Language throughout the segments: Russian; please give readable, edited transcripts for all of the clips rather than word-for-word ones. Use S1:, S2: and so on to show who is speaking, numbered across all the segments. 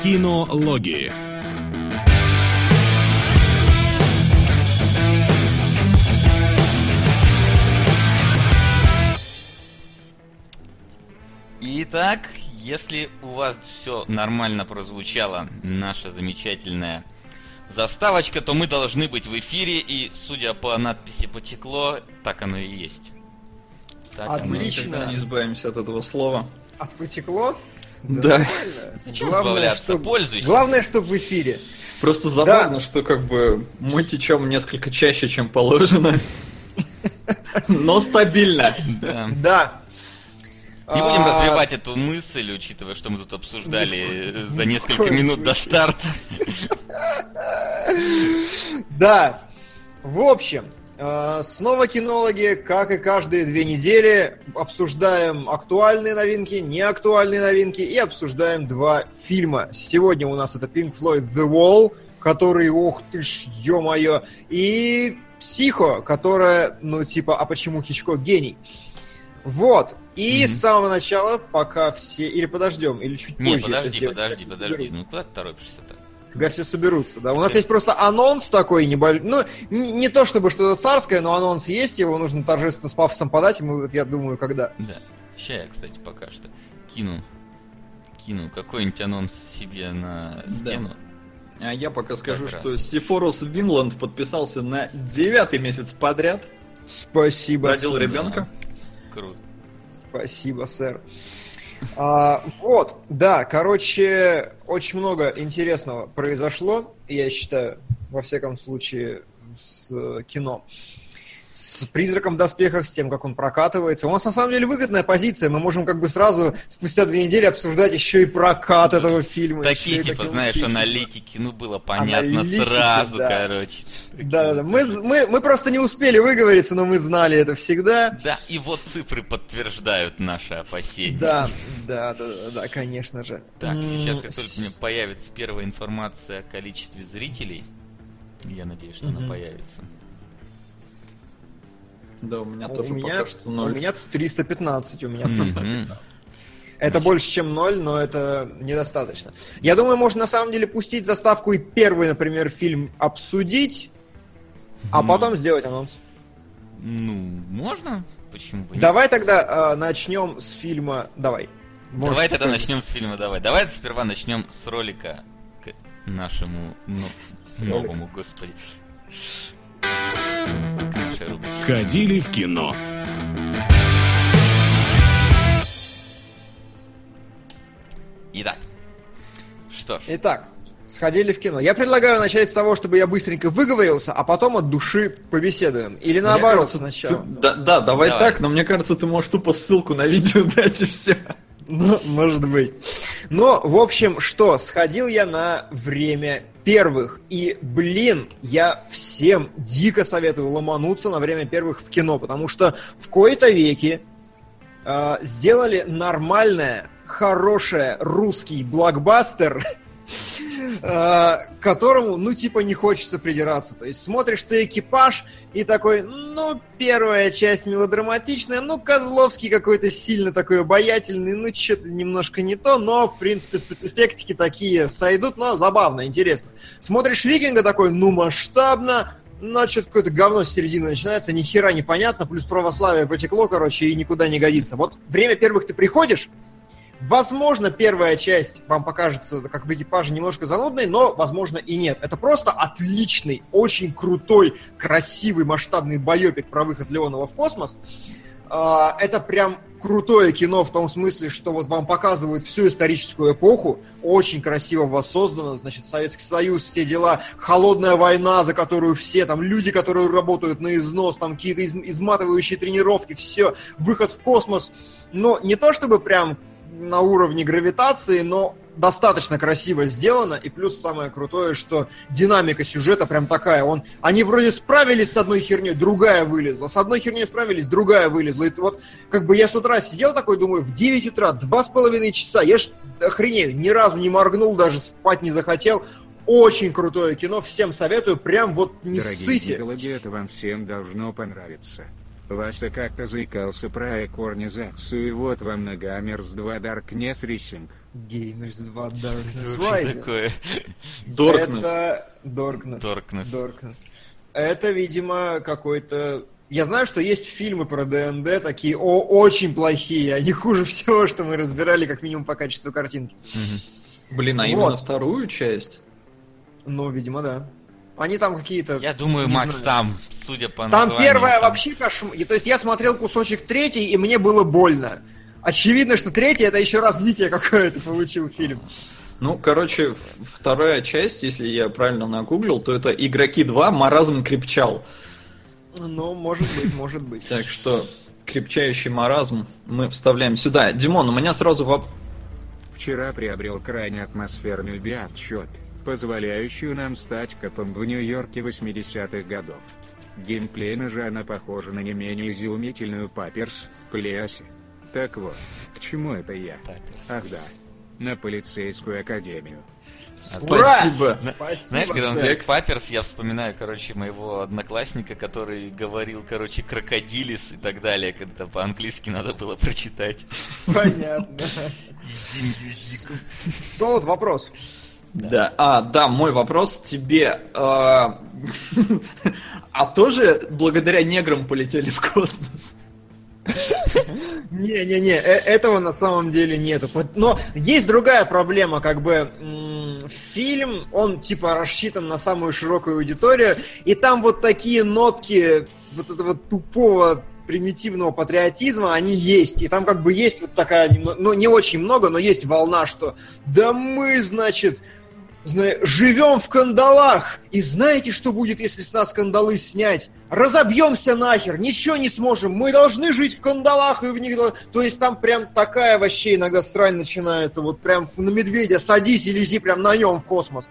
S1: Кинологии.
S2: Итак, если у вас все нормально прозвучала наша замечательная заставочка, то мы должны быть в эфире, и, судя по надписи «Потекло», так оно и есть. Так
S3: отлично.
S4: Мы не избавимся от этого слова.
S3: А потекло?
S4: Да.
S2: Зачем избавляться? Пользуйся.
S3: Главное, чтобы в эфире.
S4: Просто забавно, что как бы мы течем несколько чаще, чем положено. Но стабильно.
S3: Да.
S2: Не будем развивать эту мысль, учитывая, что мы тут обсуждали за несколько минут до старта.
S3: Да. В общем, снова кинологи, как и каждые 2 недели, обсуждаем актуальные новинки, неактуальные новинки и обсуждаем 2 фильма. Сегодня у нас это Pink Floyd The Wall, который, ох ты ж, ё-моё, и Психо, которая, ну типа, а почему Хичкок гений? Вот. И с самого начала, пока все... Или подождем, или чуть позже.
S2: Не, подожди. Ну куда ты торопишься-то?
S3: Когда все соберутся, да. У нас есть просто анонс такой небольшой. Ну, не то чтобы что-то царское, но анонс есть, его нужно торжественно с пафосом подать, и мы, я думаю, когда.
S2: Да. Сейчас я, кстати, пока что кину какой-нибудь анонс себе на стену.
S4: Да. А я пока скажу, что Сифорус Винланд подписался на 9-й месяц подряд.
S3: Спасибо.
S4: Родил ребенка.
S2: Круто.
S3: Спасибо, сэр. Вот, да, короче, очень много интересного произошло, я считаю, во всяком случае, с кино. С «Призраком в доспехах», с тем, как он прокатывается. У нас, на самом деле, выгодная позиция. Мы можем как бы сразу, спустя 2 недели, обсуждать еще и прокат этого фильма.
S2: Такие, типа, знаешь, фильма. Аналитики, ну, было понятно сразу, да. Короче.
S3: Да. Мы просто не успели выговориться, но мы знали это всегда.
S2: Да, и вот цифры подтверждают наши опасения.
S3: Да, конечно же.
S2: Так, сейчас, как только у меня появится первая информация о количестве зрителей, я надеюсь, что она появится.
S4: Да, у меня тоже пока что 0.
S3: У меня 315, Это больше, чем 0, но это недостаточно. Я думаю, можно на самом деле пустить заставку и первый, например, фильм обсудить, а потом сделать анонс.
S2: Ну, можно? Почему бы нет?
S3: Давай тогда начнем с фильма. Давай
S2: начнем с фильма. Давай сперва начнем с ролика к нашему новому, господи.
S1: Сходили в кино.
S3: Итак, сходили в кино. Я предлагаю начать с того, чтобы я быстренько выговорился, а потом от души побеседуем. Или наоборот, сначала.
S4: Давай так, но мне кажется, ты можешь тупо ссылку на видео дать и все.
S3: Ну, может быть. Но, в общем, что, сходил я на «Время первых». И, я всем дико советую ломануться на «Время первых» в кино, потому что в кои-то веки сделали нормальное, хорошее русский блокбастер, которому, не хочется придираться. То есть смотришь ты «Экипаж» и такой, первая часть мелодраматичная, Козловский какой-то сильно такой обаятельный, что-то немножко не то, но, в принципе, спецэффектики такие сойдут, но забавно, интересно. Смотришь «Викинга» такой, масштабно, что-то какое-то говно с середины начинается, ни хера непонятно, плюс православие потекло, и никуда не годится. Вот «Время первых» ты приходишь, возможно, первая часть вам покажется, как в «Экипаже», немножко занудной, но, возможно, и нет. Это просто отличный, очень крутой, красивый, масштабный байопик про выход Леонова в космос. Это прям крутое кино в том смысле, что вот вам показывают всю историческую эпоху, очень красиво воссоздано, значит, Советский Союз, все дела, холодная война, за которую все, там, люди, которые работают на износ, там, какие-то изматывающие тренировки, все, выход в космос. Но не то чтобы прям на уровне гравитации, но достаточно красиво сделано, и плюс самое крутое, что динамика сюжета прям такая, они вроде справились с одной херней, другая вылезла, с одной херней справились, другая вылезла, и вот как бы я с утра сидел такой, думаю, в 9 утра, 2,5 часа, я ж охренею, ни разу не моргнул, даже спать не захотел. Очень крутое кино, всем советую, прям вот не ссыте.
S5: Дорогие кинологи, это вам всем должно понравиться.
S1: Вася как-то заикался про экорнизацию, и вот вам на Gamers 2 Darkness Racing.
S3: Gamers 2 Darkness
S2: Что
S3: Rising.
S2: такое?
S4: Доркнесс.
S3: Это Darkness.
S2: Darkness.
S3: Darkness. Это, видимо, какой-то... Я знаю, что есть фильмы про ДНД, такие очень плохие. Они хуже всего, что мы разбирали, как минимум по качеству картинки.
S4: Блин, а
S3: Вот.
S4: именно вторую часть?
S3: Ну, видимо, да. Они там какие-то...
S2: Я думаю,
S3: не
S2: Макс
S3: знаю.
S2: там, судя по
S3: Там
S2: названию...
S3: первая
S2: там-
S3: вообще кошмар. То есть я смотрел кусочек третий, и мне было больно. Очевидно, что третий это еще развитие какое-то получил фильм.
S4: Ну, короче, вторая часть, если я правильно нагуглил, то это «Игроки 2. Маразм крепчал».
S3: Ну, может быть, может быть.
S4: Так что крепчающий маразм мы вставляем сюда. Димон, у меня сразу вопрос.
S1: Вчера приобрел крайне атмосферную биатчет, позволяющую нам стать копом в Нью-Йорке 80-х годов. Геймплейно же она похожа на не менее изумительную Паперс, Плеоси. Так вот, к чему это я?
S2: Паперс.
S1: Ах да, на полицейскую академию.
S4: Спасибо.
S3: Спасибо,
S2: Знаешь, когда он
S3: сэр.
S2: говорит Паперс, я вспоминаю, короче, моего одноклассника, который говорил, короче, крокодилис и так далее, когда по-английски надо было прочитать.
S3: Понятно. Солод, вопрос.
S4: Да. Да, мой вопрос тебе. А тоже благодаря неграм полетели в космос?
S3: Не-не-не, этого на самом деле нету. Но есть другая проблема, как бы фильм, он типа рассчитан на самую широкую аудиторию, и там вот такие нотки вот этого тупого примитивного патриотизма, они есть. И там как бы есть вот такая, ну не очень много, но есть волна, что да мы, значит, живем в кандалах, и знаете, что будет, если с нас кандалы снять? Разобьемся нахер, ничего не сможем, мы должны жить в кандалах и в них... То есть там прям такая вообще иногда срань начинается, вот прям на медведя садись и лези прям на нем в космос.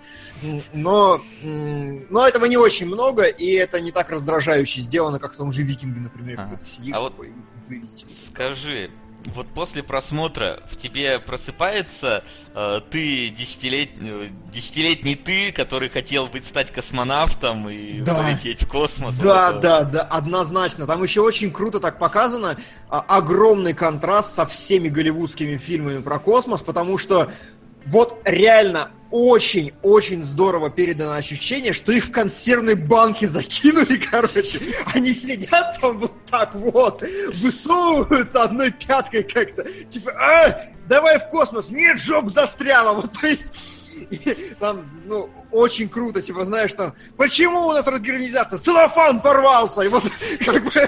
S3: Но этого не очень много, и это не так раздражающе сделано, как в том же «Викинге», например.
S2: Ага.
S3: Ты сидишь
S2: А вот
S3: такой, вы видите.
S2: Скажи, вот после просмотра в тебе просыпается ты, десятилетний ты, который хотел стать космонавтом и
S3: Да.
S2: полететь в космос?
S3: Да,
S2: вот это?
S3: да, однозначно. Там еще очень круто так показано. Огромный контраст со всеми голливудскими фильмами про космос, потому что вот реально очень-очень здорово передано ощущение, что их в консервной банке закинули, короче. Они сидят там вот так вот, высовываются одной пяткой как-то. Типа, давай в космос. Нет, жопа застряла. Вот, то есть... И там, ну, очень круто, типа, знаешь, там, почему у нас разгерметизация? Целлофан порвался! И вот, как бы,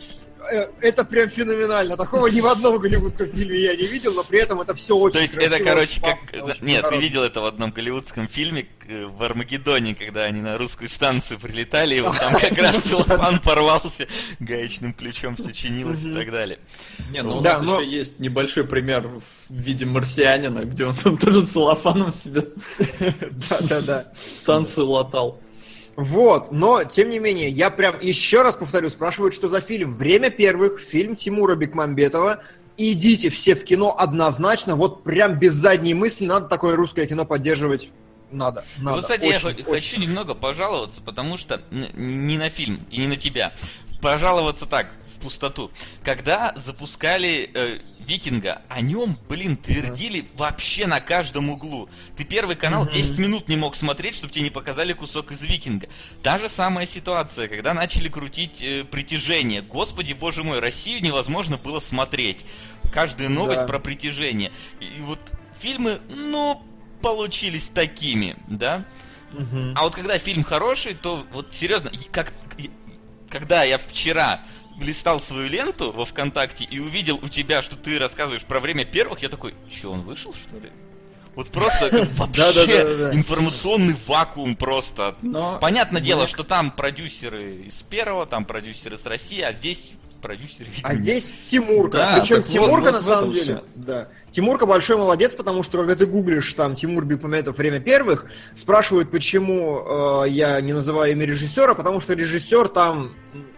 S3: это прям феноменально. Такого ни в одном голливудском фильме я не видел, но при этом это все очень
S2: То есть
S3: красиво,
S2: это, короче, как...
S3: очень
S2: Нет, ты
S3: хорошо.
S2: видел это в одном голливудском фильме в Армагеддоне, когда они на русскую станцию прилетали, и вот там как раз целлофан порвался, гаечным ключом все чинилось и так далее.
S4: Не, ну у
S3: Да,
S4: нас
S3: но-
S4: еще есть небольшой пример в виде марсианина, где он там тоже целлофаном себе
S3: Да-да-да.
S4: станцию латал.
S3: Вот, но, тем не менее, я прям еще раз повторю, спрашивают, что за фильм. «Время первых», фильм Тимура Бекмамбетова. Идите все в кино однозначно, вот прям без задней мысли, надо такое русское кино поддерживать. Надо.
S2: Вот, кстати, я
S3: Очень,
S2: хочу
S3: очень.
S2: немного пожаловаться, потому что не на фильм и не на тебя. Пожаловаться так, в пустоту. Когда запускали Викинга, о нем, твердили вообще на каждом углу. Ты Первый канал 10 минут не мог смотреть, чтобы тебе не показали кусок из Викинга. Та же самая ситуация, когда начали крутить «Притяжение». Господи, боже мой, Россию невозможно было смотреть. Каждая новость
S3: Да.
S2: про «Притяжение». И вот фильмы, получились такими, да? А вот когда фильм хороший, то вот серьезно, когда я вчера листал свою ленту во ВКонтакте и увидел у тебя, что ты рассказываешь про «Время первых», я такой, что, он вышел, что ли? Вот просто вообще
S3: Да-да-да-да.
S2: информационный вакуум просто.
S4: Но-
S2: Понятное дело, что там продюсеры из Первого, там продюсеры с России, а здесь продюсеры...
S3: А здесь Тимурка.
S4: Да,
S3: Причем
S4: так вот,
S3: Тимурка
S4: вот
S3: на
S4: в
S3: самом
S4: этом
S3: деле.
S4: всё.
S3: Да. Тимурка большой молодец, потому что когда ты гуглишь там Тимур Бекмамбетов «Время первых», спрашивают, почему я не называю имя режиссера, потому что режиссер там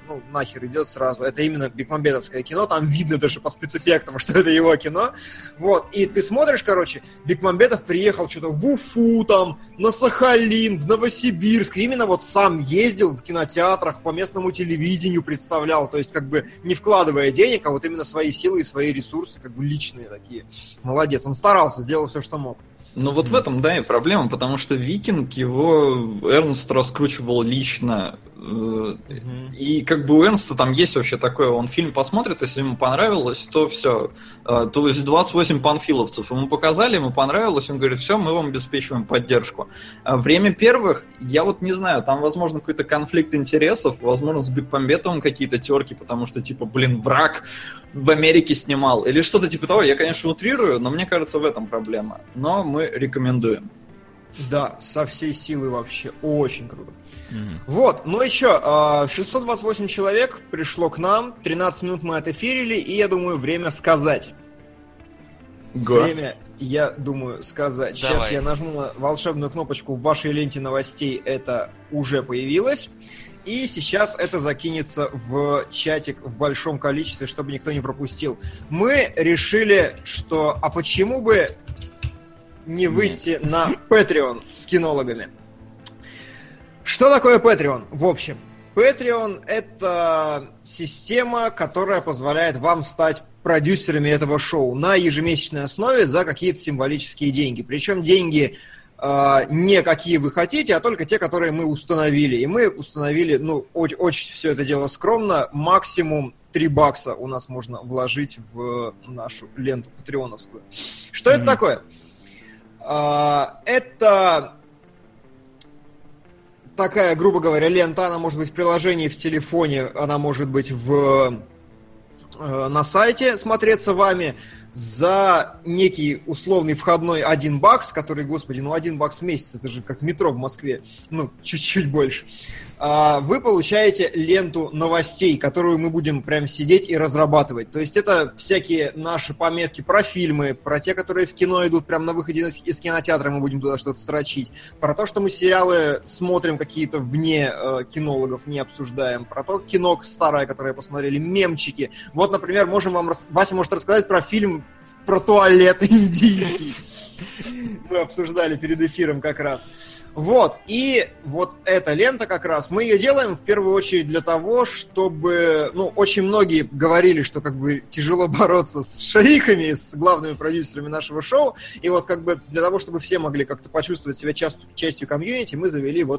S3: ну, нахер идет сразу. Это именно бекмамбетовское кино, там видно даже по спецэффектам, что это его кино. Вот, и ты смотришь, короче, Бекмамбетов приехал что-то в Уфу, там, на Сахалин, в Новосибирск, именно вот сам ездил в кинотеатрах, по местному телевидению представлял, то есть как бы не вкладывая денег, а вот именно свои силы и свои ресурсы, как бы личные такие. Молодец, он старался, сделал все, что мог.
S4: Ну вот в этом, да, и проблема, потому что «Викинг» его Эрнст раскручивал лично, и как бы у Эрнста там есть вообще такое, он фильм посмотрит, если ему понравилось, то все, то есть 28 панфиловцев ему показали, ему понравилось, он говорит, все, мы вам обеспечиваем поддержку. «Время первых», я вот не знаю, там, возможно, какой-то конфликт интересов, возможно, с Бекмамбетовым какие-то терки, потому что, типа, блин, «Враг» в Америке снимал, или что-то типа того, я, конечно, утрирую, но мне кажется, в этом проблема, но мы рекомендуем.
S3: Да, со всей силы вообще. Очень круто. Вот, ну и что, 628 человек пришло к нам, 13 минут мы отэфирили, и я думаю, время сказать. Время, я думаю, сказать.
S2: Давай.
S3: Сейчас я нажму на волшебную кнопочку в вашей ленте новостей, это уже появилось. И сейчас это закинется в чатик в большом количестве, чтобы никто не пропустил. Мы решили, что а почему бы не выйти на Patreon с кинологами? Что такое Patreon? В общем, Patreon — это система, которая позволяет вам стать продюсерами этого шоу на ежемесячной основе за какие-то символические деньги. Причем деньги не какие вы хотите, а только те, которые мы установили. И мы установили, ну, очень все это дело скромно, максимум $3 у нас можно вложить в нашу ленту патреоновскую. Что это такое? Это такая, грубо говоря, лента, она может быть в приложении, в телефоне, она может быть на сайте смотреться вами за некий условный входной $1, который, господи, ну $1 в месяц, это же как метро в Москве, ну, чуть-чуть больше. Вы получаете ленту новостей, которую мы будем прям сидеть и разрабатывать. То есть это всякие наши пометки про фильмы, про те, которые в кино идут прям на выходе из кинотеатра, мы будем туда что-то строчить. Про то, что мы сериалы смотрим какие-то вне кинологов, не обсуждаем. Про то кино старое, которое посмотрели, мемчики. Вот, например, Вася может рассказать про фильм про туалет индийский. Мы обсуждали перед эфиром как раз. Вот, и вот эта лента как раз, мы ее делаем в первую очередь для того, чтобы, ну, очень многие говорили, что как бы тяжело бороться с шейхами, с главными продюсерами нашего шоу, и вот как бы для того, чтобы все могли как-то почувствовать себя частью комьюнити, мы завели вот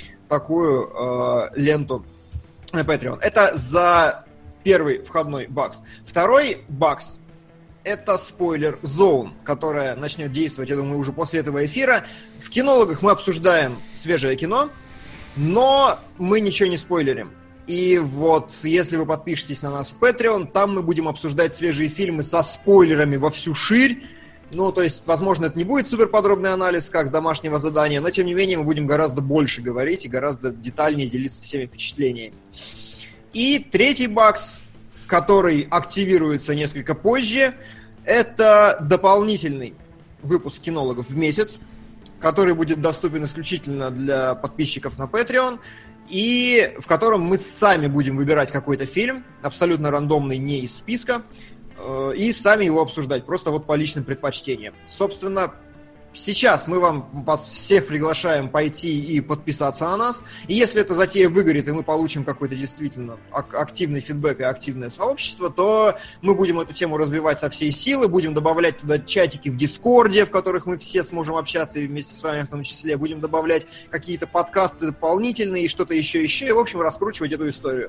S3: такую ленту на Patreon. Это за первый входной бакс. Второй бакс — это спойлер Zone, которая начнет действовать, я думаю, уже после этого эфира. В кинологах мы обсуждаем свежее кино, но мы ничего не спойлерим. И вот, если вы подпишетесь на нас в Patreon, там мы будем обсуждать свежие фильмы со спойлерами во всю ширь. Ну, то есть, возможно, это не будет суперподробный анализ, как домашнего задания, но, тем не менее, мы будем гораздо больше говорить и гораздо детальнее делиться всеми впечатлениями. И третий бакс, который активируется несколько позже, это дополнительный выпуск кинологов в месяц, который будет доступен исключительно для подписчиков на Patreon, и в котором мы сами будем выбирать какой-то фильм, абсолютно рандомный, не из списка, и сами его обсуждать, просто вот по личным предпочтениям. Собственно, сейчас мы вас всех приглашаем пойти и подписаться на нас. И если эта затея выгорит, и мы получим какой-то действительно активный фидбэк и активное сообщество, то мы будем эту тему развивать со всей силы, будем добавлять туда чатики в Дискорде, в которых мы все сможем общаться, и вместе с вами в том числе. Будем добавлять какие-то подкасты дополнительные и что-то еще, и, в общем, раскручивать эту историю.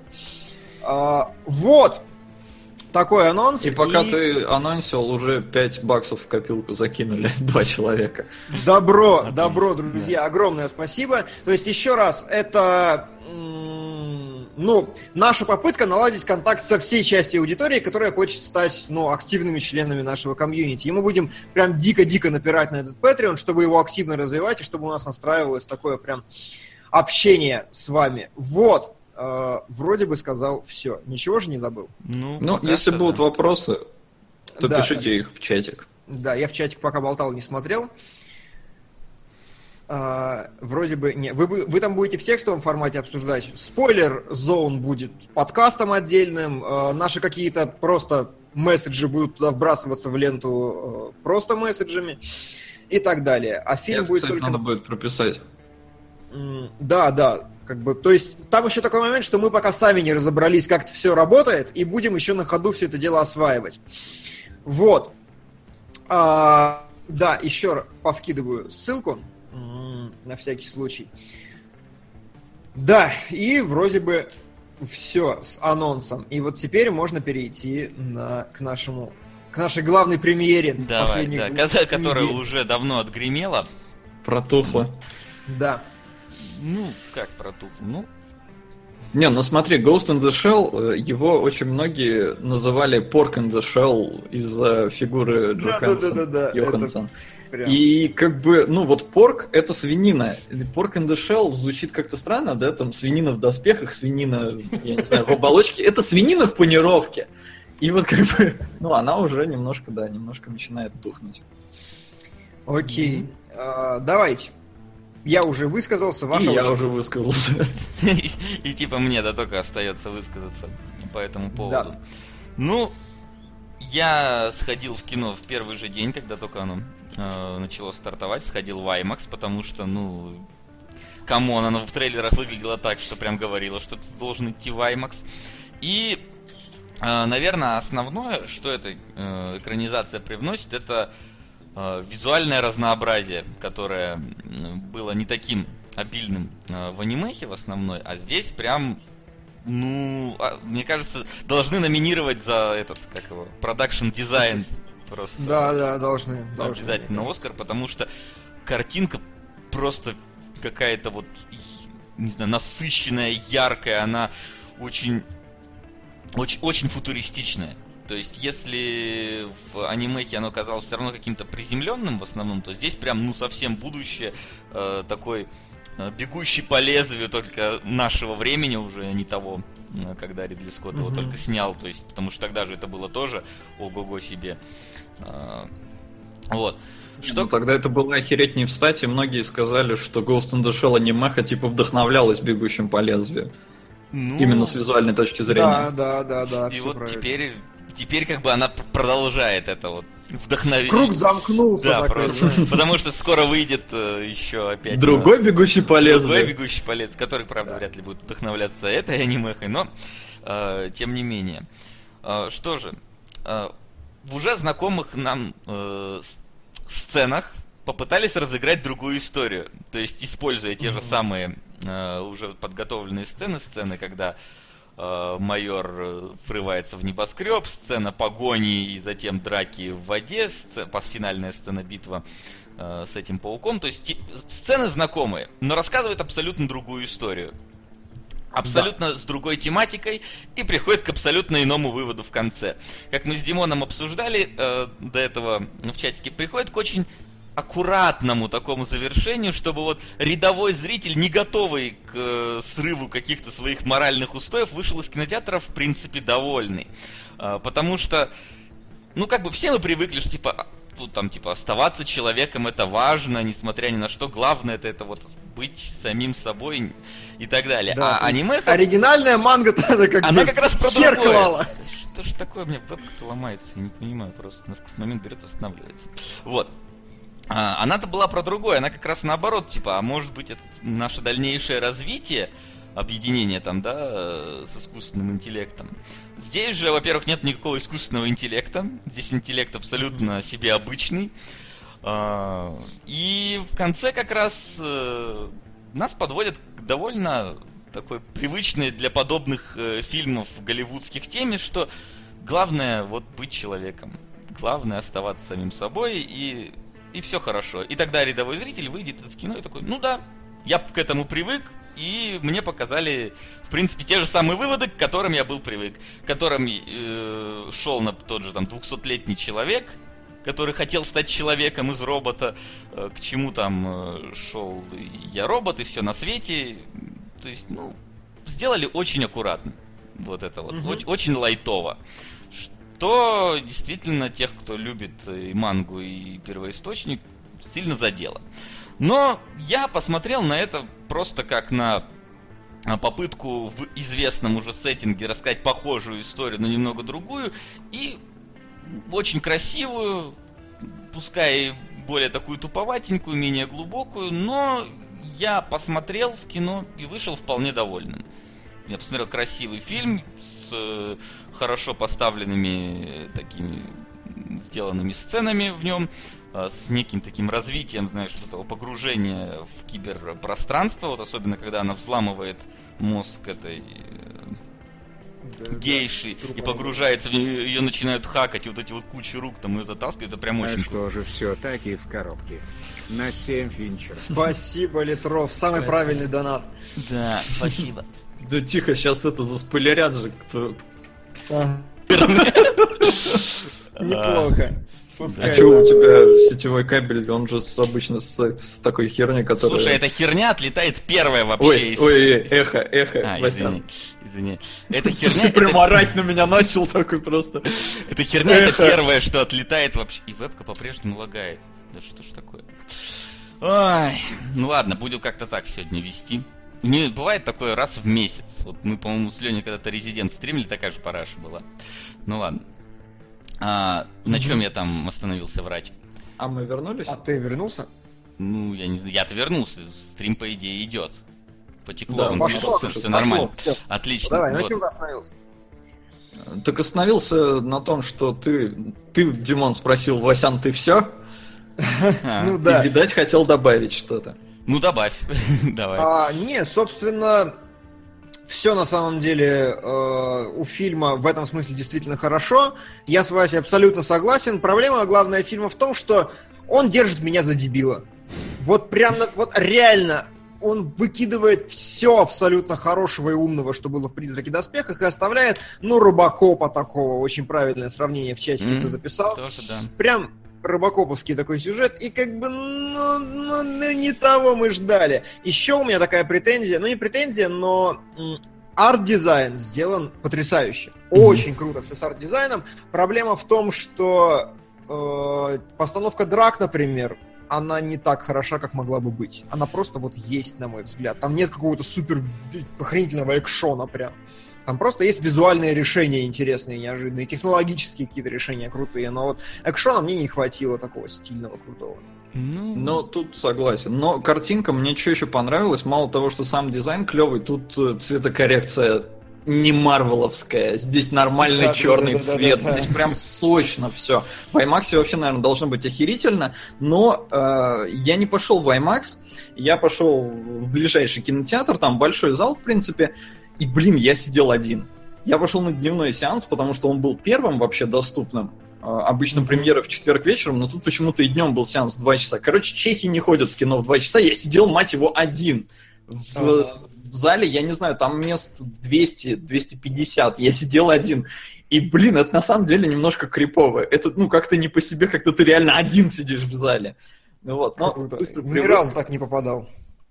S3: Вот! Такой анонс.
S4: И пока ты анонсил, уже $5 в копилку закинули 2 человека.
S3: Добро, друзья, огромное спасибо. То есть, еще раз, это наша попытка наладить контакт со всей частью аудитории, которая хочет стать активными членами нашего комьюнити. И мы будем прям дико-дико напирать на этот Patreon, чтобы его активно развивать, и чтобы у нас настраивалось такое прям общение с вами. Вот. Вроде бы сказал все. Ничего же не забыл.
S4: Ну если будут вопросы, то пишите их в чатик.
S3: Да, я в чатик пока болтал, не смотрел. вроде бы... Не, вы там будете в текстовом формате обсуждать. Спойлер-зоун будет подкастом отдельным. Наши какие-то просто месседжи будут туда вбрасываться в ленту просто месседжами и так далее. А фильм
S4: это,
S3: будет
S4: кстати,
S3: только...
S4: надо будет прописать.
S3: Да, как бы, то есть там еще такой момент, что мы пока сами не разобрались, как это все работает, и будем еще на ходу все это дело осваивать. Вот. Да, еще раз повкидываю ссылку на всякий случай. Да, и вроде бы все с анонсом. И вот теперь можно перейти к нашей главной премьере.
S2: Давай, да, которая уже давно отгремела.
S4: Протухла.
S3: Да.
S2: Ну, как протухла? Ну,
S4: ну смотри, Ghost in the Shell, его очень многие называли Pork in the Shell из-за фигуры Йоханссон. И как бы, вот порк — это свинина. Pork in the Shell звучит как-то странно, да, там свинина в доспехах, свинина, я не знаю, в оболочке. Это свинина в панировке. И вот как бы, она уже немножко начинает тухнуть.
S3: Окей. Давайте. Я уже высказался, ваша
S4: я уже высказался.
S2: И типа мне только остается высказаться по этому поводу. Да. Ну, я сходил в кино в первый же день, когда только оно начало стартовать, сходил в IMAX, потому что, камон, оно в трейлерах выглядело так, что прям говорило, что ты должен идти в IMAX. И, наверное, основное, что эта экранизация привносит, это визуальное разнообразие, которое было не таким обильным в анимехе в основной, а здесь прям, мне кажется, должны номинировать за этот, продакшн дизайн просто.
S3: Да, должны.
S2: Обязательно на Оскар, потому что картинка просто какая-то не знаю, насыщенная, яркая, она очень футуристичная. То есть, если в анимехе оно казалось все равно каким-то приземленным в основном, то здесь прям, совсем будущее, такой бегущий по лезвию только нашего времени уже, а не того, когда Ридли Скотт его только снял, то есть, потому что тогда же это было тоже ого-го себе. Вот.
S4: Тогда это было охереть не встать, и многие сказали, что Ghost in the Shell анимеха типа вдохновлялась бегущим по лезвию. Именно с визуальной точки зрения.
S3: Да.
S2: И вот правильно. Теперь как бы она продолжает это вдохновение.
S3: Круг замкнулся.
S2: Да, просто. Потому что скоро выйдет еще опять
S4: другой бегущий по лезвию.
S2: Другой бегущий по лезвию, который, правда, вряд ли будет вдохновляться этой анимехой, но тем не менее. Что же, в уже знакомых нам сценах попытались разыграть другую историю. То есть, используя те же самые уже подготовленные сцены, когда майор врывается в небоскреб, сцена погони и затем драки в воде, финальная сцена битва с этим пауком. То есть сцены знакомые, но рассказывают абсолютно другую историю. Абсолютно с другой тематикой и приходит к абсолютно иному выводу в конце. Как мы с Димоном обсуждали до этого в чатике, приходит к очень аккуратному такому завершению, чтобы рядовой зритель, не готовый к срыву каких-то своих моральных устоев, вышел из кинотеатра в принципе довольный. Потому что, все мы привыкли, что оставаться человеком это важно, несмотря ни на что. Главное это быть самим собой и так далее.
S3: Да,
S2: а аниме...
S3: Оригинальная манга-то
S2: она как раз про другое.
S3: Клала.
S2: Что ж такое, у меня вебка-то ломается, я не понимаю, просто на какой-то момент берет и останавливается. Вот. Она-то была про другое, она как раз наоборот, а может быть это наше дальнейшее развитие, объединение с искусственным интеллектом. Здесь же, во-первых, нет никакого искусственного интеллекта, здесь интеллект абсолютно себе обычный. И в конце как раз нас подводят к довольно такой привычной для подобных фильмов голливудских теме, что главное быть человеком, главное оставаться самим собой и все хорошо. И тогда рядовой зритель выйдет из кино и такой, я к этому привык, и мне показали, в принципе, те же самые выводы, к которым я был привык, к которым шел тот же 200-летний человек, который хотел стать человеком из робота, к чему шел я робот, и все на свете. То есть, сделали очень аккуратно. Очень лайтово. Что действительно тех, кто любит и мангу, и первоисточник, сильно задело. Но я посмотрел на это просто как на попытку в известном уже сеттинге рассказать похожую историю, но немного другую, и очень красивую, пускай более такую туповатенькую, менее глубокую, но я посмотрел в кино и вышел вполне довольным. Я посмотрел красивый фильм с хорошо поставленными такими сделанными сценами в нем, с неким таким развитием, знаешь, вот этого погружения в киберпространство, вот особенно когда она взламывает мозг этой гейши и погружается в нее, ее начинают хакать, и вот эти вот кучи рук там ее затаскивают, это прям очень
S1: что же все-таки в коробке. На 7 Финчер.
S3: Спасибо, Литров, самый правильный донат.
S2: Да, спасибо.
S4: Да тихо, сейчас это заспойлерят же, кто...
S3: Неплохо.
S4: А что у тебя сетевой кабель, он же обычно с такой херней, которая...
S2: Слушай, эта херня отлетает первая вообще из...
S4: Ой, эхо,
S2: извини. Эта херня...
S4: Ты прям орать на меня начал такой просто.
S2: Эта херня это первое, что отлетает вообще. И вебка по-прежнему лагает. Да что ж такое? Ой, ну ладно, буду как-то так сегодня вести. Не бывает такое раз в месяц. Вот мы, по-моему, с Леней когда-то Резидент стримили, такая же параша была. Ну ладно. На чем я там остановился врать?
S4: А мы вернулись?
S3: А ты вернулся?
S2: Ну, я не знаю. Я-то вернулся. Стрим, по идее, идет. Потекло,
S3: Да,
S2: он
S3: пошло,
S2: все нормально.
S3: Всё.
S2: Отлично.
S3: Давай, на
S2: вот.
S3: чем ты остановился?
S4: Так остановился на том, что ты, Димон, спросил, Васян, ты все?
S3: Ну да.
S4: И, видать, хотел добавить что-то.
S2: Ну, добавь. Давай.
S3: Не, собственно, все на самом деле у фильма в этом смысле действительно хорошо. Я с Васей абсолютно согласен. Проблема главная фильма в том, что он держит меня за дебила. Вот прям, вот реально, он выкидывает все абсолютно хорошего и умного, что было в «Призраке доспехах», и оставляет, Робокопа такого. Очень правильное сравнение в чатике кто-то писал.
S2: Тоже, да.
S3: Прям робокоповский такой сюжет, и как бы, не того мы ждали. Еще у меня такая претензия, не претензия, но арт-дизайн сделан потрясающе. Очень круто все с арт-дизайном. Проблема в том, что постановка драк, например, она не так хороша, как могла бы быть. Она просто вот есть, на мой взгляд. Там нет какого-то супер охренительного экшона прям. Там просто есть визуальные решения интересные, неожиданные, технологические какие-то решения крутые, но вот экшона мне не хватило такого стильного, крутого.
S4: Ну, тут согласен. Но картинка мне что еще понравилось, мало того, что сам дизайн клевый, тут цветокоррекция не марвеловская, здесь нормальный черный цвет, здесь прям сочно все. В IMAX вообще, наверное, должно быть охерительно, но я не пошел в IMAX, я пошел в ближайший кинотеатр, там большой зал, в принципе, и, я сидел один. Я пошел на дневной сеанс, потому что он был первым вообще доступным. Обычно премьера в четверг вечером, но тут почему-то и днем был сеанс в 2 часа. Короче, чехи не ходят в кино в 2 часа. Я сидел, мать его, один. В зале, я не знаю, там мест 200-250. Я сидел один. И, это на самом деле немножко крипово. Это, как-то не по себе, как-то ты реально один сидишь в зале. Вот. Но
S3: ни разу так не попадал.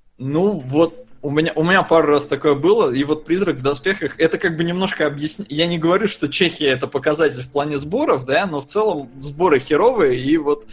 S4: У меня пару раз такое было, и вот «Призрак в доспехах» это как бы немножко объяснить. Я не говорю, что Чехия это показатель в плане сборов, да, но в целом сборы херовые, и вот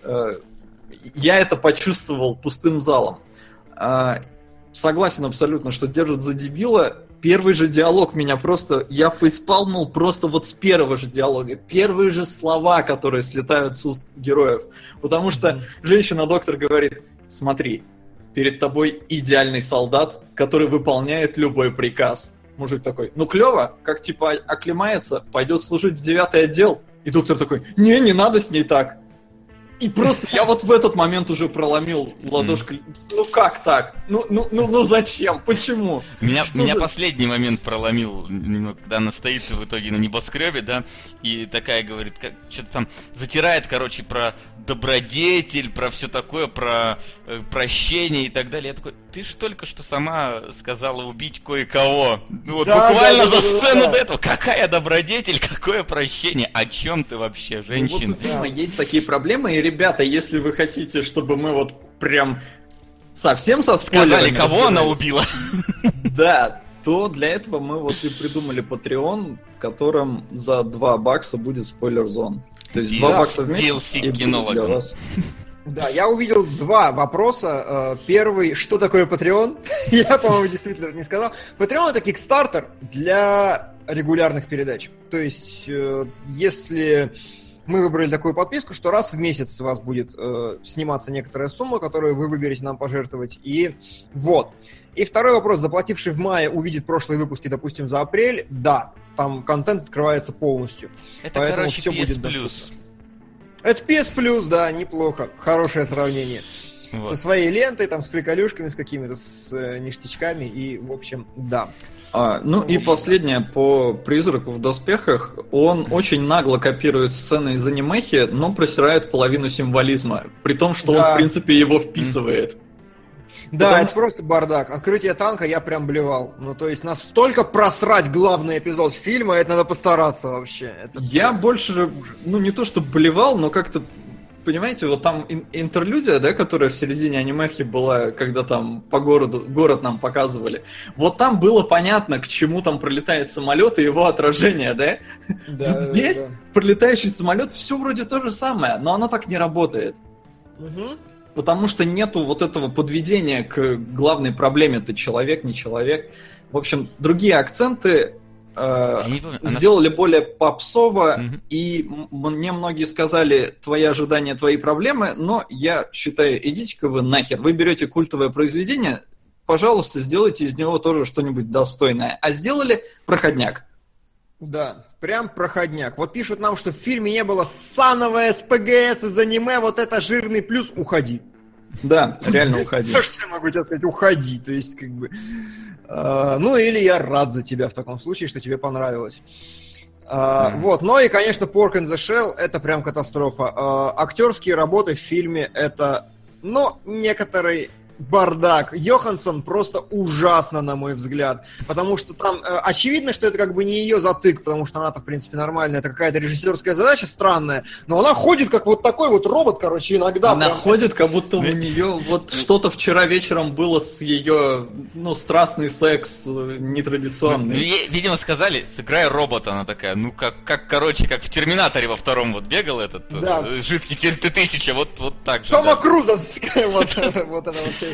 S4: я это почувствовал пустым залом. Согласен абсолютно, что держит за дебила. Первый же диалог меня просто... Я фейспалмнул просто вот с первого же диалога. Первые же слова, которые слетают с уст героев. Потому что женщина-доктор говорит: смотри, перед тобой идеальный солдат, который выполняет любой приказ. Мужик такой: клево, как типа оклемается, пойдет служить в 9-й отдел. И доктор такой: не надо с ней так. И просто я вот в этот момент уже проломил ладошкой. Как так? Зачем? Почему?
S2: Меня последний момент проломил немного, когда она стоит в итоге на небоскребе, да, и такая говорит, что-то там затирает, про добродетель, про все такое, про прощение и так далее. Я такой: ты ж только что сама сказала убить кое-кого. Буквально за сцену до этого. Какая добродетель, какое прощение? О чем ты вообще, женщина?
S4: Вот у фильма есть такие проблемы, и, ребята, если вы хотите, чтобы мы вот прям совсем со спойлерами...
S2: Сказали, кого она убила.
S4: Да, то для этого мы вот и придумали Patreon, в котором за $2 будет спойлер-зон. То есть $2 в месяц
S2: DLC
S4: и будет для вас.
S3: Да, я увидел два вопроса. Первый, что такое Patreon? Я, по-моему, действительно не сказал. Patreon — это Kickstarter для регулярных передач. То есть, если мы выбрали такую подписку, что раз в месяц у вас будет сниматься некоторая сумма, которую вы выберете нам пожертвовать. И вот. И второй вопрос. Заплативший в мае увидит прошлые выпуски, допустим, за апрель. Да, там контент открывается полностью.
S2: Это, короче, PS+.
S3: Это PS+, да, неплохо. Хорошее сравнение. Вот. Со своей лентой, там, с приколюшками, с какими-то, с ништячками. И, в общем, да.
S4: И последнее по «Призраку в доспехах». Он очень нагло копирует сцены из анимехи, но просирает половину символизма. При том, что он, в принципе, его вписывает.
S3: Да, это просто бардак. Открытие танка я прям блевал. Ну, то есть, настолько просрать главный эпизод фильма, это надо постараться вообще.
S4: Я больше, не то что блевал, но как-то, понимаете, вот там интерлюдия, да, которая в середине анимехи была, когда там по город нам показывали. Вот там было понятно, к чему там пролетает самолет и его отражение, да? Вот здесь пролетающий самолет, все вроде то же самое, но оно так не работает. Потому что нету вот этого подведения к главной проблеме, ты человек, не человек. В общем, другие акценты сделали более попсово, и мне многие сказали, твои ожидания, твои проблемы, но я считаю, идите-ка вы нахер. Вы берете культовое произведение, пожалуйста, сделайте из него тоже что-нибудь достойное. А сделали проходняк.
S3: Да, прям проходняк. Вот пишут нам, что в фильме не было ссаного СПГС из аниме, вот это жирный плюс, уходи.
S4: Да, реально уходи.
S3: Что я могу тебе сказать? Уходи, то есть как бы... или я рад за тебя в таком случае, что тебе понравилось. Вот, и, конечно, Pork in the Shell — это прям катастрофа. Актерские работы в фильме — это, некоторый бардак. Йоханссон просто ужасно, на мой взгляд. Потому что там очевидно, что это как бы не ее затык, потому что она-то, в принципе, нормальная. Это какая-то режиссерская задача странная. Но она ходит как вот такой вот робот, иногда.
S4: Она ходит, как будто у нее вот что-то вчера вечером было с ее, страстный секс нетрадиционный.
S2: Видимо, сказали, сыграй робота. Она такая, как в Терминаторе во втором вот бегал этот жидкий Т-1000, вот так же.
S3: Тома Круза, вот это вот все.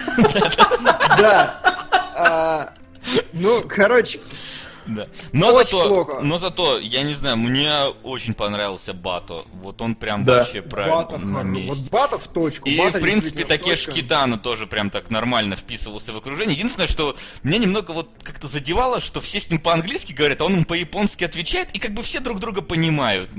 S3: Да.
S2: Да. Но зато, я не знаю, мне очень понравился Бато. Вот он прям вообще правильно на месте.
S3: Вот Бато в точку.
S2: И, в принципе, Такеши Китано тоже прям так нормально вписывался в окружение. Единственное, что меня немного вот как-то задевало, что все с ним по-английски говорят, а он им по-японски отвечает, и как бы все друг друга понимают.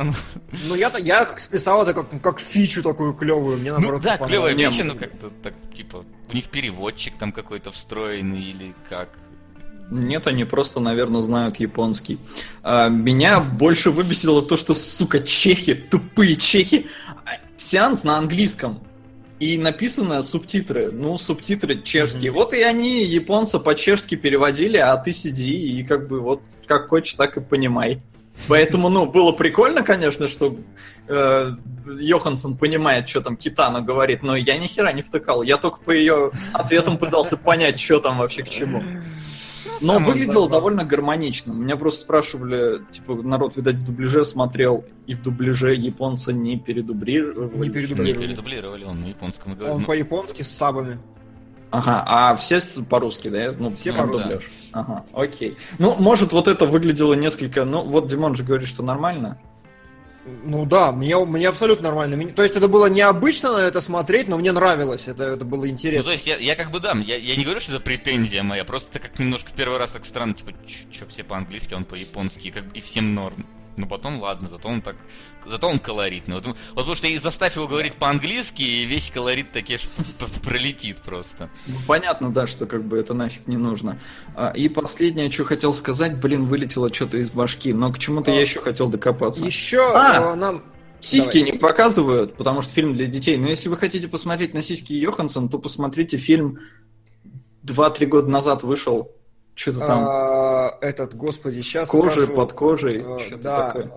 S3: Я списал это как фичу такую клевую. Мне наоборот
S2: да, клевая фича, но как-то так, типа, у них переводчик там какой-то встроенный или как...
S4: Нет, они просто, наверное, знают японский. Меня больше выбесило то, что, сука, тупые чехи, сеанс на английском. И написаны субтитры. Субтитры чешские. Вот и они японца по-чешски переводили, а ты сиди и как бы вот как хочешь, так и понимай. Поэтому, было прикольно, конечно, что Йоханссон понимает, что там Китано говорит, но я ни хера не втыкал. Я только по ее ответам пытался понять, что там вообще к чему. Но выглядело довольно гармонично. Меня просто спрашивали, народ, видать, в дубляже смотрел, и в дубляже японца не передублировали.
S2: Не передублировали, он на японском и говорил.
S3: Он по-японски с сабами.
S4: Ага, а все по-русски, да?
S3: Все по-русски.
S4: Да. Ага, окей. Может, вот это выглядело несколько... вот Димон же говорит, что нормально.
S3: Да, мне абсолютно нормально. То есть это было необычно на это смотреть, но мне нравилось, это было интересно.
S2: То есть я как бы, я не говорю, что это претензия моя, просто как немножко в первый раз так странно, что все по-английски, он по-японски, и всем норм. Потом, ладно, зато он колоритный. Вот потому что и заставь его говорить по-английски, и весь колорит таки пролетит просто.
S4: Понятно, да, что как бы это нафиг не нужно. И последнее, что хотел сказать, вылетело что-то из башки, но к чему-то я еще хотел докопаться.
S3: Еще нам...
S4: Сиськи не показывают, потому что фильм для детей, но если вы хотите посмотреть на сиськи Йоханссон, то посмотрите фильм 2-3 года назад вышел. Что-то там...
S3: господи, сейчас
S4: кожей, под кожей, что-то такое.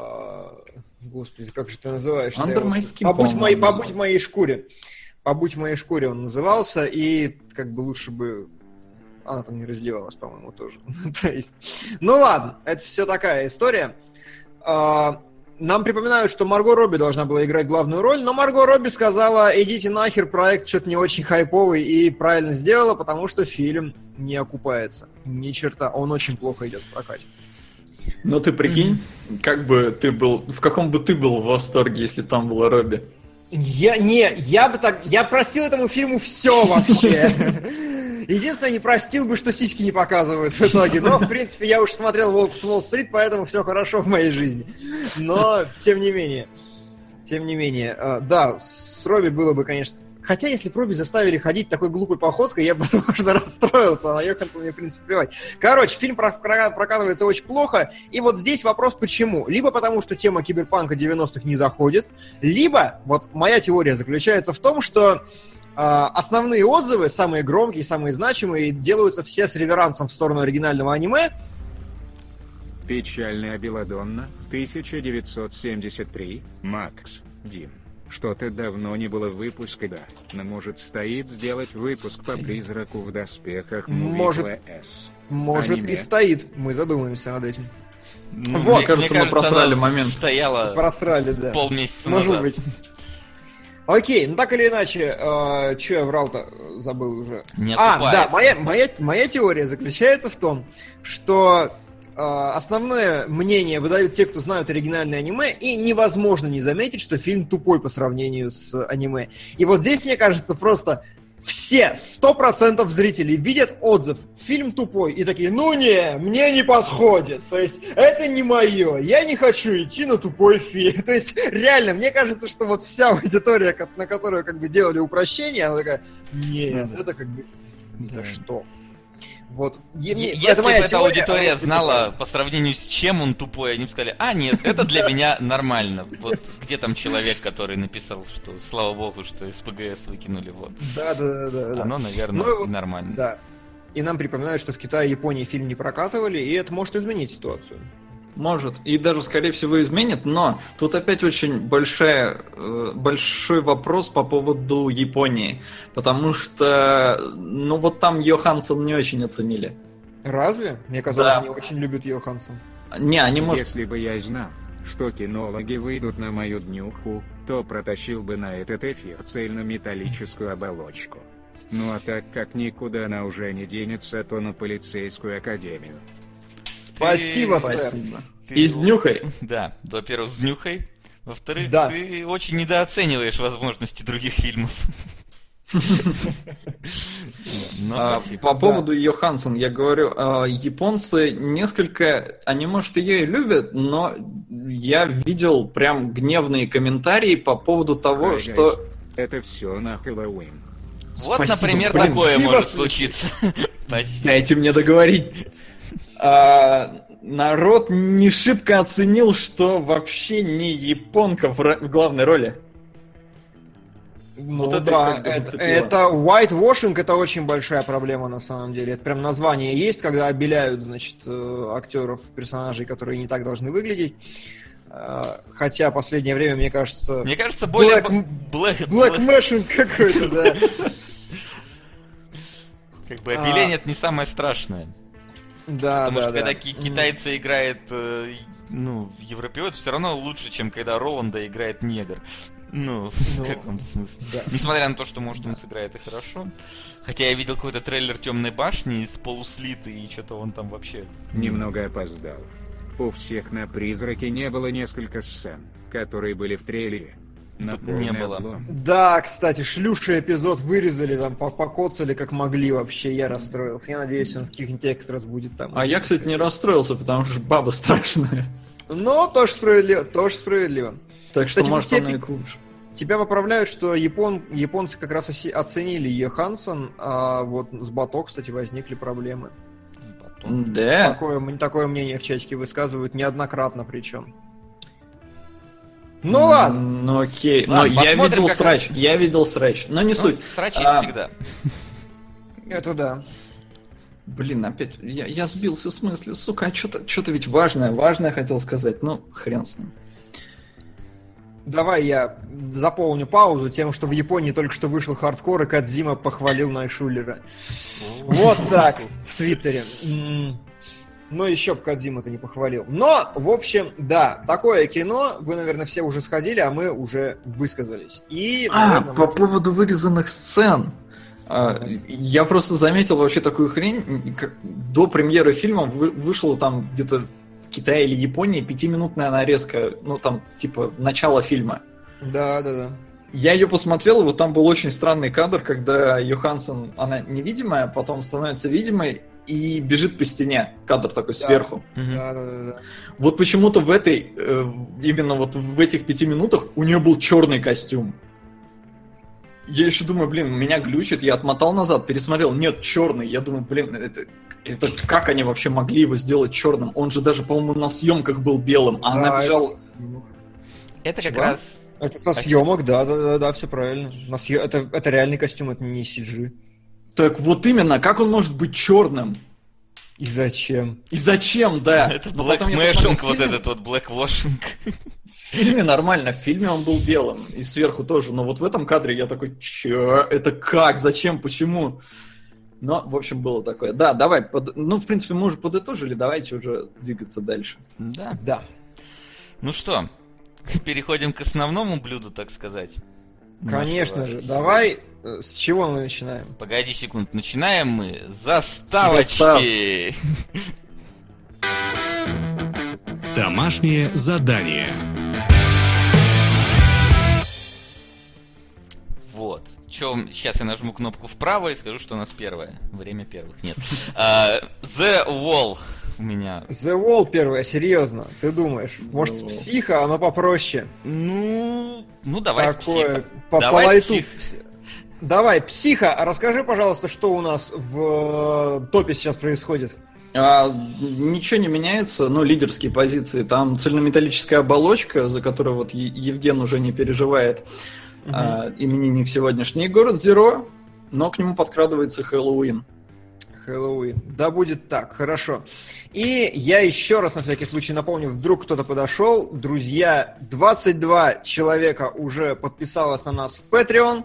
S3: Господи, как же ты называешься?
S4: Under my skin,
S3: побудь в моей шкуре. «Побудь в моей шкуре» он назывался, и как бы лучше бы... Она там не раздевалась, по-моему, тоже. То есть... ладно, это все такая история. нам припоминают, что Марго Робби должна была играть главную роль, но Марго Робби сказала: идите нахер, проект что-то не очень хайповый, и правильно сделала, потому что фильм не окупается. Ни черта, он очень плохо идет в прокате.
S4: Но ты прикинь, как бы ты был, в каком бы ты был в восторге, если там была Робби?
S3: Я простил этому фильму все вообще. Единственное, не простил бы, что сиськи не показывают в итоге. Но, в принципе, я уж смотрел «Волк с Уолл-стрит», поэтому все хорошо в моей жизни. Но, тем не менее, да, с Робби было бы, конечно... Хотя, если бы Робби заставили ходить такой глупой походкой, я бы, возможно, расстроился, а на Йоханссон мне, в принципе, плевать. Короче, фильм прокатывается очень плохо, и вот здесь вопрос почему. Либо потому, что тема киберпанка 90-х не заходит, либо, вот моя теория заключается в том, что основные отзывы, самые громкие, самые значимые, делаются все с реверансом в сторону оригинального аниме.
S1: Печальная Беладонна, 1973, Макс, Дим. Что-то давно не было выпуска, да. Но может стоит сделать выпуск по «Призраку в доспехах»
S3: Может
S1: аниме.
S3: И стоит, мы задумаемся над этим.
S4: Вот,
S2: мне кажется,
S4: мы просрали
S2: она
S4: момент.
S2: Стояла
S3: Просрали, да.
S2: полмесяца
S3: Может
S2: назад.
S3: быть. Окей, ну так или иначе, что я врал-то, забыл уже.
S2: Не
S3: Да,
S2: окупается.
S3: моя теория заключается в том, что основное мнение выдают те, кто знают оригинальное аниме, и невозможно не заметить, что фильм тупой по сравнению с аниме. И вот здесь, мне кажется, просто все 100% зрителей видят отзыв «фильм тупой» и такие: ну не, мне не подходит, то есть это не мое, я не хочу идти на тупой фильм. То есть реально, мне кажется, что вот вся аудитория, на которую как бы делали упрощение, она такая: нет, это как бы за что? Вот.
S2: Если бы эта аудитория знала, по сравнению с чем он тупой, они бы сказали: а нет, это для меня нормально. Вот где там человек, который написал, что слава богу, что СПГС выкинули, вот.
S3: Да.
S2: Оно, наверное, нормально.
S3: Да. И нам припоминают, что в Китае и Японии фильм не прокатывали, и это может изменить ситуацию.
S4: Может, и даже, скорее всего, изменит, но тут опять очень большой вопрос по поводу Японии, потому что, ну вот там Йоханссон не очень оценили.
S3: Разве? Мне казалось,
S4: Да.
S3: они очень любят Йоханссон.
S4: Не, они, может...
S1: Если бы я знал, что кинологи выйдут на мою днюху, то протащил бы на этот эфир цельнометаллическую оболочку. Ну а так как никуда она уже не денется, то на полицейскую академию.
S3: Спасибо, сэр.
S4: Спасибо. И с днюхой.
S2: Да, во-первых, с днюхой. Во-вторых,
S3: Да.
S2: ты очень недооцениваешь возможности других фильмов.
S4: По поводу Йоханссон, я говорю, японцы несколько, они, может, ее и любят, но я видел прям гневные комментарии по поводу того, что...
S1: Это все на Хэллоуин.
S2: Вот,
S4: Спасибо,
S2: например,
S4: блин.
S2: такое
S3: Спасибо.
S2: может случиться. Спасибо.
S4: Дайте мне договорить. Народ не шибко оценил, что вообще не японка в главной роли.
S3: Ну
S4: Вот это
S3: да,
S4: как бы зацепило.
S3: это whitewashing, это очень большая проблема на самом деле. Это прям название есть, когда обеляют, значит, актеров, персонажей, которые не так должны выглядеть. Хотя последнее время, мне кажется...
S2: Мне кажется, более...
S3: Blackmashing какой-то, да.
S2: Как бы обеление это не самое страшное.
S3: Да,
S2: Потому что
S3: да.
S2: когда китайцы играет, европеец, все равно лучше, чем когда Роланда играет негр. Ну, в каком смысле?
S3: Да.
S2: Несмотря на то, что, может, он сыграет и хорошо. Хотя я видел какой-то трейлер «Темной башни» с полуслитой, и что-то он там вообще...
S1: Немного опоздал. У всех на «Призраке» не было несколько сцен, которые были в трейлере. На полный
S2: Не было.
S1: облом.
S3: Да, кстати, шлюший эпизод вырезали, там покоцали как могли вообще, я расстроился. Я надеюсь, он в каких-нибудь экстрас будет там.
S4: А я, кстати, не расстроился, потому что баба страшная.
S3: Но тоже справедливо.
S4: Так что,
S3: Кстати,
S4: может,
S3: вот
S4: она и к лучше.
S3: Тебя поправляют, что японцы как раз оценили Йоханссон, а вот с Бато, кстати, возникли проблемы.
S4: Да.
S3: Такое мнение в чатике высказывают неоднократно причем. Ну ладно.
S4: Ну окей. Но
S2: Ладно,
S4: я
S2: посмотрим,
S4: видел
S2: как
S4: срач. Я видел срач. Но не суть.
S2: Срач есть всегда.
S3: Это да.
S4: Блин, опять я сбился с мысли. Сука, а что-то ведь важное хотел сказать. Ну, хрен с ним.
S3: Давай я заполню паузу тем, что в Японии только что вышел хардкор, и Кодзима похвалил Найшулера. Вот так, в Твиттере. Но еще бы Кодзима-то не похвалил. Но, в общем, да, такое кино. Вы, наверное, все уже сходили, а мы уже высказались. И, наверное,
S4: по поводу вырезанных сцен. Я просто заметил вообще такую хрень. До премьеры фильма вышло там где-то в Китае или Японии 5-минутная нарезка. Ну, там, типа, начало фильма.
S3: Да.
S4: Я ее посмотрел, и вот там был очень странный кадр, когда Йоханссон, она невидимая, потом становится видимой и бежит по стене. Кадр такой сверху.
S3: Да.
S4: Вот почему-то в этой, именно вот в этих 5 минутах у нее был черный костюм. Я еще думаю, меня глючит, я отмотал назад, пересмотрел, нет, черный. Я думаю, это как они вообще могли его сделать черным? Он же даже, по-моему, на съемках был белым, а она бежала...
S2: Это как раз...
S3: Это со съемок, да, все правильно. Это реальный костюм, это не CG.
S4: Так вот именно, как он может быть черным?
S3: И зачем?
S4: Да.
S2: Это блэкмэшинг, вот этот вот блэквошинг.
S4: В фильме нормально, в фильме он был белым, и сверху тоже, но вот в этом кадре я такой, чё? Это как? Зачем? Почему? Но, в общем, было такое. Да, давай, в принципе, мы уже подытожили, давайте уже двигаться дальше.
S3: Да.
S2: Ну что, переходим к основному блюду, так сказать.
S3: Конечно же. Давай, с чего мы начинаем?
S2: Погоди секунду. Начинаем мы с заставочки.
S5: Домашнее задание.
S2: Вот. Сейчас я нажму кнопку вправо и скажу, что у нас первое. Время первых. Нет. The Wall. У меня.
S3: The Wall первое, серьезно, ты думаешь? Может, с Психо оно попроще?
S2: Ну, давай
S3: такое,
S2: с Психо.
S3: Давай, Психо, расскажи, пожалуйста, что у нас в топе сейчас происходит.
S4: Ничего не меняется, но лидерские позиции. Там цельнометаллическая оболочка, за которую вот Евген уже не переживает. Именинник сегодняшний. Город Зеро, но к нему подкрадывается Хэллоуин.
S3: Да будет так, хорошо. И я еще раз на всякий случай напомню, вдруг кто-то подошел. Друзья, 22 человека уже подписалось на нас в Patreon.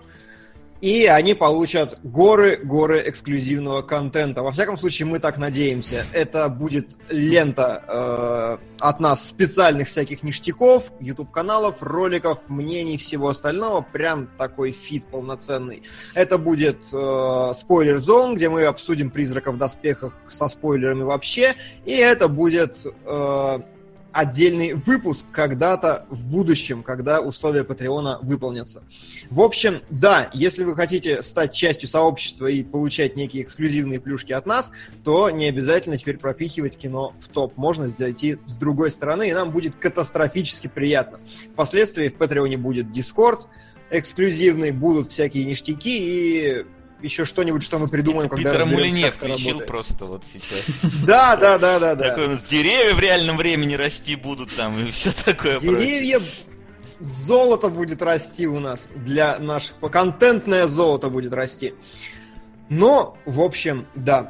S3: И они получат горы эксклюзивного контента. Во всяком случае, мы так надеемся. Это будет лента от нас специальных всяких ништяков, YouTube-каналов, роликов, мнений, всего остального. Прям такой фид полноценный. Это будет спойлер-зон, где мы обсудим «Призраков в доспехах» со спойлерами вообще. И это будет... отдельный выпуск когда-то в будущем, когда условия Патреона выполнятся. В общем, да, если вы хотите стать частью сообщества и получать некие эксклюзивные плюшки от нас, то не обязательно теперь пропихивать кино в топ. Можно зайти с другой стороны, и нам будет катастрофически приятно. Впоследствии в Патреоне будет Discord эксклюзивный, будут всякие ништяки и... еще что-нибудь, что мы придумаем, когда
S2: Питера
S3: разберемся,
S2: Мулине
S3: как это
S2: включил
S3: работает.
S2: просто вот сейчас.
S3: Да.
S2: Такой у нас деревья в реальном времени расти будут там и все такое прочее.
S3: Деревья, золото будет расти у нас для наших... Контентное золото будет расти. Но, в общем, да.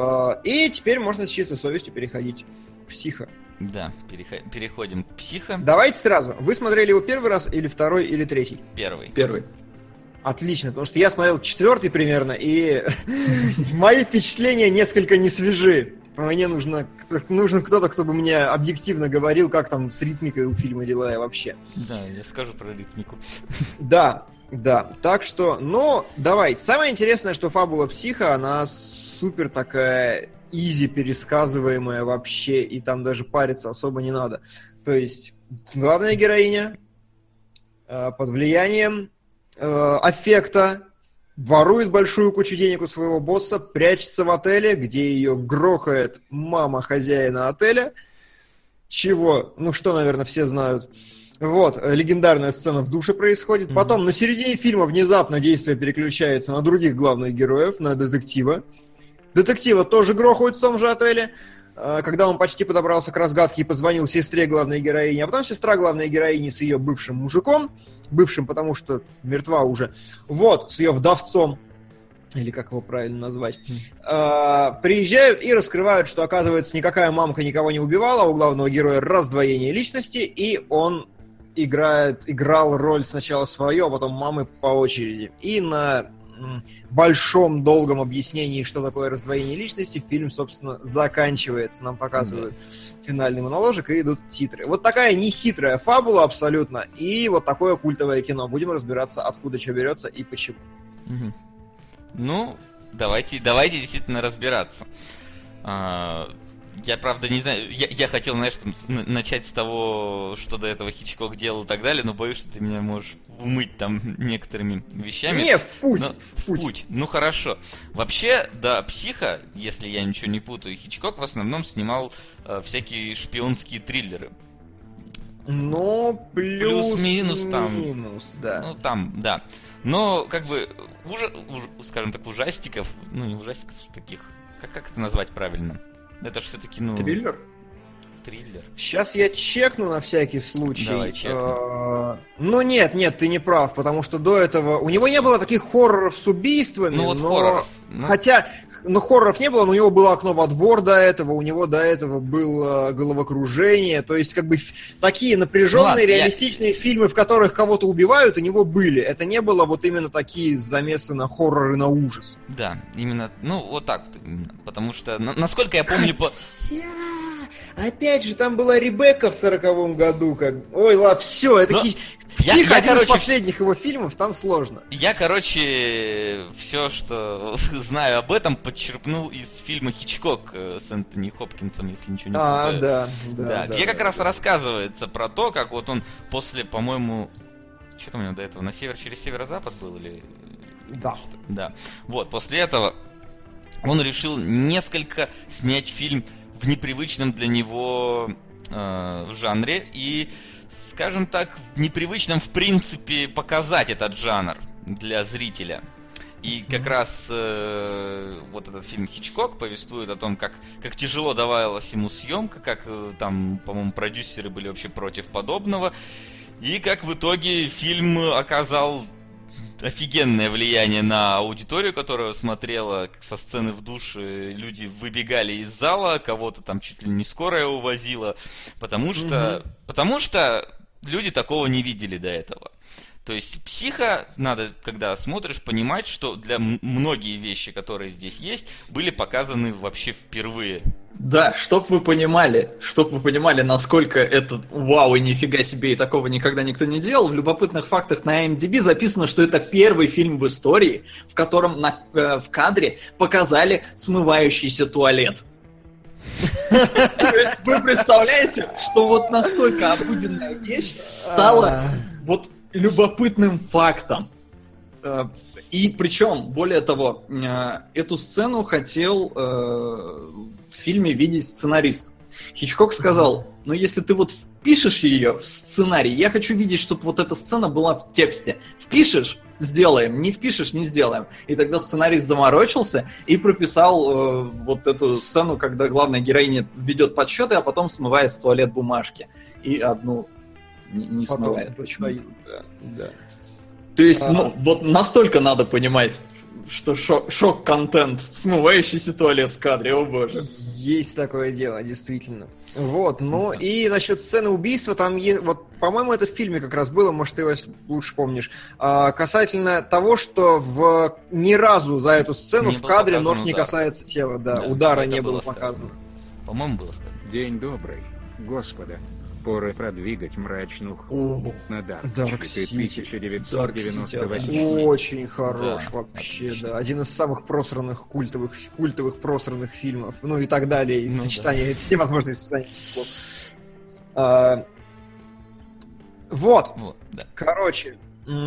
S3: И теперь можно с чистой совестью переходить к Психо.
S2: Да, переходим к Психо.
S3: Давайте сразу. Вы смотрели его первый раз или второй, или третий?
S2: Первый.
S3: Отлично, потому что я смотрел 4 примерно, и мои впечатления несколько не свежи. Мне нужен кто-то, кто бы мне объективно говорил, как там с ритмикой у фильма дела и вообще.
S2: Да, я скажу про ритмику.
S3: Да. Так что, давайте. Самое интересное, что фабула Психо, она супер такая изи пересказываемая вообще, и там даже париться особо не надо. То есть, главная героиня под влиянием аффекта ворует большую кучу денег у своего босса, прячется в отеле, где ее грохает мама хозяина отеля, чего, что, наверное, все знают. Вот, легендарная сцена в душе происходит. Потом на середине фильма внезапно действие переключается на других главных героев, на детектива. Детектива тоже грохают в том же отеле, когда он почти подобрался к разгадке и позвонил сестре главной героини. А потом сестра главной героини с ее бывшим мужиком, бывшим, потому что мертва уже, с ее вдовцом, или как его правильно назвать, приезжают и раскрывают, что, оказывается, никакая мамка никого не убивала, а у главного героя раздвоение личности, и он играл роль сначала свою, а потом мамы по очереди. И на большом, долгом объяснении, что такое раздвоение личности, фильм, собственно, заканчивается. Нам показывают финальный моноложек и идут титры. Вот такая нехитрая фабула абсолютно, и вот такое культовое кино. Будем разбираться, откуда что берется и почему.
S2: Ну, давайте действительно разбираться. Я, правда, не знаю, я хотел, знаешь, начать с того, что до этого Хичкок делал и так далее, но боюсь, что ты меня можешь умыть там некоторыми вещами.
S3: Не, в путь.
S2: В путь. Ну, хорошо. Вообще, до «Психа», если я ничего не путаю, Хичкок в основном снимал всякие шпионские триллеры.
S3: Ну,
S2: плюс-минус там.
S3: Минус, да.
S2: Ну, там, да. Но, как бы, скажем так, ужастиков, ну, не ужастиков таких, как это назвать правильно? Это же все-таки, ну...
S4: Триллер?
S2: Триллер.
S3: Сейчас я чекну на всякий случай.
S2: Давай, чекну.
S3: Ну нет, ты не прав, потому что до этого... У него не было таких хорроров с убийствами,
S2: ну, вот хорроров.
S3: Хотя... Но хорроров не было, но у него было «Окно во двор» до этого, у него до этого было «Головокружение». То есть, как бы, такие напряженные, реалистичные фильмы, в которых кого-то убивают, у него были. Это не было вот именно такие замесы на хоррор и на ужас.
S2: Да, именно, ну, вот так вот именно. Потому что, насколько я помню...
S3: Опять же, там была Ребекка в 40-м году. Ой, ладно, все, это... Псих, один из последних его фильмов, там сложно.
S2: Я, все, что знаю об этом, подчерпнул из фильма «Хичкок» с Энтони Хопкинсом, если ничего не путаю. Да. Где как раз рассказывается про то, как вот он после, по-моему... Что там у него до этого? На север через северо-запад был? Или...
S3: Да.
S2: Да. Вот, после этого он решил несколько снять фильм в непривычном для него жанре и... скажем так, непривычным в принципе показать этот жанр для зрителя. И как раз вот этот фильм «Хичкок» повествует о том, как тяжело давалась ему съемка, как там, по-моему, продюсеры были вообще против подобного, и как в итоге фильм оказал офигенное влияние на аудиторию, которая смотрела со сцены в душе, люди выбегали из зала, кого-то там чуть ли не скорая увозила, потому что люди такого не видели до этого. То есть «Психа», надо, когда смотришь, понимать, что для многие вещи, которые здесь есть, были показаны вообще впервые.
S4: Да, чтоб вы понимали, насколько это вау и нифига себе, и такого никогда никто не делал, в любопытных фактах на IMDb записано, что это первый фильм в истории, в котором в кадре показали смывающийся туалет. То есть вы представляете, что вот настолько обыденная вещь стала вот любопытным фактом. И причем, более того, эту сцену хотел в фильме видеть сценарист. Хичкок сказал, ну если ты вот впишешь ее в сценарий, я хочу видеть, чтобы вот эта сцена была в тексте. Впишешь — сделаем, не впишешь — не сделаем. И тогда сценарист заморочился и прописал вот эту сцену, когда главная героиня ведет подсчеты, а потом смывает в туалет бумажки. И одну не смывает.
S3: Да.
S4: То есть, вот настолько надо понимать, что шок-контент, смывающийся туалет в кадре, о боже.
S3: Есть такое дело, действительно. Вот, ну и насчет сцены убийства, там есть, вот, по-моему, это в фильме как раз было, может, ты его лучше помнишь, касательно того, что ни разу за эту сцену в кадре нож не касается тела, да, удара не было показано.
S2: По-моему, было сказано.
S1: День добрый, Господа. Пора продвигать мрачную на Dark City 1998.
S3: Очень хорош, да, вообще, отлично. Да. Один из самых просранных культовых просранных фильмов. Ну и так далее. И сочетания, все возможные сочетания слов. Вот. Да. Короче.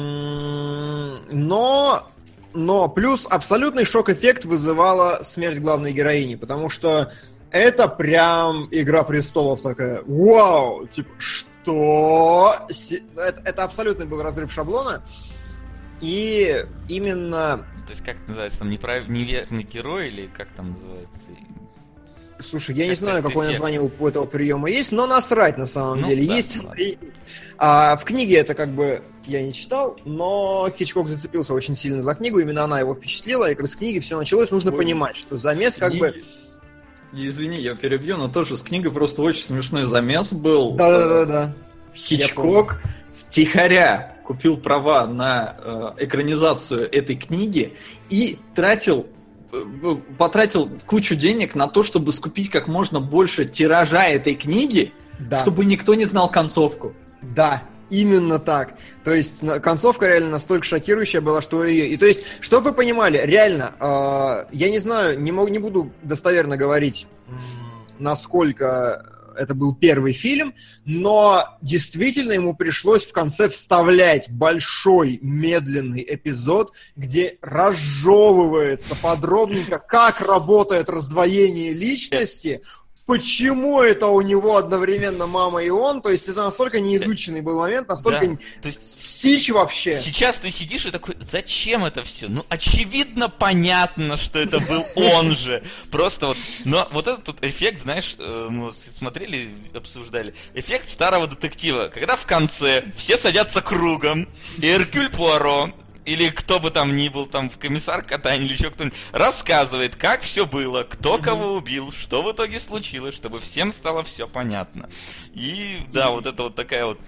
S3: Но плюс абсолютный шок-эффект вызывала смерть главной героини, потому что это прям «Игра престолов» такая. Вау! Типа, что? Это абсолютный был разрыв шаблона. И именно...
S2: То есть, как называется, там неверный герой, или как там называется?
S3: Слушай, я не знаю, какое название у этого приема есть, но насрать на самом деле.
S2: Да,
S3: есть. В книге это как бы я не читал, но Хичкок зацепился очень сильно за книгу, именно она его впечатлила, и как с книги все началось, нужно понимать, что замес как бы...
S4: Извини, я перебью, но тоже с книгой просто очень смешной замес был.
S3: Да.
S4: Хичкок втихаря купил права на экранизацию этой книги и потратил кучу денег на то, чтобы скупить как можно больше тиража этой книги, чтобы никто не знал концовку.
S3: Да, именно так. То есть концовка реально настолько шокирующая была, что ее... И то есть, чтобы вы понимали, реально, я не знаю, не буду достоверно говорить, насколько это был первый фильм, но действительно ему пришлось в конце вставлять большой медленный эпизод, где разжевывается подробненько, как работает раздвоение личности, почему это у него одновременно мама и он, то есть это настолько неизученный был момент, настолько
S2: то есть
S3: сич вообще.
S2: Сейчас ты сидишь и такой, зачем это все? Ну, очевидно, понятно, что это был он же. Просто вот, но вот этот тут эффект, знаешь, мы смотрели, обсуждали, эффект старого детектива, когда в конце все садятся кругом, и Эркюль Пуаро, или кто бы там ни был, там, комиссар Катань или еще кто-нибудь, рассказывает, как все было, кто кого убил, что в итоге случилось, чтобы всем стало все понятно. И, да, вот это вот такая вот...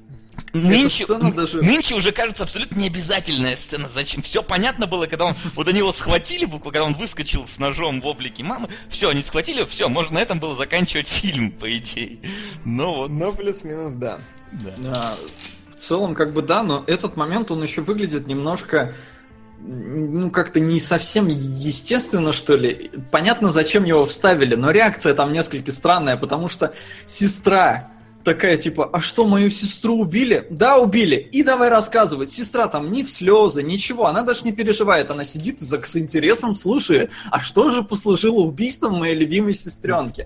S2: Нынче уже кажется абсолютно необязательная сцена. Зачем? Все понятно было, когда вот они его схватили, когда он выскочил с ножом в облике мамы. Все, они схватили, все, можно на этом было заканчивать фильм, по идее. Но
S3: плюс-минус, да.
S4: В целом, как бы да, но этот момент, он еще выглядит немножко, ну, как-то не совсем естественно, что ли. Понятно, зачем его вставили, но реакция там несколько странная, потому что сестра такая, типа, а что, мою сестру убили? Да, убили. И давай рассказывать. Сестра там ни в слезы, ничего. Она даже не переживает. Она сидит и так с интересом слушает. А что же послужило убийством моей любимой сестренки?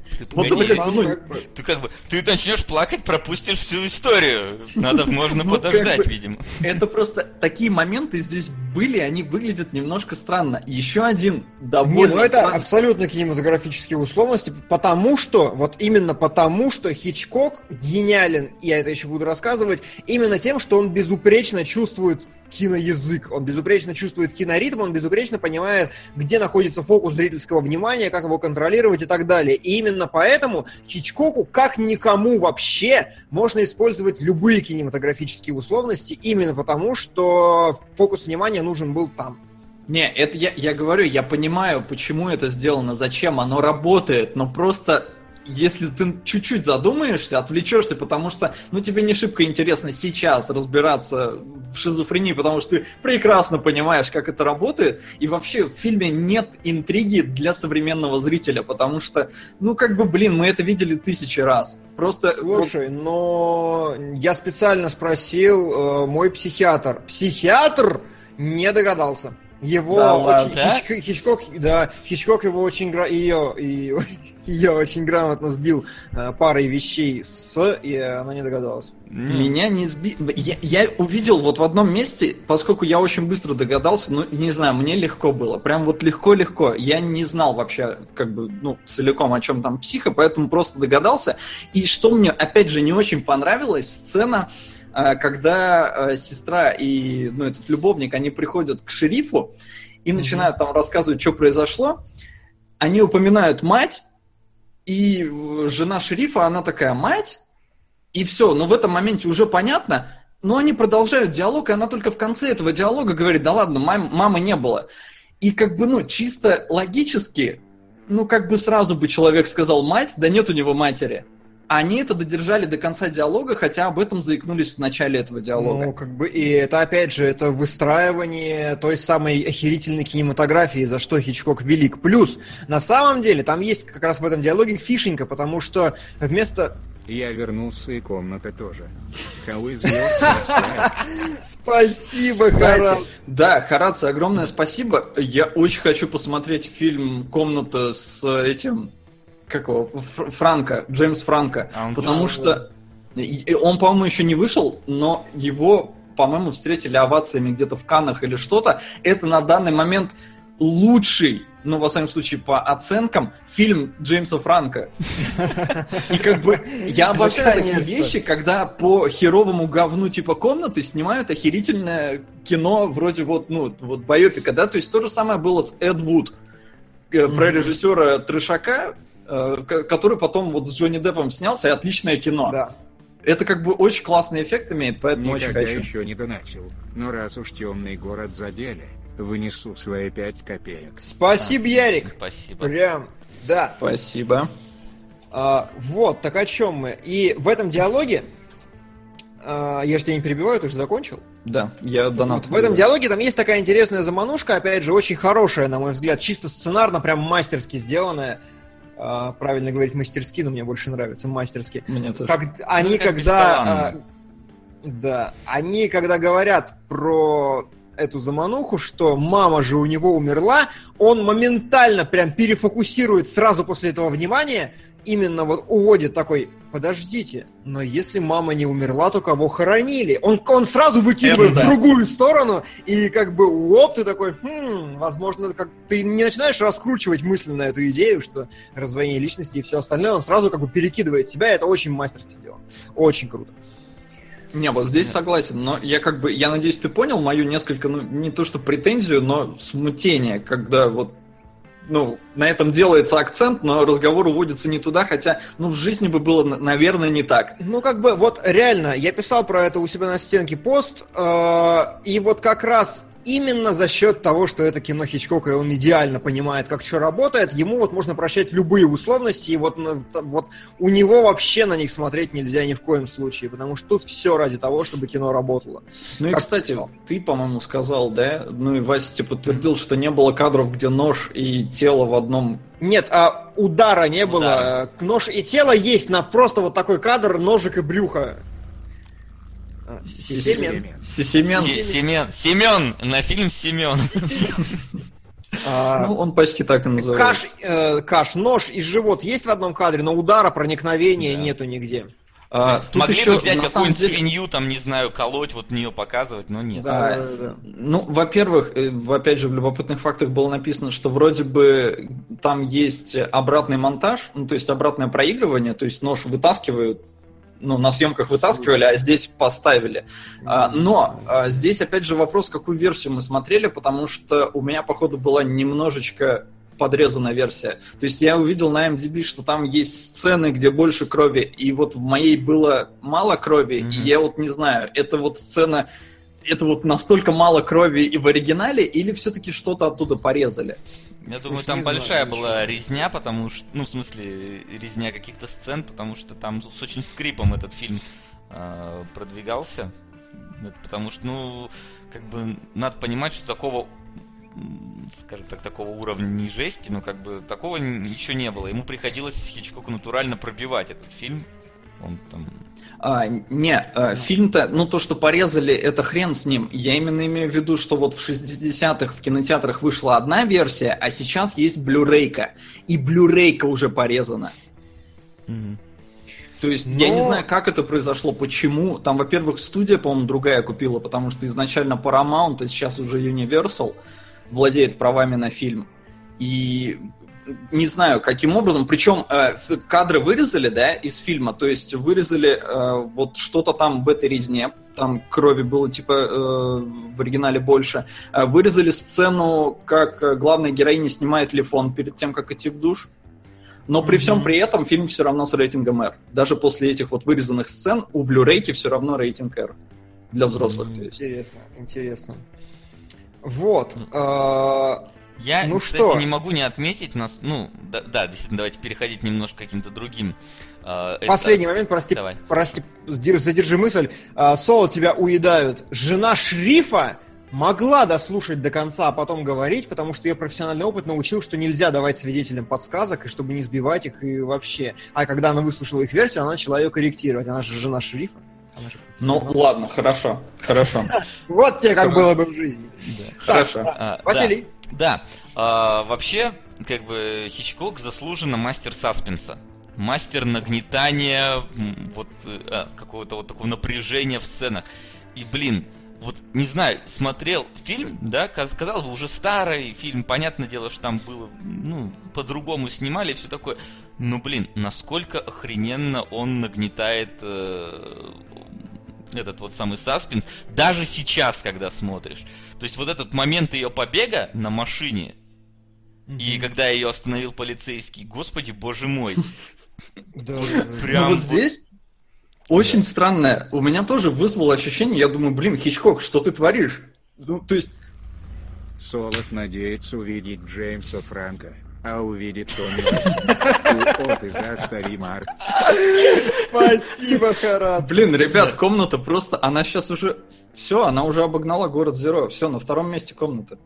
S2: Ты начнешь плакать, пропустишь всю историю. Можно подождать, видимо.
S4: Это просто такие моменты здесь были, они выглядят немножко странно. Еще один довольно
S3: это абсолютно кинематографические условности, потому что Хичкок гениален, я это еще буду рассказывать, именно тем, что он безупречно чувствует киноязык, он безупречно чувствует киноритм, он безупречно понимает, где находится фокус зрительского внимания, как его контролировать и так далее. И именно поэтому Хичкоку, как никому вообще, можно использовать любые кинематографические условности, именно потому, что фокус внимания нужен был там.
S4: Не, это я говорю, я понимаю, почему это сделано, зачем оно работает, но просто... Если ты чуть-чуть задумаешься, отвлечешься, потому что, тебе не шибко интересно сейчас разбираться в шизофрении, потому что ты прекрасно понимаешь, как это работает, и вообще в фильме нет интриги для современного зрителя, потому что, мы это видели 1000 раз. Просто...
S3: Слушай, но я специально спросил мой психиатр. Психиатр не догадался. Хичкок его очень ее очень грамотно сбил парой вещей и она не догадалась.
S4: Меня не сбил. Я увидел вот в одном месте, поскольку я очень быстро догадался, не знаю, мне легко было. Прям вот легко-легко. Я не знал вообще, целиком, о чем там психа, поэтому просто догадался. И что мне, опять же, не очень понравилось, сцена, когда сестра и этот любовник, они приходят к шерифу и начинают там рассказывать, что произошло. Они упоминают мать, и жена шерифа, она такая, мать? И все, но в этом моменте уже понятно, но они продолжают диалог, и она только в конце этого диалога говорит, да ладно, мамы не было. И чисто логически, сразу бы человек сказал мать, да нет у него матери. Они это додержали до конца диалога, хотя об этом заикнулись в начале этого диалога.
S3: И это, опять же, это выстраивание той самой охерительной кинематографии, за что Хичкок велик. Плюс, на самом деле, там есть как раз в этом диалоге фишенька, потому что вместо...
S1: Я вернулся, и комната тоже.
S3: Спасибо, Харат.
S4: Да, Хараци, огромное спасибо. Я очень хочу посмотреть фильм «Комната» с этим... Джеймс Франко. Потому что он, по-моему, еще не вышел, но его, по-моему, встретили овациями где-то в Каннах или что-то. Это на данный момент лучший, во всяком случае, по оценкам, фильм Джеймса Франко. И я обожаю такие вещи, когда по херовому говну типа «Комнаты» снимают охерительное кино вроде байопика, да? То есть то же самое было с Эд Вуд, про режиссера трешака, который потом с Джонни Деппом снялся, и отличное кино.
S3: Да.
S4: это как бы очень классный эффект имеет, поэтому
S1: Никогда
S4: очень хочу.
S1: еще не доначил. Но раз уж темный город задели, вынесу свои 5 копеек.
S3: Спасибо, Ярик.
S2: Спасибо.
S3: Прям, да.
S4: Спасибо.
S3: Вот, так о чем мы? И в этом диалоге, я же тебя не перебиваю, ты же закончил?
S4: Да, я донат.
S3: Вот в этом диалоге там есть такая интересная заманушка, опять же, очень хорошая, на мой взгляд, чисто сценарно, прям мастерски сделанная. Правильно говорить мастерски, но мне больше нравится мастерски.
S4: Мне тоже.
S3: Они
S2: как
S3: когда...
S2: Бесталанно.
S3: Да, они когда говорят про эту замануху, что мама же у него умерла, он моментально прям перефокусирует сразу после этого внимания, именно вот уводит такой: подождите, но если мама не умерла, то кого хоронили? Он сразу выкидывает в другую сторону, и как бы ты такой, возможно, как ты не начинаешь раскручивать мысленно эту идею, что раздвоение личности и все остальное, он сразу как бы перекидывает тебя, и это очень мастерски сделано. Очень круто.
S4: Не, вот здесь согласен, но я надеюсь, ты понял мою несколько, не то что претензию, но смутение, когда вот, на этом делается акцент, но разговор уводится не туда, хотя, в жизни бы было, наверное, не так.
S3: Вот реально, я писал про это у себя на стенке пост, и вот как раз именно за счет того, что это кино Хичкока, и он идеально понимает, как что работает, ему вот можно прощать любые условности, и вот у него вообще на них смотреть нельзя ни в коем случае, потому что тут все ради того, чтобы кино работало.
S4: И, кстати, ты, по-моему, сказал, да? И Вася подтвердил, что не было кадров, где нож и тело в одном...
S3: Нет, удара не было. Нож и тело есть, просто вот такой кадр, ножик и брюхо.
S2: Семен! На фильм Семен.
S4: Он почти так и называется.
S3: Нож и живот есть в одном кадре, но удара, проникновения нету нигде.
S2: Могли бы взять какую-нибудь свинью, там, не знаю, колоть, вот нее показывать, но нет.
S3: Да.
S4: Во-первых, опять же, в любопытных фактах было написано, что вроде бы там есть обратный монтаж, то есть обратное проигрывание, то есть нож вытаскивают, на съемках вытаскивали, а здесь поставили. Но здесь, опять же, вопрос, какую версию мы смотрели, потому что у меня, походу, была немножечко подрезанная версия. То есть я увидел на IMDb, что там есть сцены, где больше крови, и вот в моей было мало крови, и я вот не знаю, это вот сцена, это вот настолько мало крови и в оригинале, или все-таки что-то оттуда порезали?
S2: Я думаю, там большая была резня, потому что, в смысле, резня каких-то сцен, потому что там с очень скрипом этот фильм продвигался. Потому что, надо понимать, что такого, скажем так, такого уровня не жести, такого еще не было. Ему приходилось Хичкоку натурально пробивать этот фильм. Он там...
S4: фильм-то, то, что порезали, это хрен с ним. Я именно имею в виду, что вот в 60-х в кинотеатрах вышла одна версия, а сейчас есть блюрейка. И блюрейка уже порезана. То есть, я не знаю, как это произошло, почему. Там, во-первых, студия, по-моему, другая купила, потому что изначально Paramount, а сейчас уже Universal владеет правами на фильм. И... не знаю, каким образом, причем кадры вырезали, из фильма, то есть вырезали вот что-то там в этой резне, там крови было в оригинале больше, вырезали сцену, как главная героиня снимает телефон перед тем, как идти в душ, но при всем при этом фильм все равно с рейтингом R. Даже после этих вот вырезанных сцен у Blu-ray все равно рейтинг R для взрослых. То есть.
S3: Интересно. Вот.
S2: Я, кстати, не могу не отметить нас. Действительно, давайте переходить немножко к каким-то другим.
S3: Последний момент, прости, задержи мысль. Соло, тебя уедают. Жена шерифа могла дослушать до конца, а потом говорить, потому что ее профессиональный опыт научил, что нельзя давать свидетелям подсказок, и чтобы не сбивать их и вообще. А когда она выслушала их версию, она начала ее корректировать. Она же жена шерифа.
S4: Ладно, хорошо.
S3: Вот тебе как было бы в жизни.
S4: Хорошо.
S3: Василий.
S2: Да, вообще, Хичкок заслуженно мастер саспенса. Мастер нагнетания какого-то вот такого напряжения в сценах. И, не знаю, смотрел фильм, казалось бы, уже старый фильм, понятное дело, что там было, по-другому снимали и все такое. Но, насколько охрененно он нагнетает этот вот самый саспенс, даже сейчас, когда смотришь. То есть вот этот момент ее побега на машине, и когда ее остановил полицейский, господи, боже мой.
S3: Да.
S4: Прям вот здесь? очень странное. У меня тоже вызвало ощущение, я думаю, блин, Хичкок, что ты творишь? Ну, то есть...
S1: Солод надеется увидеть Джеймса Франка, а увидит Тони. Вот и застави, Марк.
S3: Спасибо, Харат.
S4: Блин, ребят, комната просто... Она сейчас уже... Все, она уже обогнала город Зеро. Все, на втором месте комната.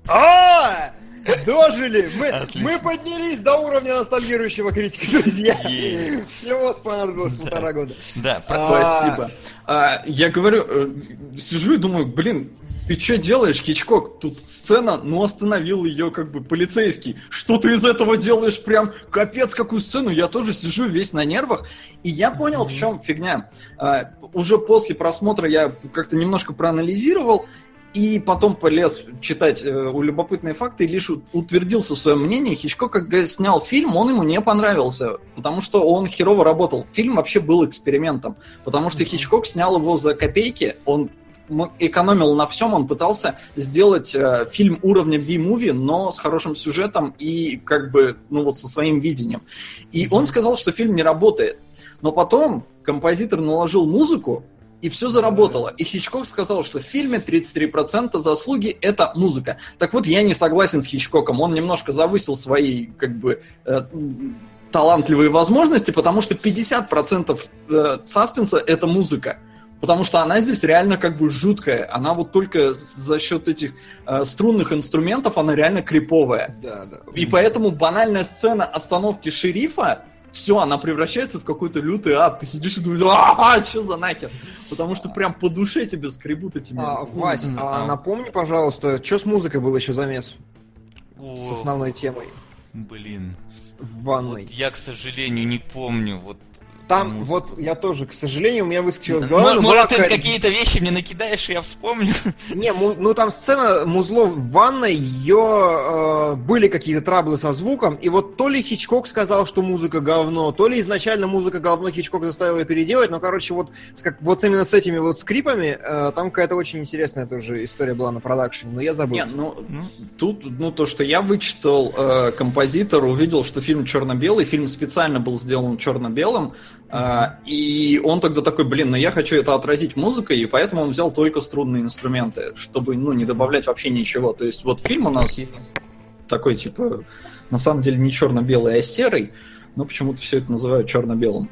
S3: Дожили! Мы поднялись до уровня ностальгирующего критика, друзья. Всего понадобилось 1,5 года.
S2: Да,
S4: спасибо. Я говорю, сижу и думаю, блин, ты что делаешь, Хичкок? Тут сцена, ну остановил ее как бы полицейский. Что ты из этого делаешь? Прям капец, какую сцену. Я тоже сижу весь на нервах. И я понял, в чем фигня. Уже после просмотра я как-то немножко проанализировал. И потом полез читать любопытные факты и лишь утвердился в своем мнении. Хичкок, когда снял фильм, он ему не понравился, потому что он херово работал. Фильм вообще был экспериментом, потому что Хичкок снял его за копейки, он экономил на всем, он пытался сделать фильм уровня B-movie, но с хорошим сюжетом и как бы, ну вот со своим видением. И он сказал, что фильм не работает. Но потом композитор наложил музыку, и все заработало. И Хичкок сказал, что в фильме 33% заслуги — это музыка. Так вот, я не согласен с Хичкоком. Он немножко завысил свои, как бы, талантливые возможности, потому что 50% саспенса — это музыка. Потому что она здесь реально как бы жуткая. Она вот только за счет этих струнных инструментов, она реально криповая.
S3: Да.
S4: И поэтому банальная сцена остановки шерифа, все, она превращается в какой-то лютый ад. Ты сидишь и думаешь, что за нахер? Потому что прям по душе тебе скребут этими...
S3: Вась, напомни, пожалуйста, что с музыкой был еще замес? С основной темой.
S2: Блин.
S3: В ванной.
S2: Вот я, к сожалению, не помню. Вот
S3: там, вот я тоже, к сожалению, у меня выскочило из головы.
S2: Может, ты какие-то вещи мне накидаешь, и я вспомню.
S3: Не, ну там сцена музло в ванной, ее были какие-то траблы со звуком, и вот то ли Хичкок сказал, что музыка говно, то ли изначально музыка говно, Хичкок заставил ее переделать, но, короче, вот именно с этими вот скрипами, там какая-то очень интересная тоже история была на продакшене, но я забыл.
S4: Нет, тут, то, что я вычитал, композитор увидел, что фильм черно-белый, фильм специально был сделан черно-белым, и он тогда такой, блин, я хочу это отразить музыкой, и поэтому он взял только струнные инструменты, чтобы, не добавлять вообще ничего. То есть вот фильм у нас такой, типа, на самом деле не черно-белый, а серый, но почему-то все это называют черно-белым.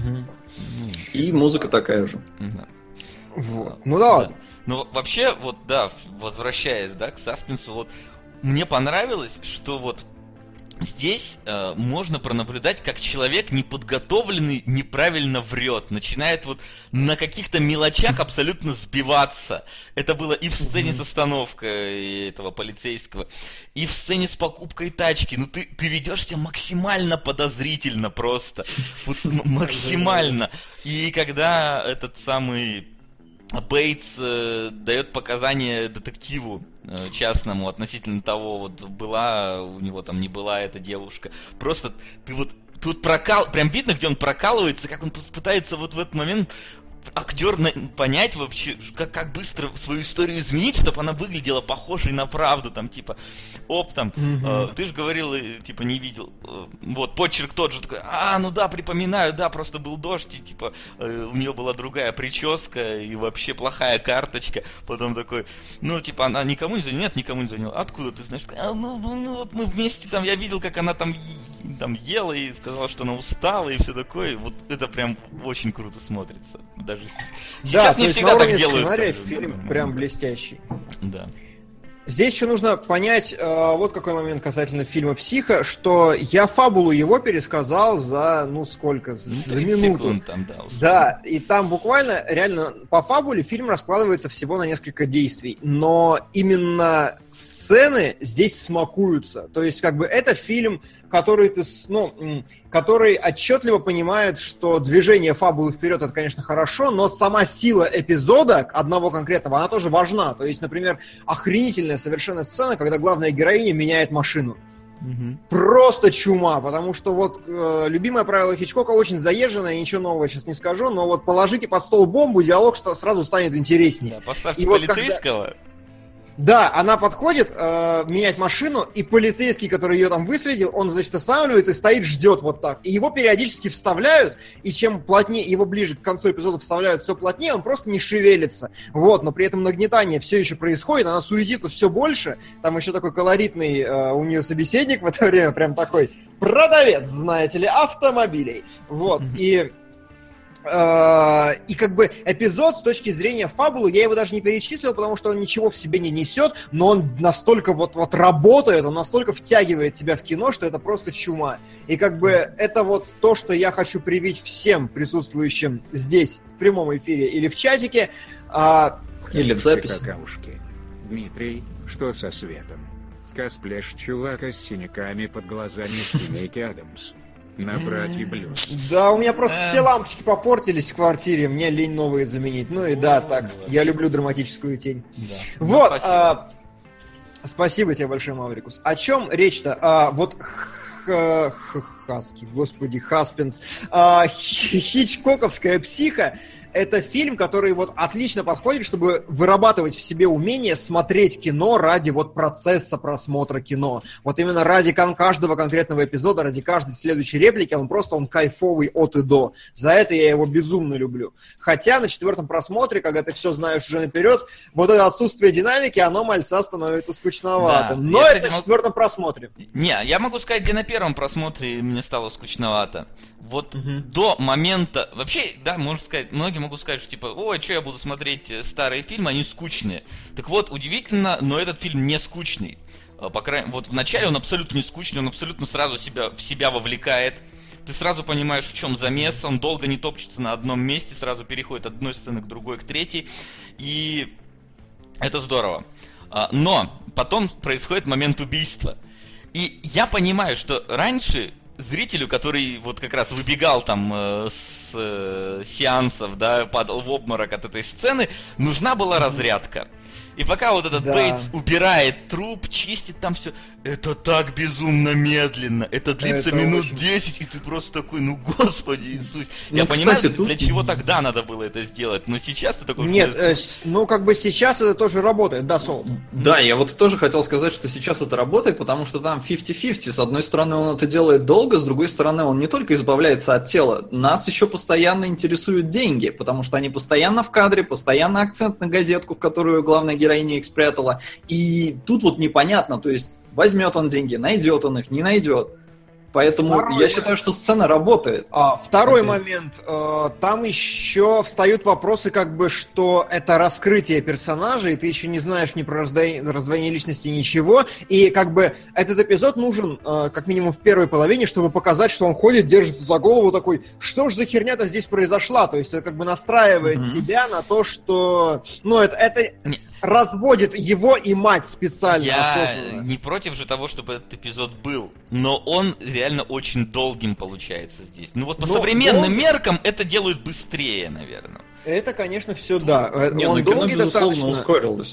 S4: И музыка такая же.
S3: Вот. Ну да ладно.
S2: Ну вообще, вот да, возвращаясь, к саспенсу, вот мне понравилось, что вот здесь можно пронаблюдать, как человек неподготовленный неправильно врет, начинает вот на каких-то мелочах абсолютно сбиваться. Это было и в сцене с остановкой этого полицейского, и в сцене с покупкой тачки. Ну ты ведешь себя максимально подозрительно просто, вот максимально. И когда этот самый Бейтс дает показания детективу частному относительно того, вот была у него там, не была эта девушка. Просто ты вот тут прям видно, где он прокалывается, как он пытается вот в этот момент актер понять вообще, как быстро свою историю изменить, чтобы она выглядела похожей на правду, там, типа, ты же говорил, типа, не видел, вот, почерк тот же, такой, ну да, припоминаю, да, просто был дождь, и, типа, у нее была другая прическа, и вообще плохая карточка, потом такой, типа, она никому не звонила, нет, никому не звонила, откуда ты знаешь, вот мы вместе, там, я видел, как она там ела, и сказала, что она устала, и все такое, вот, это прям очень круто смотрится. Даже сейчас не всегда так делают.
S3: Сценарий, фильм прям блестящий.
S2: Да.
S3: Здесь еще нужно понять вот какой момент касательно фильма «Психо», что я фабулу его пересказал за, за минуту.
S2: Секунд там,
S3: да, и там буквально, реально, по фабуле фильм раскладывается всего на несколько действий, но именно сцены здесь смакуются. То есть, это фильм, который который отчетливо понимает, что движение фабулы вперед — это, конечно, хорошо, но сама сила эпизода одного конкретного, она тоже важна. То есть, например, охренительная совершенно сцена, когда главная героиня меняет машину. Просто чума, потому что вот любимое правило Хичкока очень заезженное, ничего нового сейчас не скажу, но вот положите под стол бомбу, диалог сразу станет интереснее.
S2: Да, поставьте полицейского.
S3: Да, она подходит менять машину, и полицейский, который ее там выследил, он, значит, останавливается и стоит, ждет вот так. И его периодически вставляют, и чем плотнее, его ближе к концу эпизода вставляют все плотнее, он просто не шевелится. Вот, но при этом нагнетание все еще происходит, она суетится все больше. Там еще такой колоритный у нее собеседник в это время, прям такой продавец, знаете ли, автомобилей. Вот, и как бы эпизод с точки зрения фабулы, я его даже не перечислил, потому что он ничего в себе не несет, но он настолько вот работает, он настолько втягивает тебя в кино, что это просто чума. И как бы это вот то, что я хочу привить всем присутствующим здесь, в прямом эфире или в чатике.
S4: Или в записи.
S1: Какаушки. Дмитрий, что со светом? Косплеш чувака с синяками под глазами семейки Адамс. На братья Блюз.
S3: Да, у меня просто все лампочки попортились в квартире, мне лень новые заменить. Ну и да, так, я люблю драматическую тень.
S2: Да.
S3: Вот,
S2: Спасибо.
S3: Спасибо тебе большое, Маврикус. О чем речь-то? Вот Хаски, господи, Хаспенс. Хичкоковская психа. Это фильм, который вот отлично подходит, чтобы вырабатывать в себе умение смотреть кино ради вот процесса просмотра кино. Вот именно ради каждого конкретного эпизода, ради каждой следующей реплики, он кайфовый от и до. За это я его безумно люблю. Хотя на 4-м просмотре, когда ты все знаешь уже наперед, вот это отсутствие динамики, оно мальца становится скучновато.
S2: Да.
S3: Но
S2: Я,
S3: это
S2: кстати,
S3: на 4-м просмотре.
S2: Не, я могу сказать, где на 1-м просмотре мне стало скучновато. Вот до момента... Вообще, да, можно сказать, многие могут сказать, что типа, ой, что я буду смотреть старые фильмы, они скучные. Так вот, удивительно, но этот фильм не скучный. По крайней вот вначале он абсолютно не скучный, он абсолютно сразу в себя вовлекает. Ты сразу понимаешь, в чем замес, он долго не топчется на одном месте, сразу переходит от одной сцены к другой, к третьей. И это здорово. Но потом происходит момент убийства. И я понимаю, что раньше... зрителю, который вот как раз выбегал там с сеансов, да, падал в обморок от этой сцены, нужна была разрядка. И пока вот этот Бейтс убирает труп, чистит там все, это так безумно медленно, это длится минут 10, и ты просто такой, ну господи Иисус. Я понимаю, для чего тогда надо было это сделать, но сейчас ты такой...
S3: Нет, ну как бы сейчас это тоже работает, да, Сол?
S4: Да, я вот тоже хотел сказать, что сейчас это работает, потому что там 50-50. С одной стороны, он это делает долго, с другой стороны, он не только избавляется от тела, нас еще постоянно интересуют деньги, потому что они постоянно в кадре, постоянно акцент на газетку, в которую главная героиня их спрятала. И тут вот непонятно, то есть возьмет он деньги, найдет он их, не найдет. Поэтому я считаю, что сцена работает.
S3: Второй момент. Там еще встают вопросы, как бы, что это раскрытие персонажа, и ты еще не знаешь ни про раздвоение личности, ничего. И как бы этот эпизод нужен, как минимум, в первой половине, чтобы показать, что он ходит, держится за голову такой, что ж за херня-то здесь произошла. То есть это как бы настраивает тебя на то, что... Ну, это разводит его и мать специально.
S2: Я не против же того, чтобы этот эпизод был, но он реально очень долгим получается здесь. Ну вот по современным меркам это делают быстрее, наверное.
S3: Это, конечно, все да.
S4: Он долгий достаточно. Ускорилось.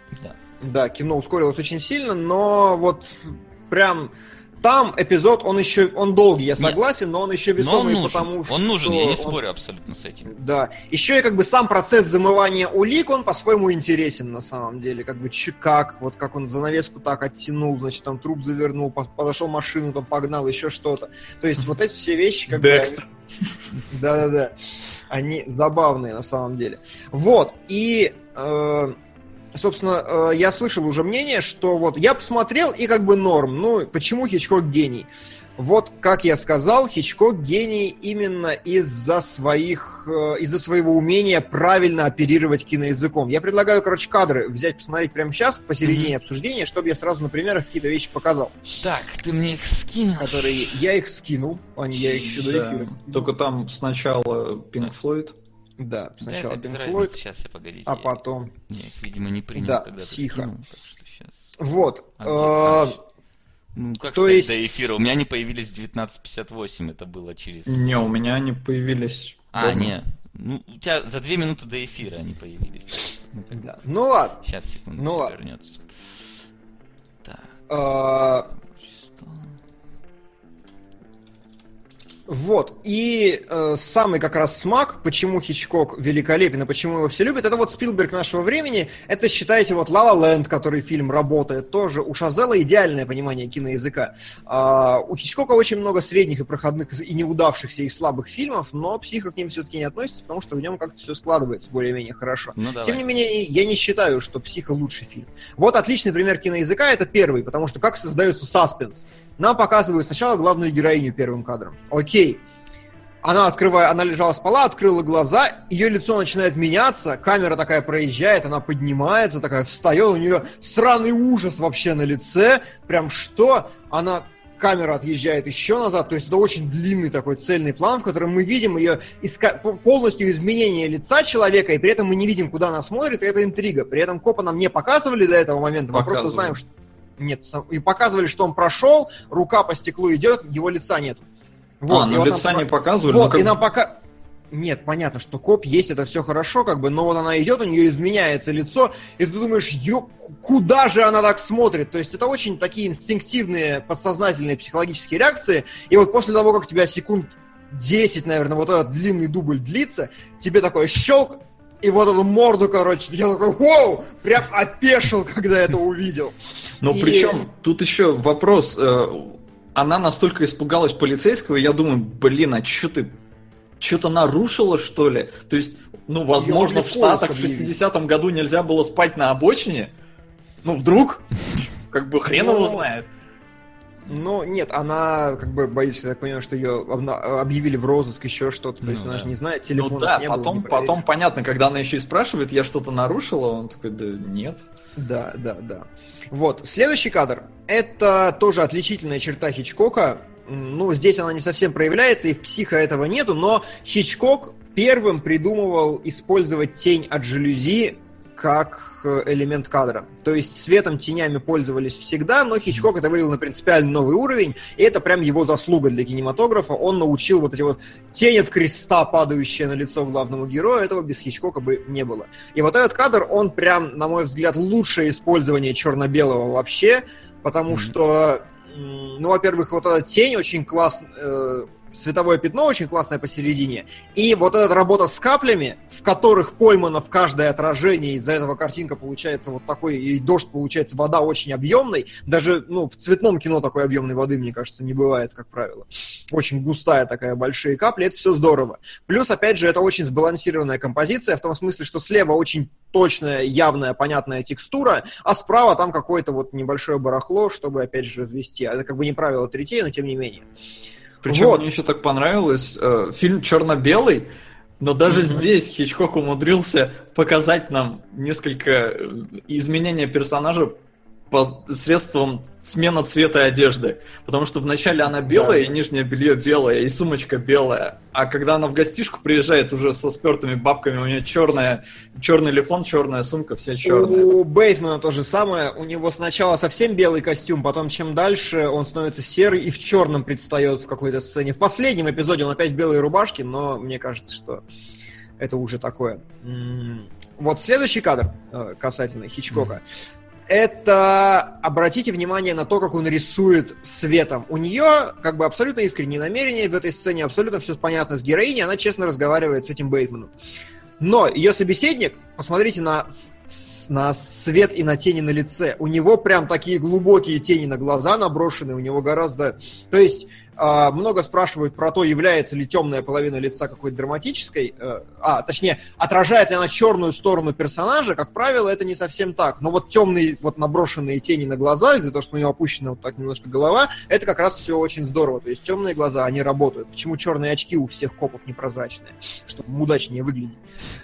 S3: Да, кино ускорилось очень сильно, но вот прям... Там эпизод, он долгий, я согласен, но он еще весомый, потому что...
S2: Он нужен, я не спорю абсолютно с этим.
S3: Да. Еще и как бы сам процесс замывания улик, он по-своему интересен на самом деле. Как бы как он занавеску так оттянул, значит, там труп завернул, подошел машину, там погнал, еще что-то. То есть вот эти все вещи как
S4: Декстер.
S3: Да-да-да. Они забавные на самом деле. Вот. И... Собственно, я слышал уже мнение, что вот я посмотрел и как бы норм. Ну, почему Хичкок гений? Вот, как я сказал, Хичкок гений именно из-за своего умения правильно оперировать киноязыком. Я предлагаю, кадры взять, посмотреть прямо сейчас, посередине обсуждения, чтобы я сразу на примерах какие-то вещи показал.
S2: Так, ты мне их скинул.
S3: Которые я их скинул, а не я их еще до эфира.
S4: Только там сначала Pink Floyd.
S3: Да, сначала
S2: Pink Floyd. Сейчас, погодите.
S3: А потом...
S2: Я их, видимо, не принял,
S3: да,
S2: когда
S3: тихо.
S2: ты скинул, так что сейчас...
S3: Вот.
S2: Ну, как
S3: то
S2: сказать,
S3: есть...
S2: до эфира? У меня они появились в 19:58, это было через...
S4: Не, у меня они появились...
S2: не. Ну, у тебя за 2 минуты до эфира они появились.
S3: Да. Ну ладно.
S2: Сейчас, секунду,
S3: ну,
S2: все
S3: ладно.
S2: вернется. Так.
S3: Вот, и самый как раз смак, почему Хичкок великолепен и почему его все любят, это вот Спилберг нашего времени, это, считайте, вот «Ла Ла Ленд», который фильм работает, тоже у Шазела идеальное понимание киноязыка. У Хичкока очень много средних и проходных, и неудавшихся, и слабых фильмов, но «Психо» к ним все-таки не относится, потому что в нем как-то все складывается более-менее хорошо.
S2: Ну, давай.
S3: Тем не менее, я не считаю, что «Психо» лучший фильм. Вот отличный пример киноязыка, это первый, потому что как создается саспенс. Нам показывают сначала главную героиню первым кадром. Окей. Она лежала, спала, открыла глаза, ее лицо начинает меняться, камера такая проезжает, она поднимается, такая встает, у нее сраный ужас вообще на лице. Прям что? Камера отъезжает еще назад, то есть это очень длинный такой цельный план, в котором мы видим ее полностью изменение лица человека, и при этом мы не видим, куда она смотрит, и это интрига. При этом копа нам не показывали до этого момента, мы просто знаем, что... Нет, и показывали, что он прошел, рука по стеклу идет, его лица нет.
S4: Вот, но лица не показывали.
S3: Вот, и нам пока... Нет, понятно, что коп есть, это все хорошо, как бы, но вот она идет, у нее изменяется лицо, и ты думаешь, куда же она так смотрит? То есть это очень такие инстинктивные, подсознательные психологические реакции, и вот после того, как тебя секунд 10, наверное, вот этот длинный дубль длится, тебе такой щелк, и вот эту морду, короче, я такой, вау, прям опешил, когда это увидел.
S4: Но причем, тут еще вопрос, она настолько испугалась полицейского, и я думаю, блин, а что-то нарушила, что ли? То есть, возможно, в Штатах в 60-м году нельзя было спать на обочине? Вдруг? Как бы хрен его знает.
S3: Нет, она как бы боится, я так понимаю, что ее объявили в розыск, еще что-то, то есть она же не знает, телефона не было.
S4: Потом понятно, когда она еще и спрашивает, я что-то нарушила, он такой, да нет.
S3: Да. Вот, следующий кадр, это тоже отличительная черта Хичкока, здесь она не совсем проявляется, и в «Психо» этого нету, но Хичкок первым придумывал использовать тень от жалюзи как элемент кадра. То есть светом, тенями пользовались всегда, но Хичкок это вывел на принципиально новый уровень, и это прям его заслуга для кинематографа. Он научил вот эти вот тень от креста, падающая на лицо главному герою, этого без Хичкока бы не было. И вот этот кадр, он прям, на мой взгляд, лучшее использование черно-белого вообще, потому что, во-первых, вот эта тень очень классная, световое пятно очень классное посередине, и вот эта работа с каплями, в которых поймано в каждое отражение, из-за этого картинка получается вот такой, и дождь получается, вода очень объемной, даже, в цветном кино такой объемной воды, мне кажется, не бывает, как правило. Очень густая такая, большие капли, это все здорово. Плюс, опять же, это очень сбалансированная композиция, в том смысле, что слева очень точная, явная, понятная текстура, а справа там какое-то вот небольшое барахло, чтобы, опять же, развести. Это как бы не правило третей, но тем не менее.
S4: Причем мне еще так понравилось, фильм черно-белый, но даже здесь Хичкок умудрился показать нам несколько изменений персонажа посредством смены цвета одежды. Потому что вначале она белая, и нижнее белье белое, и сумочка белая. А когда она в гостишку приезжает уже со спертыми бабками, у нее черный лифон, черная сумка, вся черная.
S3: У Бейтмана то же самое. У него сначала совсем белый костюм, потом чем дальше он становится серый и в черном предстает в какой-то сцене. В последнем эпизоде он опять в белой рубашке, но мне кажется, что это уже такое. Вот следующий кадр касательно Хичкока. Это обратите внимание на то, как он рисует светом. У нее как бы абсолютно искренние намерения в этой сцене, абсолютно все понятно с героиней, она честно разговаривает с этим Бейтманом. Но ее собеседник, посмотрите на свет и на тени на лице. У него прям такие глубокие тени на глаза наброшены, у него гораздо... То есть много спрашивают про то, является ли темная половина лица какой-то драматической, точнее, отражает ли она черную сторону персонажа. Как правило, это не совсем так. Но вот темные, вот наброшенные тени на глаза, из-за того, что у него опущена вот так немножко голова, это как раз все очень здорово. То есть темные глаза, они работают. Почему черные очки у всех копов непрозрачные? Чтобы удачнее выглядеть.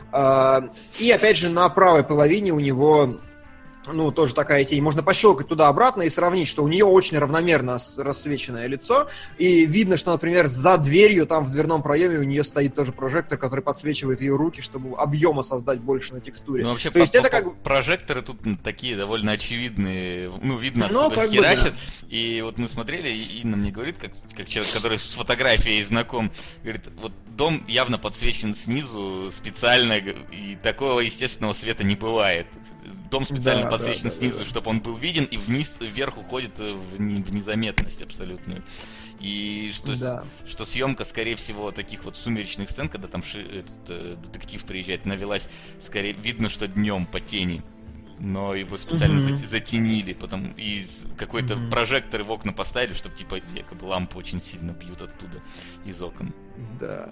S3: И опять же, на правой половине у него... тоже такая тень. Можно пощелкать туда-обратно и сравнить, что у нее очень равномерно рассвеченное лицо. И видно, что, например, за дверью, там в дверном проеме у нее стоит тоже прожектор, который подсвечивает ее руки, чтобы объема создать больше на текстуре.
S2: Вообще,
S3: то есть это как...
S2: прожекторы тут такие довольно очевидные. Видно, откуда херачат.
S3: Да.
S2: И вот мы смотрели, и Инна мне говорит, как человек, который с фотографией знаком, говорит, вот дом явно подсвечен снизу специально, и такого естественного света не бывает. дом специально
S3: Да,
S2: подсвечен
S3: да,
S2: снизу,
S3: да.
S2: чтобы он был виден, и вверх уходит в незаметность абсолютную. И что съемка, скорее всего, таких вот сумеречных сцен, когда там детектив приезжает, навелась, скорее видно, что днем по тени. Но его специально затенили, потом и какой-то прожектор в окна поставили, чтобы типа якобы лампы очень сильно бьют оттуда из окон.
S3: Да.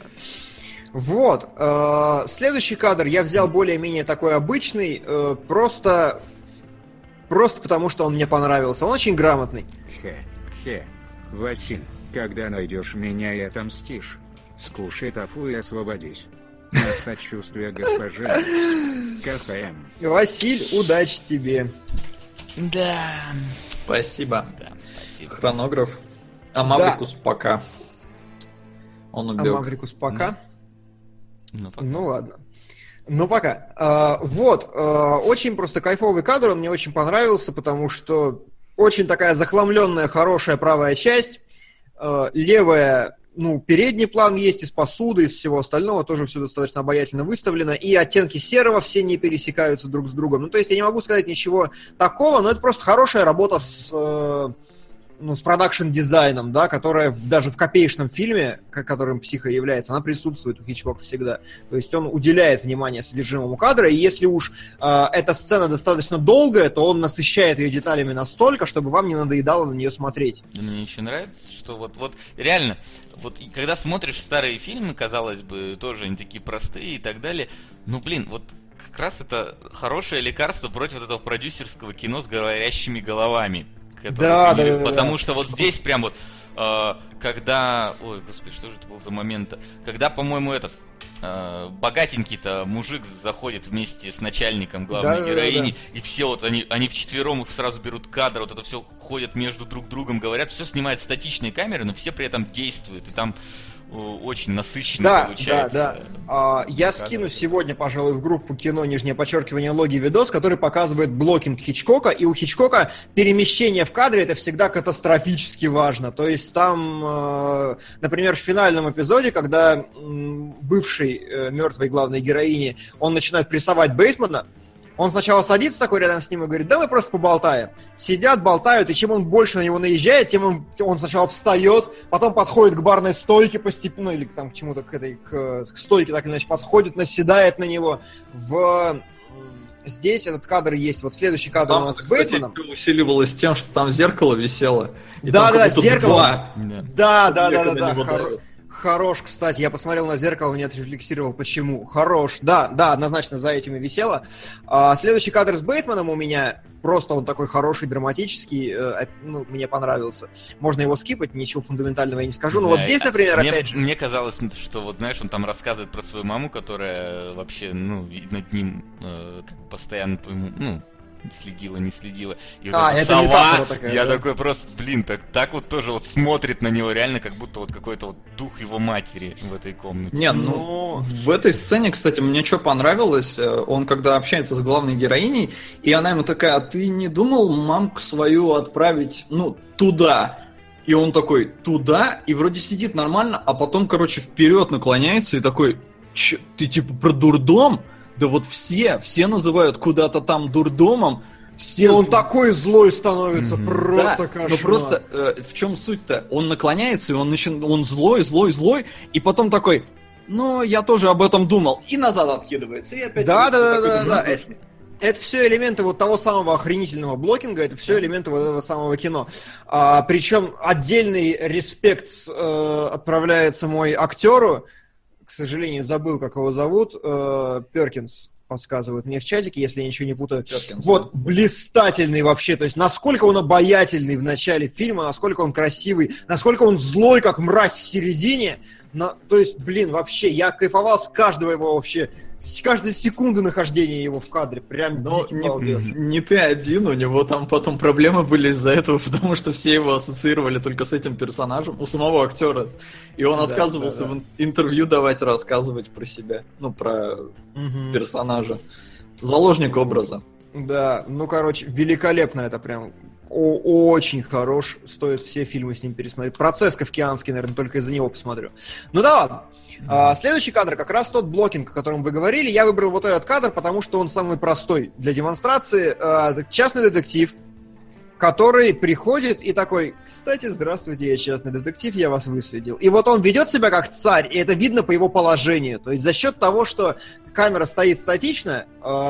S3: Вот. Следующий кадр я взял более-менее такой обычный, просто потому, что он мне понравился. Он очень грамотный.
S1: Василь, когда найдешь меня и отомстишь, скушай тофу и освободись. На сочувствие госпожи. КХМ.
S3: Василь, удачи тебе.
S2: Да.
S4: Спасибо.
S2: Да, спасибо.
S4: Хронограф. А Маврикус пока. Он
S3: А
S4: убег.
S3: Маврикус пока?
S2: Ну, пока.
S3: Ну ладно. Ну пока. Очень просто кайфовый кадр, он мне очень понравился, потому что очень такая захламленная, хорошая правая часть. Левая, передний план есть из посуды, из всего остального, тоже все достаточно обаятельно выставлено, и оттенки серого все не пересекаются друг с другом. То есть я не могу сказать ничего такого, но это просто хорошая работа с продакшн-дизайном, да, которая даже в копеечном фильме, которым «Психо» является, она присутствует у Хичкока всегда. То есть он уделяет внимание содержимому кадра, и если уж эта сцена достаточно долгая, то он насыщает ее деталями настолько, чтобы вам не надоедало на нее смотреть.
S2: Мне еще нравится, что вот реально, вот когда смотришь старые фильмы, казалось бы, тоже они такие простые и так далее, вот как раз это хорошее лекарство против вот этого продюсерского кино с говорящими головами.
S3: Да.
S2: Потому что вот здесь прям вот, когда... Ой, господи, что же это был за момент-то? Когда, по-моему, богатенький-то мужик заходит вместе с начальником главной героини, и все вот они вчетвером их сразу берут кадр, вот это все ходят между друг другом, говорят, все снимает статичные камеры, но все при этом действуют, и там очень насыщенно получается.
S3: Да. Я скину сегодня, пожалуй, в группу кино, _логи видос, который показывает блокинг Хичкока, и у Хичкока перемещение в кадре это всегда катастрофически важно. То есть там, например, в финальном эпизоде, когда бывший мертвой главной героини, он начинает прессовать Бейтмана, он сначала садится такой рядом с ним и говорит, да мы просто поболтаем. Сидят, болтают, и чем он больше на него наезжает, тем он сначала встает, потом подходит к барной стойке постепенно, или там к чему-то, к стойке так или иначе подходит, наседает на него. Здесь этот кадр есть. Вот следующий кадр
S4: там,
S3: у нас
S4: кстати,
S3: с Бейтманом.
S4: Усиливалось тем, что там зеркало висело.
S3: Да, зеркало. Да.
S4: Да.
S3: Хорош, кстати, я посмотрел на зеркало, не отрефлексировал, почему. Хорош, да, однозначно за этим и висело. Следующий кадр с Бейтманом у меня, просто он такой хороший, драматический, мне понравился. Можно его скипать, ничего фундаментального я не скажу, но вот здесь, например, опять же...
S2: Мне казалось, что вот, знаешь, он там рассказывает про свою маму, которая вообще, над ним постоянно, следила, не следила. И вот эта сова, такая, я такой просто, так вот тоже вот смотрит на него реально, как будто вот какой-то вот дух его матери в этой комнате.
S4: Не, в этой сцене, кстати, мне что понравилось, он когда общается с главной героиней, и она ему такая, а ты не думал мамку свою отправить, туда? И он такой, туда? И вроде сидит нормально, а потом, вперед наклоняется и такой, ты типа про дурдом? Да вот все называют куда-то там дурдомом. Все... И
S3: он такой злой становится, просто кошмар.
S4: Просто в чем суть-то? Он наклоняется, и он злой, и потом такой, я тоже об этом думал. И назад откидывается. И опять
S3: да. Это все элементы вот того самого охренительного блокинга, это все элементы вот этого самого кино. Причем отдельный респект отправляется мой актеру. К сожалению, забыл, как его зовут. Перкинс подсказывают мне в чатике, если я ничего не путаю.
S4: Перкинс,
S3: вот, блистательный вообще. То есть, насколько он обаятельный в начале фильма, насколько он красивый, насколько он злой, как мразь в середине. То есть, вообще, я кайфовал с каждого его вообще, с каждой секунды нахождения его в кадре. Прям дикий балдеж.
S4: Не ты один, у него там потом проблемы были из-за этого, потому что все его ассоциировали только с этим персонажем, у самого актера. И он отказывался в интервью давать, рассказывать про себя, про персонажа. Заложник образа.
S3: Да, великолепно это прям. очень хорош, стоит все фильмы с ним пересмотреть. «Процесс» кафкианский, наверное, только из-за него посмотрю. Ну да ладно. Следующий кадр как раз тот блокинг, о котором вы говорили. Я выбрал вот этот кадр, потому что он самый простой для демонстрации. Частный детектив, который приходит и такой: кстати, здравствуйте, я частный детектив, я вас выследил. И вот он ведет себя как царь, и это видно по его положению. То есть за счет того, что камера стоит статично,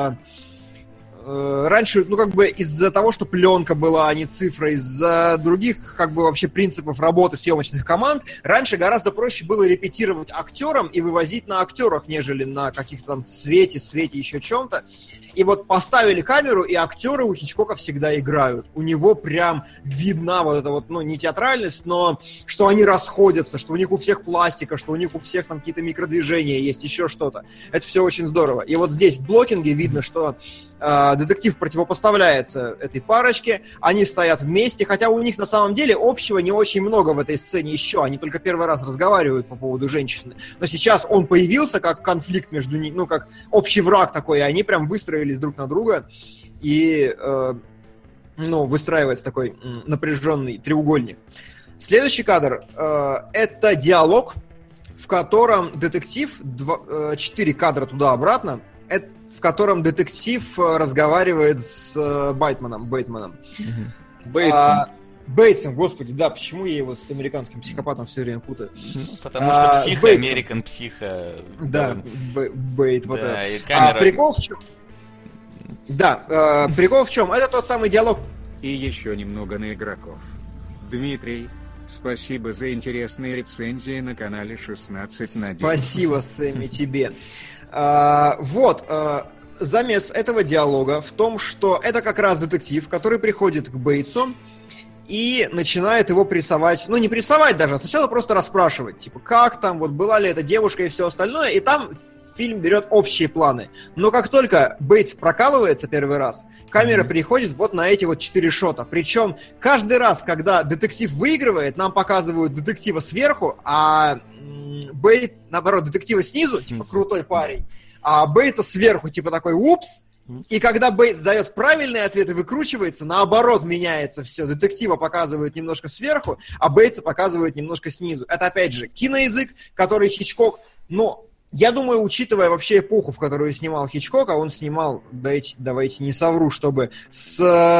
S3: раньше, ну, как бы из-за того, что пленка была, а не цифра, из-за других, как бы, вообще принципов работы съемочных команд, раньше гораздо проще было репетировать актерам и вывозить на актерах, нежели на каких-то там свете, еще чем-то. И вот поставили камеру, и актеры у Хичкока всегда играют. У него прям видна вот эта вот, ну, не театральность, но что они расходятся, что у них у всех пластика, что у них у всех там какие-то микродвижения есть, еще что-то. Это все очень здорово. И вот здесь в блокинге видно, что детектив противопоставляется этой парочке, они стоят вместе, хотя у них на самом деле общего не очень много в этой сцене еще, они только первый раз разговаривают по поводу женщины. Но сейчас он появился как конфликт между ними, ну, как общий враг такой, и они прям выстроились друг на друга, и выстраивается такой напряженный треугольник. Следующий кадр это диалог, в котором детектив, 4 кадра туда-обратно, в котором детектив разговаривает с Бейтманом. Бейтсом, господи, да, почему я его с американским психопатом все время путаю?
S2: Потому что психо, Американ психо.
S3: Да, Бейт, вот
S2: да,
S3: это.
S2: Камера...
S3: Прикол в чем? Да, прикол в чем? Это тот самый диалог.
S1: И еще немного на игроков. Дмитрий, спасибо за интересные рецензии на канале 16 на 9.
S3: Спасибо, Сэмми, тебе. Замес этого диалога в том, что это как раз детектив, который приходит к Бейтсу и начинает его прессовать, ну не прессовать даже, а сначала просто расспрашивать, типа, как там, вот была ли эта девушка и все остальное, и там фильм берет общие планы. Но как только Бейтс прокалывается первый раз, камера переходит вот на эти вот 4 шота. Причем каждый раз, когда детектив выигрывает, нам показывают детектива сверху, а Бейтс, наоборот, детектива снизу, типа крутой парень, а Бейтса сверху, типа такой упс. И когда Бейтс дает правильный ответ и выкручивается, наоборот меняется все. Детектива показывают немножко сверху, а Бейтса показывают немножко снизу. Это, опять же, киноязык, который Хичкок, но я думаю, учитывая вообще эпоху, в которую снимал Хичкок, а он снимал, давайте не совру, чтобы с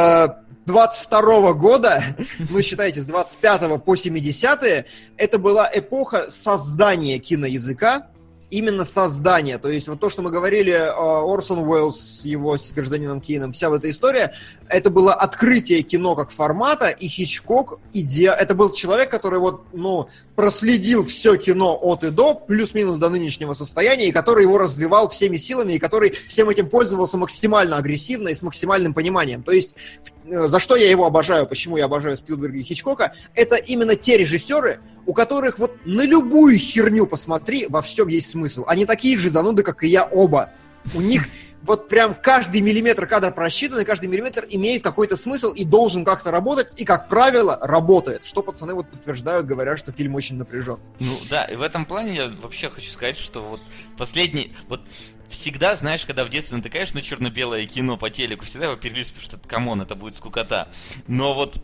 S3: 22-го года, ну считайте, с 25-го по 70-е, это была эпоха создания киноязыка, именно создание. То есть вот то, что мы говорили, Орсон Уэллс с его с гражданином Кейном, вся эта история, это было открытие кино как формата, и Хичкок, это был человек, который вот, проследил все кино от и до, плюс-минус до нынешнего состояния, и который его развивал всеми силами, и который всем этим пользовался максимально агрессивно и с максимальным пониманием. То есть, за что я его обожаю, почему я обожаю Спилберга и Хичкока, это именно те режиссеры, у которых вот на любую херню посмотри, во всем есть смысл. Они такие же зануды, как и я, оба. У них вот прям каждый миллиметр кадра просчитан, и каждый миллиметр имеет какой-то смысл и должен как-то работать, и, как правило, работает. Что пацаны вот подтверждают, говорят, что фильм очень напряжен.
S2: Ну да, и в этом плане я вообще хочу сказать, что вот последний... Всегда, знаешь, когда в детстве натыкаешь на черно-белое кино по телеку, всегда его перелистываешь, что камон, это будет скукота. Но вот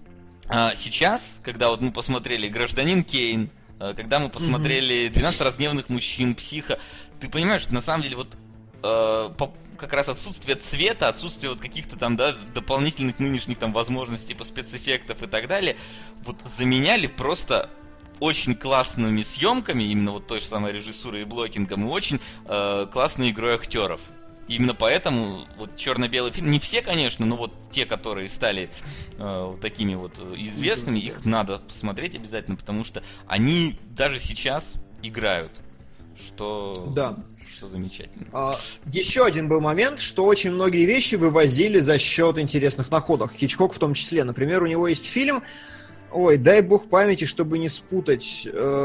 S2: сейчас, когда вот мы посмотрели «Гражданин Кейн», когда мы посмотрели «12 разгневанных мужчин», «Психо», ты понимаешь, что на самом деле вот как раз отсутствие цвета, отсутствие вот каких-то там, да, дополнительных нынешних там возможностей по спецэффектов и так далее, вот заменяли просто очень классными съемками, именно вот той же самой режиссурой и блокингом, и очень классной игрой актеров. И именно поэтому вот черно-белый фильм, не все, конечно, но вот те, которые стали такими вот известными, их надо посмотреть обязательно, потому что они даже сейчас играют, что замечательно.
S3: Еще один был момент, что очень многие вещи вывозили за счет интересных находок, Хичкок в том числе. Например, у него есть фильм, дай бог памяти, чтобы не спутать.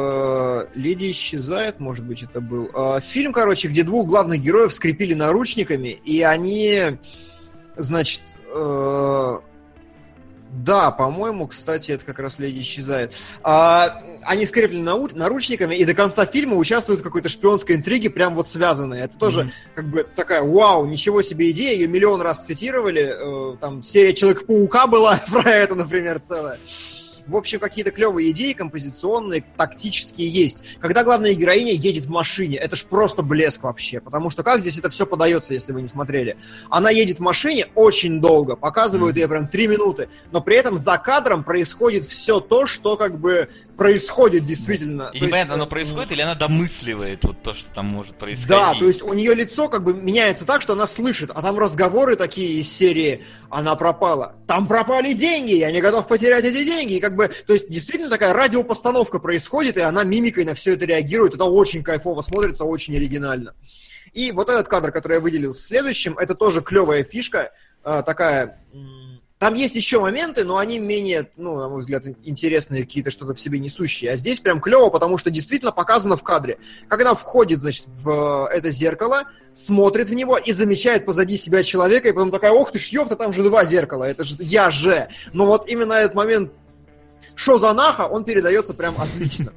S3: «Леди исчезает», может быть, это был. Фильм, где 2 главных героев скрепили наручниками, и они, значит, Да, по-моему, кстати, это как раз «Леди исчезает». Они скреплены наручниками, и до конца фильма участвуют в какой-то шпионской интриге, прям вот связанные. Это тоже как бы такая, вау, ничего себе идея, ее миллион раз цитировали. Там серия «Человек-паука» была про это, например, целая. В общем, какие-то клевые идеи, композиционные, тактические есть. Когда главная героиня едет в машине, это ж просто блеск вообще. Потому что как здесь это все подается, если вы не смотрели? Она едет в машине очень долго, показывают ее прям 3 минуты, но при этом за кадром происходит все то, что как бы происходит действительно.
S2: И непонятно, оно происходит или она домысливает вот то, что там может происходить?
S3: Да, то есть у нее лицо как бы меняется так, что она слышит, а там разговоры такие из серии «Она пропала». Там пропали деньги, я не готов потерять эти деньги. И как бы, то есть действительно такая радиопостановка происходит, и она мимикой на все это реагирует. Это очень кайфово смотрится, очень оригинально. И вот этот кадр, который я выделил следующим, это тоже клевая фишка, такая... Там есть еще моменты, но они менее, ну, на мой взгляд, интересные, какие-то что-то в себе несущие. А здесь прям клево, потому что действительно показано в кадре. Как она входит, значит, в это зеркало, смотрит в него и замечает позади себя человека, и потом такая, ох ты ж, ёпта, там же 2 зеркала, это же я же. Но вот именно этот момент шо за наха, он передается прям отлично.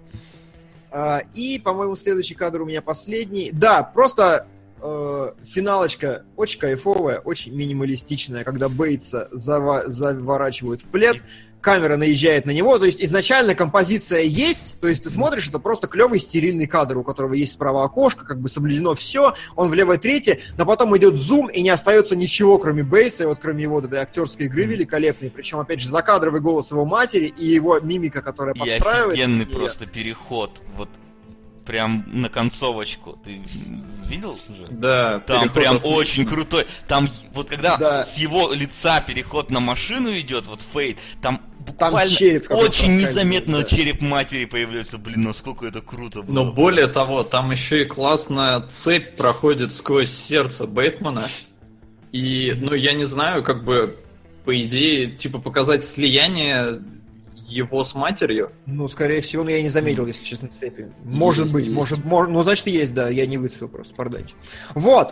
S3: И, по-моему, следующий кадр у меня последний. Да, просто... финалочка очень кайфовая, очень минималистичная, когда Бейтса заворачивают в плед, камера наезжает на него, то есть изначально композиция есть, то есть ты смотришь, это просто клевый стерильный кадр, у которого есть справа окошко, как бы соблюдено все, он в левой трети, но потом идет зум, и не остается ничего, кроме Бейтса, и вот кроме его этой актерской игры великолепной, причем, опять же, закадровый голос его матери и его мимика, которая подстраивает.
S2: И офигенный просто переход, вот прям на концовочку. Ты видел уже?
S4: Да.
S2: Там прям очень крутой. Там вот когда с его лица переход на машину идет, вот фейд, там буквально
S3: череп
S2: очень незаметно череп матери появляется. Блин, насколько это круто было.
S4: Но более того, там еще и классная цепь проходит сквозь сердце Бэтмена. И, ну, я не знаю, как бы, по идее, типа, показать слияние его с матерью?
S3: Ну, скорее всего, но я не заметил, если честно, цепи. Может быть, ну, значит, есть, да, я не выцепил просто, пардоньте. Вот,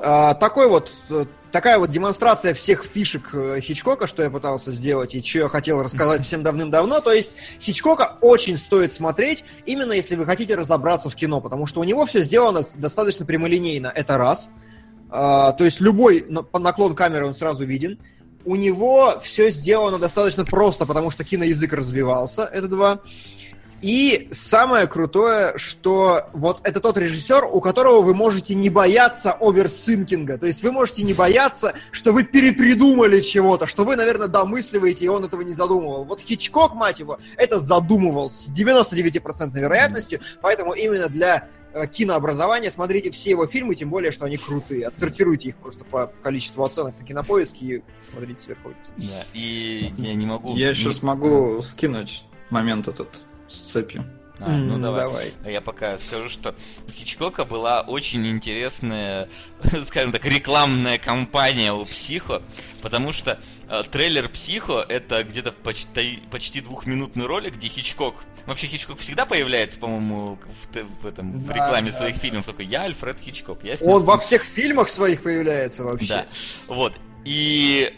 S3: такая вот демонстрация всех фишек Хичкока, что я пытался сделать и что я хотел рассказать всем давным-давно. То есть Хичкока очень стоит смотреть, именно если вы хотите разобраться в кино, потому что у него все сделано достаточно прямолинейно, это раз. То есть любой наклон камеры, он сразу виден. У него все сделано достаточно просто, потому что киноязык развивался, это 2. И самое крутое, что вот это тот режиссер, у которого вы можете не бояться оверсинкинга. То есть вы можете не бояться, что вы перепридумали чего-то, что вы, наверное, домысливаете, и он этого не задумывал. Вот Хичкок, мать его, это задумывал с 99% вероятностью, поэтому именно для кинообразования смотрите все его фильмы, тем более, что они крутые. Отсортируйте их просто по количеству оценок на Кинопоиске и смотрите сверху.
S2: Да, и я не могу...
S4: Я еще смогу скинуть момент этот с цепью.
S2: Ну давай. Я пока скажу, что у Хичкока была очень интересная, скажем так, рекламная кампания у «Психо», потому что трейлер «Психо» — это где-то почти 2-минутный ролик, где Хичкок... Вообще Хичкок всегда появляется, по-моему, в рекламе своих фильмов. Такой, я Альфред Хичкок.
S3: Он во всех фильмах своих появляется вообще.
S2: Да, вот. И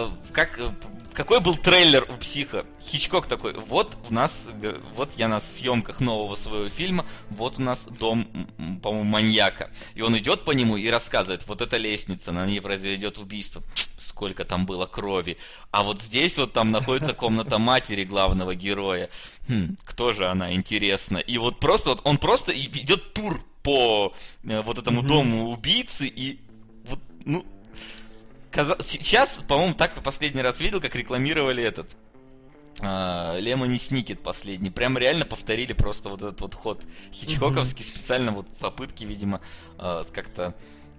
S2: какой был трейлер у «Психо»? Хичкок такой, вот я на съемках нового своего фильма, вот у нас дом, по-моему, маньяка. И он идет по нему и рассказывает, вот эта лестница, на ней произойдет убийство. Сколько там было крови. А вот здесь вот там находится комната матери главного героя. Кто же она, интересно. И вот просто вот он просто идет тур по вот этому дому убийцы, и вот, ну, сейчас, по-моему, так последний раз видел, как рекламировали этот Лемони Сникет последний. Прям реально повторили просто вот этот вот ход хичкоковский, специально вот в попытке, видимо, как-то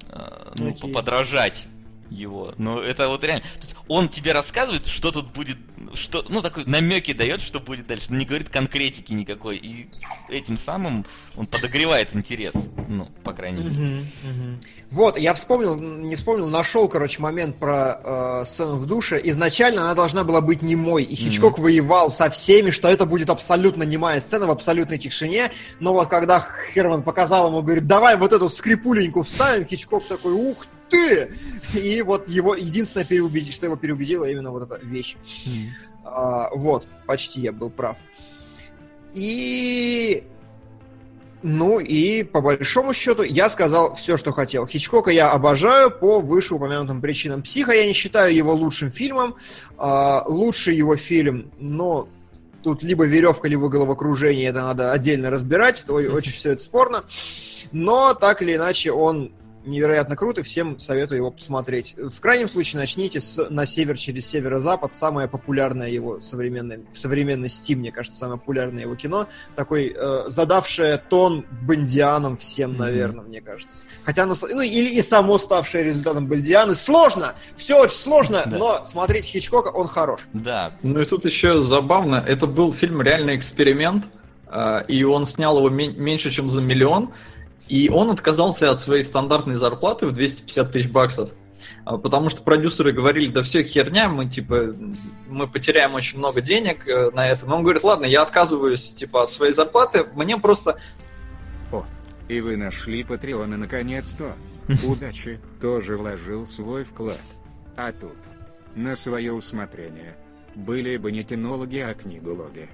S2: подражать его. Но это вот реально. То есть он тебе рассказывает, что тут будет, что, ну, такой намеки дает, что будет дальше, но не говорит конкретики никакой. И этим самым он подогревает интерес. Ну, по крайней мере.
S3: Вот, я нашел, короче, момент про сцену в душе. Изначально она должна была быть немой, и Хичкок воевал со всеми, что это будет абсолютно немая сцена в абсолютной тишине. Но вот когда Херман показал ему, говорит, давай вот эту скрипуленьку вставим, Хичкок такой, ух ты! И вот его единственное что его переубедило, именно вот эта вещь. Вот, почти я был прав. Ну и по большому счету я сказал все, что хотел. Хичкока я обожаю по вышеупомянутым причинам. «Психо» я не считаю его лучшим фильмом. Лучший его фильм, но тут либо «Веревка», либо «Головокружение», это надо отдельно разбирать, это очень все это спорно. Но так или иначе он невероятно крут, и всем советую его посмотреть. В крайнем случае начните с «На север через северо-запад», самое популярное его в современности, мне кажется, самое популярное его кино, такой задавшее тон бондианам всем, наверное, мне кажется. Хотя, или и само ставшее результатом бондианы. Сложно! Все очень сложно, но смотреть Хичкока, он хорош.
S2: Да.
S4: Ну и тут еще забавно, это был фильм «Реальный эксперимент», и он снял его меньше, чем за $1 миллион. И он отказался от своей стандартной зарплаты в $250 000, потому что продюсеры говорили, да все херня, мы потеряем очень много денег на этом. Он говорит, ладно, я отказываюсь от своей зарплаты, мне просто...
S1: О, и вы нашли Патреона наконец-то. Удачи, тоже вложил свой вклад. А тут, на свое усмотрение, были бы не кинологи, а книгологи.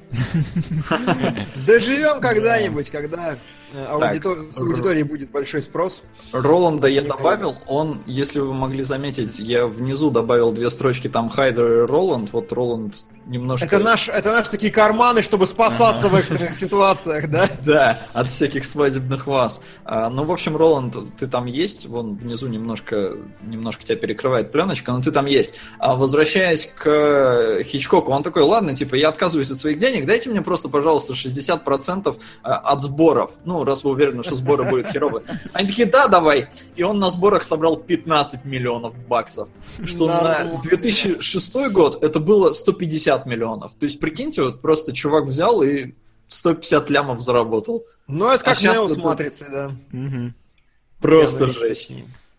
S3: Доживем когда-нибудь, когда в аудитории будет большой спрос.
S4: Роланда я добавил, он, если вы могли заметить, я внизу добавил 2 строчки, там Хайдер и Роланд, вот Роланд немножко...
S3: Это наши такие карманы, чтобы спасаться в экстренных ситуациях, да?
S4: Да, от всяких свадебных ваз. Ну, в общем, Роланд, ты там есть, вон внизу немножко тебя перекрывает пленочка, но ты там есть. Возвращаясь к Хичкоку, он такой, ладно, я отказываюсь от своих денег, дайте мне просто, пожалуйста, 60% от сборов. Ну, раз вы уверены, что сборы будут херовые. Они такие, да, давай. И он на сборах собрал $15 миллионов. Что на 2006 год это было 150 миллионов. То есть, прикиньте, вот просто чувак взял и 150 лямов заработал.
S3: Ну, это как Нео с «Матрицей», да.
S4: Просто жесть.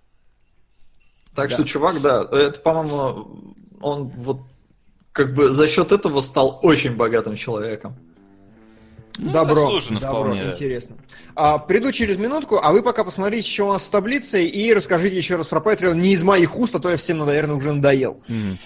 S4: Так что, чувак, да, это, по-моему, он вот за счет этого стал очень богатым человеком.
S2: Ну,
S3: добро,
S2: вполне.
S3: Интересно. Приду через минутку, а вы пока посмотрите, что у нас с таблицей, и расскажите еще раз про Patreon не из моих уст, а то я всем, наверное, уже надоел.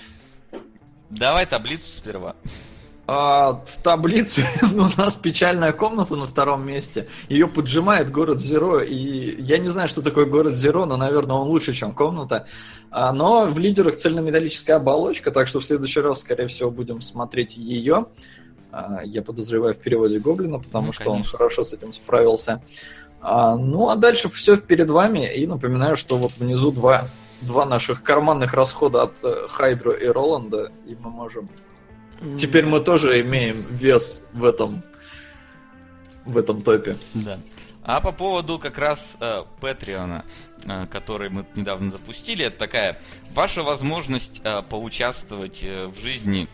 S2: Давай таблицу сперва.
S4: В таблице у нас печальная комната на 2-м месте. Ее поджимает город Зеро. И я не знаю, что такое город Зеро, но, наверное, он лучше, чем комната. Но в лидерах цельнометаллическая оболочка, так что в следующий раз, скорее всего, будем смотреть ее. Я подозреваю в переводе Гоблина, потому что он хорошо с этим справился. Ну, а дальше все перед вами. И напоминаю, что вот внизу два наших карманных расхода от Хайдро и Роланда. И мы можем... Теперь мы тоже имеем вес в этом топе.
S2: Да. А по поводу как раз Патреона, который мы недавно запустили, это такая ваша возможность поучаствовать в жизни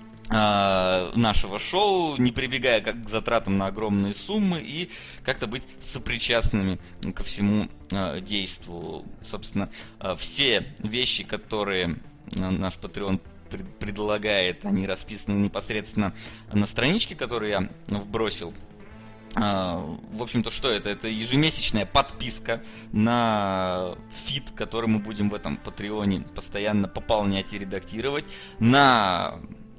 S2: нашего шоу, не прибегая к затратам на огромные суммы и как-то быть сопричастными ко всему действу. Собственно, все вещи, которые наш Patreon предлагает, они расписаны непосредственно на страничке, которую я вбросил. В общем-то, что это? Это ежемесячная подписка на фид, который мы будем в этом Патреоне постоянно пополнять и редактировать, на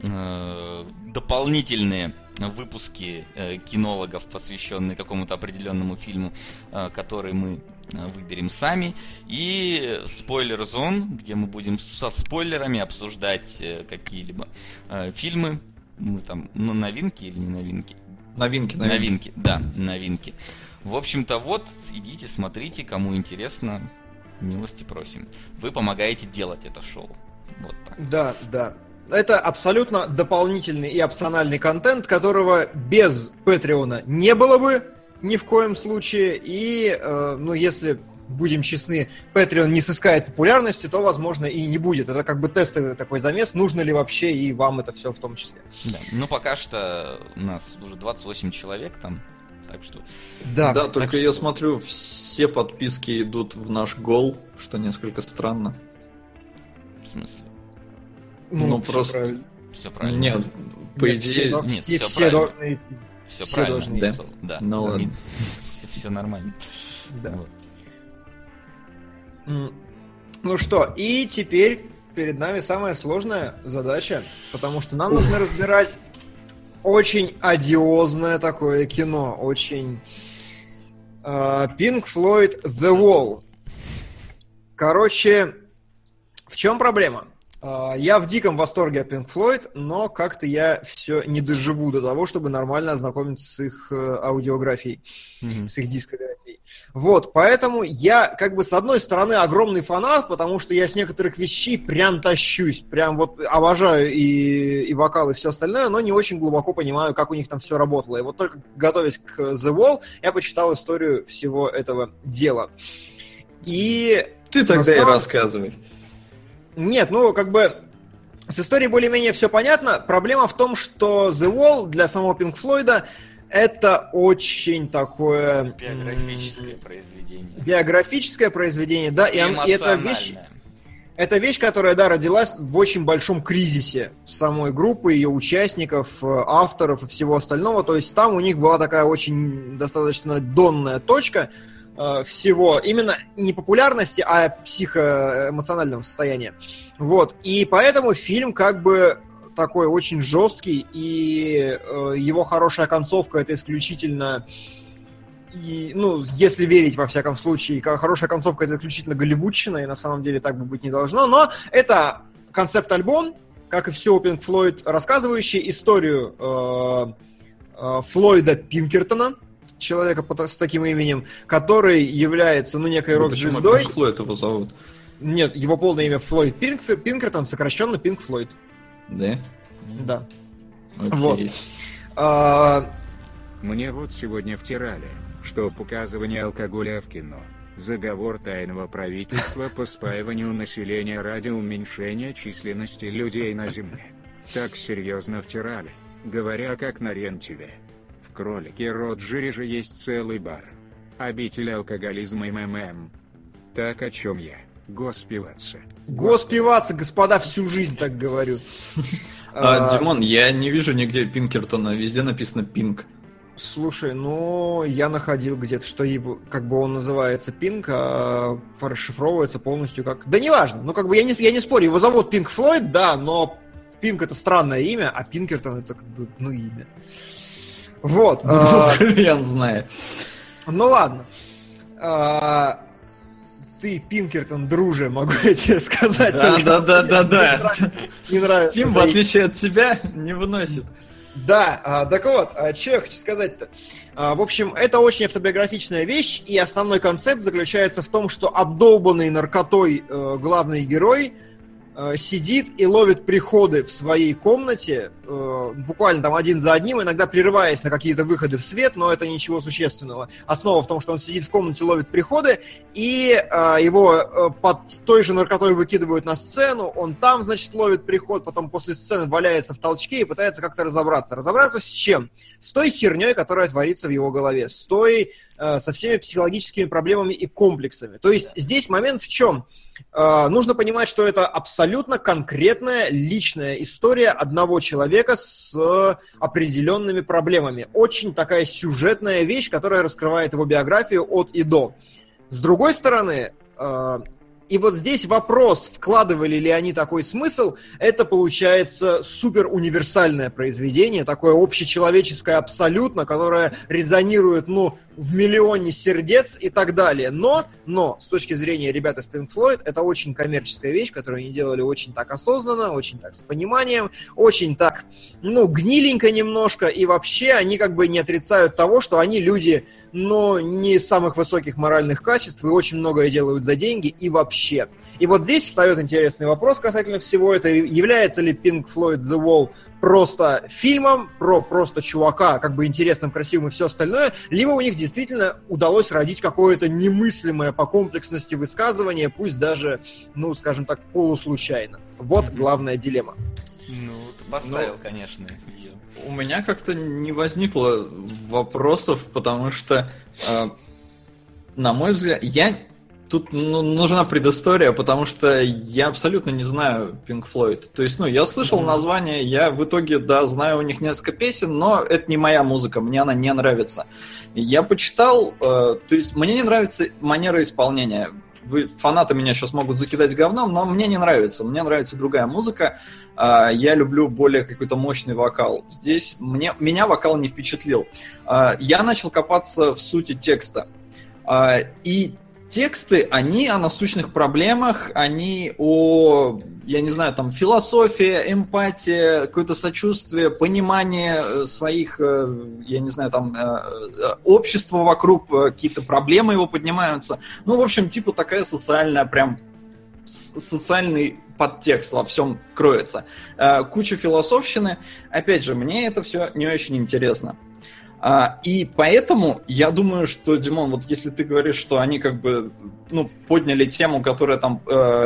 S2: дополнительные выпуски кинологов, посвященные какому-то определенному фильму, который мы выберем сами, и спойлер-зон, где мы будем со спойлерами обсуждать какие-либо фильмы. Мы там, новинки или не новинки? Новинки, да, новинки. В общем-то, вот, идите, смотрите, кому интересно, милости просим. Вы помогаете делать это шоу. Вот так.
S3: Да. Это абсолютно дополнительный и опциональный контент, которого без Патреона не было бы ни в коем случае. И, если будем честны, Patreon не сыскает популярности, то, возможно, и не будет. Это как бы тестовый такой замес, нужно ли вообще и вам это все в том числе.
S2: Да. Ну, пока что у нас уже 28 человек там, так что...
S4: Да, только я смотрю, все подписки идут в наш гол, что несколько странно.
S2: В смысле?
S4: Ну просто...
S2: Все правильно.
S4: Нет, по идее...
S3: Все должны...
S2: Все правильно. Да.
S4: Ну ладно.
S2: Все нормально.
S3: Да. Вот. Ну что, и теперь перед нами самая сложная задача, потому что нам нужно разбирать очень одиозное такое кино, очень... Pink Floyd The Wall. Короче, в чем проблема? Я в диком восторге от Pink Floyd, но как-то я все не доживу до того, чтобы нормально ознакомиться с их аудиографией, с их дискографией. Вот, поэтому я, как бы, с одной стороны, огромный фанат, потому что я с некоторых вещей прям тащусь, прям вот обожаю и вокал, и все остальное, но не очень глубоко понимаю, как у них там все работало. И вот только готовясь к The Wall, я почитал историю всего этого дела. И...
S4: Ты тогда и рассказывай.
S3: Нет, ну, как бы, с историей более-менее все понятно. Проблема в том, что The Wall для самого Pink Floyd это очень такое...
S2: Биографическое произведение.
S3: Биографическое произведение, да. И это вещь, которая, да, родилась в очень большом кризисе самой группы, ее участников, авторов и всего остального. То есть там у них была такая очень достаточно донная точка всего, именно не популярности, а психоэмоционального состояния. Вот. И поэтому фильм как бы такой очень жесткий, и его хорошая концовка это исключительно, и, ну, если верить во всяком случае, хорошая концовка это исключительно голливудщина, и на самом деле так бы быть не должно, но это концепт-альбом, как и все у Pink Floyd, рассказывающий историю Флойда Пинкертона, человека с таким именем, который является, ну, некой рок-звездой.
S4: Почему Pink Floyd его зовут?
S3: Нет, его полное имя Флойд Пинкертон, сокращенно Pink Floyd.
S4: Да?
S3: Да.
S4: Окей.
S3: Вот.
S1: Мне вот сегодня втирали, что показывание алкоголя в кино – заговор тайного правительства по спаиванию населения ради уменьшения численности людей на Земле. Так серьезно втирали, говоря как на Рен-ТВ. В Кролике Роджере же есть целый бар. Обитель алкоголизма МММ. Так о чем я? Госпиваться.
S3: Госпиваться, господа, всю жизнь так говорю.
S4: Димон, я не вижу нигде Пинкертона, везде написано Пинк.
S3: Слушай, ну, я находил где-то, что его, как бы он называется Пинк, а расшифровывается полностью как... Да неважно, ну, как бы я не спорю, его зовут Пинк Флойд, да, но Пинк это странное имя, а Пинкертон это как бы, ну, имя. Вот.
S4: Хрен знает.
S3: Ну ладно. Ты, Пинкертон, друже, могу я тебе сказать.
S4: Да.
S3: Не нравится.
S4: Стим, в отличие от тебя, не выносит.
S3: Да, так вот, что я хочу сказать-то. В общем, это очень автобиографичная вещь, и основной концепт заключается в том, что обдолбанный наркотой главный герой сидит и ловит приходы в своей комнате, буквально там один за одним, иногда прерываясь на какие-то выходы в свет, но это ничего существенного. Основа в том, что он сидит в комнате, ловит приходы, и его под той же наркотой выкидывают на сцену, он там, значит, ловит приход, потом после сцены валяется в толчке и пытается как-то разобраться. Разобраться с чем? С той херней, которая творится в его голове, со всеми психологическими проблемами и комплексами. То есть здесь момент в чем? Нужно понимать, что это абсолютно конкретная личная история одного человека с определенными проблемами. Очень такая сюжетная вещь, которая раскрывает его биографию от и до. С другой стороны, и вот здесь вопрос, вкладывали ли они такой смысл, это получается супер универсальное произведение, такое общечеловеческое абсолютно, которое резонирует, ну, в миллионе сердец и так далее. Но, с точки зрения ребят из Pink Floyd, это очень коммерческая вещь, которую они делали очень так осознанно, очень так с пониманием, очень так, ну, гниленько немножко, и вообще они как бы не отрицают того, что они люди, но не из самых высоких моральных качеств, и очень многое делают за деньги, и вообще. И вот здесь встает интересный вопрос касательно всего этого. Является ли Pink Floyd The Wall просто фильмом, про просто чувака, как бы интересным, красивым и все остальное, либо у них действительно удалось родить какое-то немыслимое по комплексности высказывание, пусть даже, ну, скажем так, полуслучайно. Вот главная дилемма.
S2: Ну, ты поставил, конечно, ее.
S4: У меня как-то не возникло вопросов, потому что, на мой взгляд, тут нужна предыстория, потому что я абсолютно не знаю Pink Floyd. То есть, я слышал название, я в итоге, да, знаю у них несколько песен, но это не моя музыка, мне она не нравится. Я почитал, то есть, мне не нравится манера исполнения. фанаты меня сейчас могут закидать говном, но мне не нравится. Мне нравится другая музыка. Я люблю более какой-то мощный вокал. Здесь меня вокал не впечатлил. Я начал копаться в сути текста. И тексты, они о насущных проблемах, они о, я не знаю, там, философии, эмпатии, какое-то сочувствие, понимание своих, я не знаю, там, общества вокруг, какие-то проблемы его поднимаются. Ну, в общем, типа такая социальная, прям, социальный подтекст во всем кроется. Куча философщины. Опять же, мне это все не очень интересно. И поэтому я думаю, что, Димон, вот если ты говоришь, что они как бы, ну, подняли тему, которая там,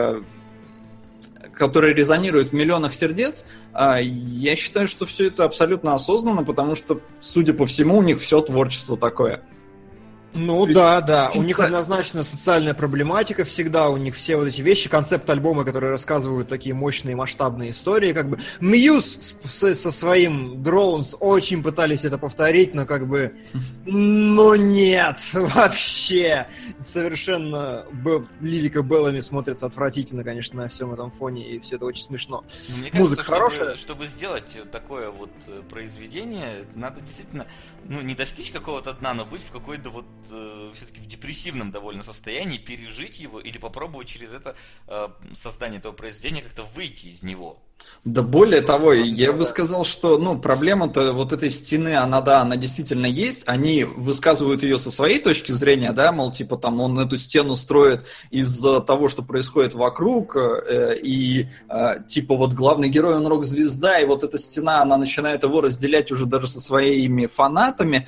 S4: которая резонирует в миллионах сердец, я считаю, что все это абсолютно осознанно, потому что, судя по всему, у них все творчество такое.
S3: Ну да, у них однозначно социальная проблематика всегда, у них все вот эти вещи, концепт-альбомы, которые рассказывают такие мощные масштабные истории, как бы Мьюз со своим Drones очень пытались это повторить, но как бы, ну нет, вообще, совершенно Лирика Беллами смотрится отвратительно, конечно, на всем этом фоне, и все это очень смешно.
S2: Мне кажется,
S3: музыка хорошая.
S2: Чтобы сделать такое вот произведение, надо действительно, ну, не достичь какого-то дна, но быть в какой-то вот все-таки в депрессивном довольно состоянии, пережить его или попробовать через это создание этого произведения как-то выйти из него.
S4: Да более того, я бы сказал, что, ну, проблема-то вот этой стены, она действительно есть, они высказывают ее со своей точки зрения, да, мол, типа там он эту стену строит из-за того, что происходит вокруг, и типа вот главный герой, он рок-звезда, и вот эта стена, она начинает его разделять уже даже со своими фанатами,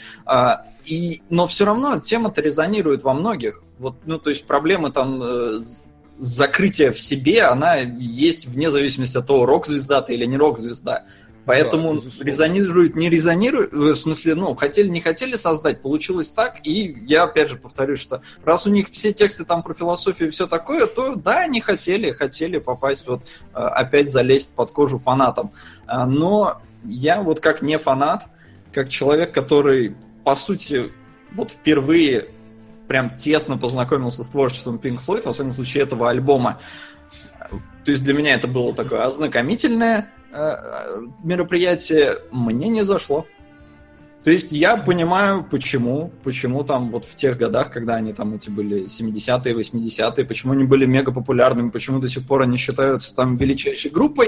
S4: но все равно тема-то резонирует во многих, вот, ну, то есть проблемы там закрытие в себе, она есть вне зависимости от того, рок-звезда ты или не рок-звезда. Поэтому да, резонирует, не резонирует, в смысле, ну, хотели, не хотели создать, получилось так, и я опять же повторюсь, что раз у них все тексты там про философию и все такое, то да, они хотели попасть вот, опять залезть под кожу фанатам. Но я вот как не фанат, как человек, который, по сути, вот впервые прям тесно познакомился с творчеством Pink Floyd, во всяком случае, этого альбома. То есть для меня это было такое ознакомительное мероприятие, мне не зашло. То есть я понимаю, почему там вот в тех годах, когда они там эти были 70-е, 80-е, почему они были мега популярными, почему до сих пор они считаются там величайшей группой,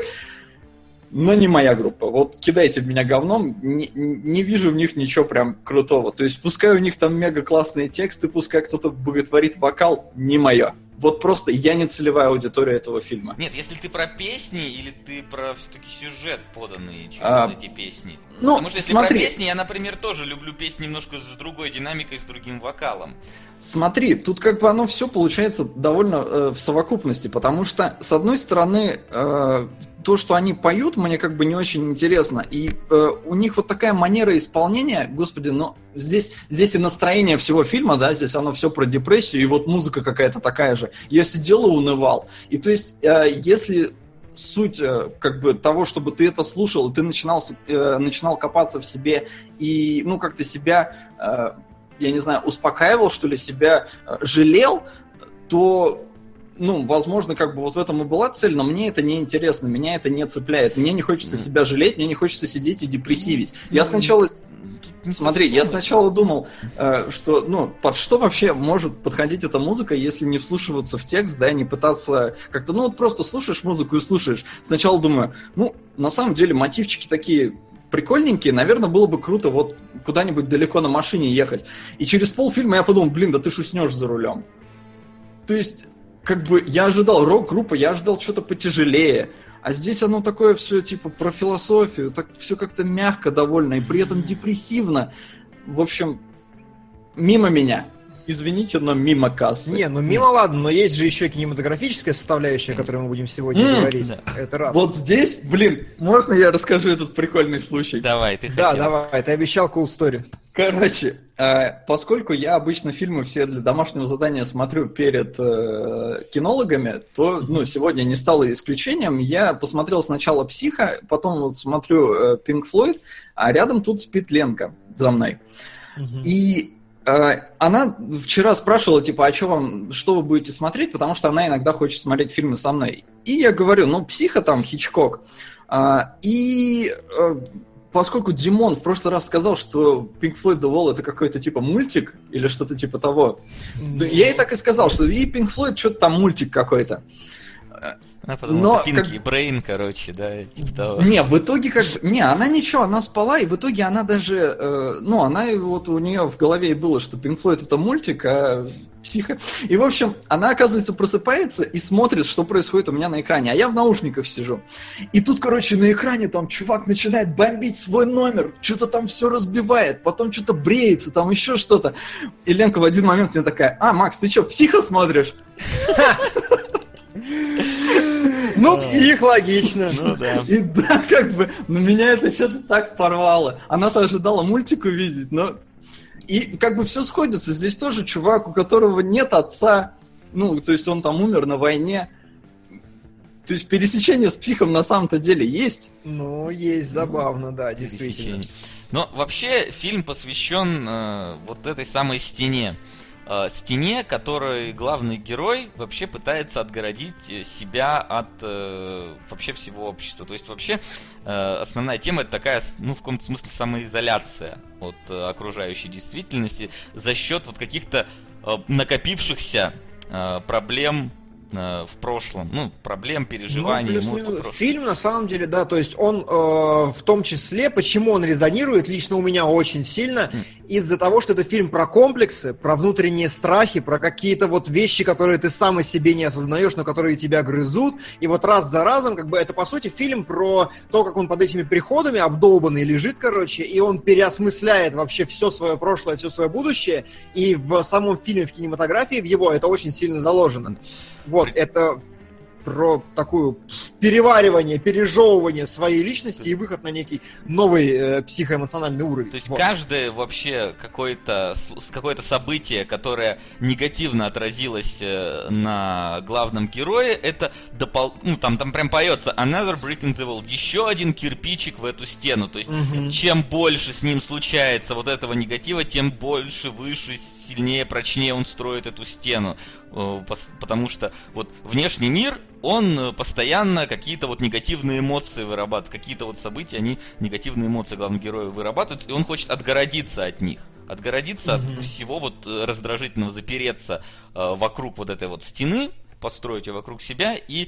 S4: но не моя группа. Вот кидайте в меня говном, не вижу в них ничего прям крутого. То есть пускай у них там мега классные тексты, пускай кто-то боготворит вокал, не мое. Вот просто я не целевая аудитория этого фильма.
S2: Нет, если ты про песни или ты про все-таки сюжет, поданный через эти песни.
S4: Ну,
S2: потому что если
S4: смотри,
S2: про песни, я, например, тоже люблю песни немножко с другой динамикой, с другим вокалом.
S4: Смотри, тут как бы оно все получается довольно в совокупности, потому что, с одной стороны, то, что они поют, мне как бы не очень интересно. И у них вот такая манера исполнения, господи, ну, здесь и настроение всего фильма, да, здесь оно все про депрессию, и вот музыка какая-то такая же. Я сидел и унывал. И то есть, если суть как бы того, чтобы ты это слушал, и ты начинал копаться в себе, и, ну, как-то себя, я не знаю, успокаивал, что ли, себя жалел, то... Ну, возможно, как бы вот в этом и была цель, но мне это не интересно, меня это не цепляет. Мне не хочется себя жалеть, мне не хочется сидеть и депрессивить. Я сначала... Смотри, я сначала думал, что, ну, под что вообще может подходить эта музыка, если не вслушиваться в текст, да, не пытаться как-то, ну, вот просто слушаешь музыку и слушаешь. Сначала думаю, ну, на самом деле мотивчики такие... прикольненькие, наверное, было бы круто вот куда-нибудь далеко на машине ехать. И через полфильма я подумал, блин, да ты ж уснешь за рулем. То есть... Как бы я ожидал рок-группы, я ожидал что-то потяжелее. А здесь оно такое все типа про философию, так все как-то мягко довольно и при этом депрессивно. В общем, мимо меня. Извините, но мимо кассы.
S3: Не, ну мимо ладно, но есть же еще кинематографическая составляющая, о которой мы будем сегодня говорить. Да. Это раз.
S4: Вот здесь, блин, можно я расскажу этот прикольный случай?
S2: Давай, ты хотел.
S3: Да, давай, ты обещал cool story.
S4: Короче, поскольку я обычно фильмы все для домашнего задания смотрю перед кинологами, то, ну, сегодня не стало исключением. Я посмотрел сначала «Психа», потом вот смотрю Pink Floyd, а рядом тут спит Ленка за мной. Угу. И Она вчера спрашивала, типа, а что вы будете смотреть, потому что она иногда хочет смотреть фильмы со мной. И я говорю, ну, «Психо» там, Хичкок. Поскольку Димон в прошлый раз сказал, что Pink Floyd The Wall это какой-то типа мультик или что-то типа того, я ей так и сказал, что и Pink Floyd что-то там мультик какой-то.
S2: Она подумала, это Пинки и Брейн, короче, да, типа того.
S4: Не, в итоге она ничего, она спала, и в итоге она даже, она вот у нее в голове и было, что Pink Floyd это мультик, а «Психо». И, в общем, она, оказывается, просыпается и смотрит, что происходит у меня на экране, а я в наушниках сижу. И тут, короче, на экране там чувак начинает бомбить свой номер, что-то там все разбивает, потом что-то бреется, там еще что-то. И Ленка в один момент мне такая, Макс, ты что, «Психо» смотришь?
S3: Ну, «Псих» логично.
S2: Ну да.
S4: И да, как бы, но меня это что-то так порвало. Она-то ожидала мультик увидеть, но... И как бы все сходится. Здесь тоже чувак, у которого нет отца, то есть он там умер на войне. То есть пересечение с «Психом» на самом-то деле есть.
S3: Ну, есть, забавно, да, действительно.
S2: Но вообще фильм посвящен вот этой самой стене. Стене, которой главный герой вообще пытается отгородить себя от вообще всего общества. То есть вообще основная тема это такая, в каком-то смысле самоизоляция от окружающей действительности за счет вот каких-то накопившихся проблем в прошлом, проблем, переживаний, эмоций.
S3: Фильм, на самом деле, да, то есть он в том числе, почему он резонирует лично у меня очень сильно, из-за того, что это фильм про комплексы, про внутренние страхи, про какие-то вот вещи, которые ты сам о себе не осознаешь, но которые тебя грызут, и вот раз за разом, как бы, это, по сути, фильм про то, как он под этими приходами обдолбанный лежит, короче, и он переосмысляет вообще все свое прошлое, все свое будущее, и в самом фильме, в кинематографии, в его, это очень сильно заложено. Вот, это про такое переваривание, пережевывание своей личности и выход на некий новый психоэмоциональный уровень.
S2: То есть
S3: вот.
S2: Каждое вообще какое-то событие, которое негативно отразилось на главном герое, это там прям поется Another Brick in the Wall, еще один кирпичик в эту стену. То есть чем больше с ним случается вот этого негатива, тем больше, выше, сильнее, прочнее он строит эту стену. Потому что вот внешний мир, он постоянно какие-то вот негативные эмоции вырабатывает, какие-то вот события, они негативные эмоции главного героя вырабатывают, и он хочет отгородиться от них, отгородиться от всего вот раздражительного, запереться вокруг вот этой вот стены, построить ее вокруг себя и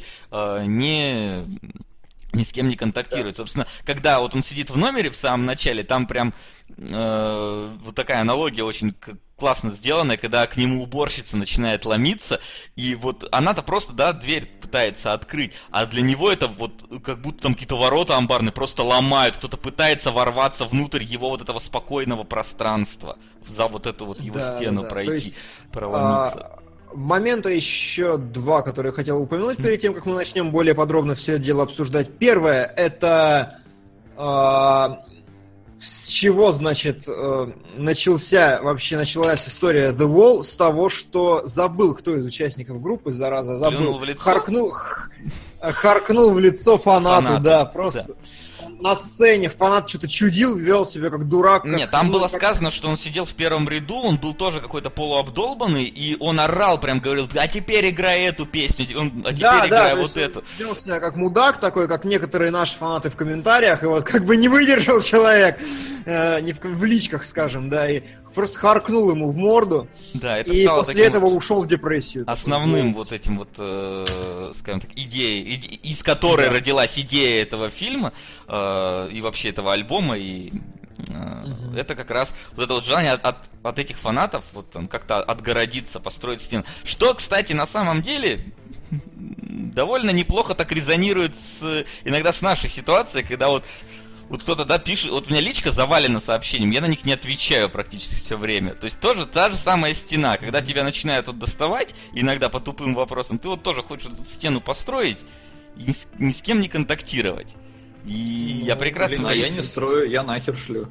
S2: ни с кем не контактирует. Собственно, когда вот он сидит в номере в самом начале, там прям вот такая аналогия очень классно сделанная, когда к нему уборщица начинает ломиться, и вот она-то просто, дверь пытается открыть, а для него это вот как будто там какие-то ворота амбарные просто ломают, кто-то пытается ворваться внутрь его вот этого спокойного пространства, за вот эту вот его стену пройти, проломиться.
S3: Момента еще два, которые я хотел упомянуть перед тем, как мы начнем более подробно все это дело обсуждать. Первое, это с чего, значит, началась история The Wall, с того, что забыл, кто из участников группы, зараза, забыл. Харкнул в лицо фанату, да, просто... Да. На сцене фанат что-то чудил, вел себя как дурак.
S2: Нет, там было сказано, что он сидел в первом ряду, он был тоже какой-то полуобдолбанный, и он орал, прям говорил, а теперь играй эту песню, играй вот эту.
S3: Вел себя как мудак такой, как некоторые наши фанаты в комментариях, и вот как бы не выдержал человек, в личках, скажем, да, и просто харкнул ему в морду,
S2: да, это
S3: и
S2: стало
S3: после этого ушел в депрессию.
S2: Основным вот этим вот, скажем так, идеей, из которой родилась идея этого фильма, и вообще этого альбома, и это как раз вот это вот желание от этих фанатов вот там как-то отгородиться, построить стену. Что, кстати, на самом деле довольно неплохо так резонирует иногда с нашей ситуацией, когда вот кто-то, пишет, вот у меня личка завалена сообщениями, я на них не отвечаю практически все время. То есть тоже та же самая стена, когда тебя начинают вот доставать, иногда по тупым вопросам, ты вот тоже хочешь эту стену построить и ни с кем не контактировать. И я прекрасно...
S4: я не строю, я нахер шлю.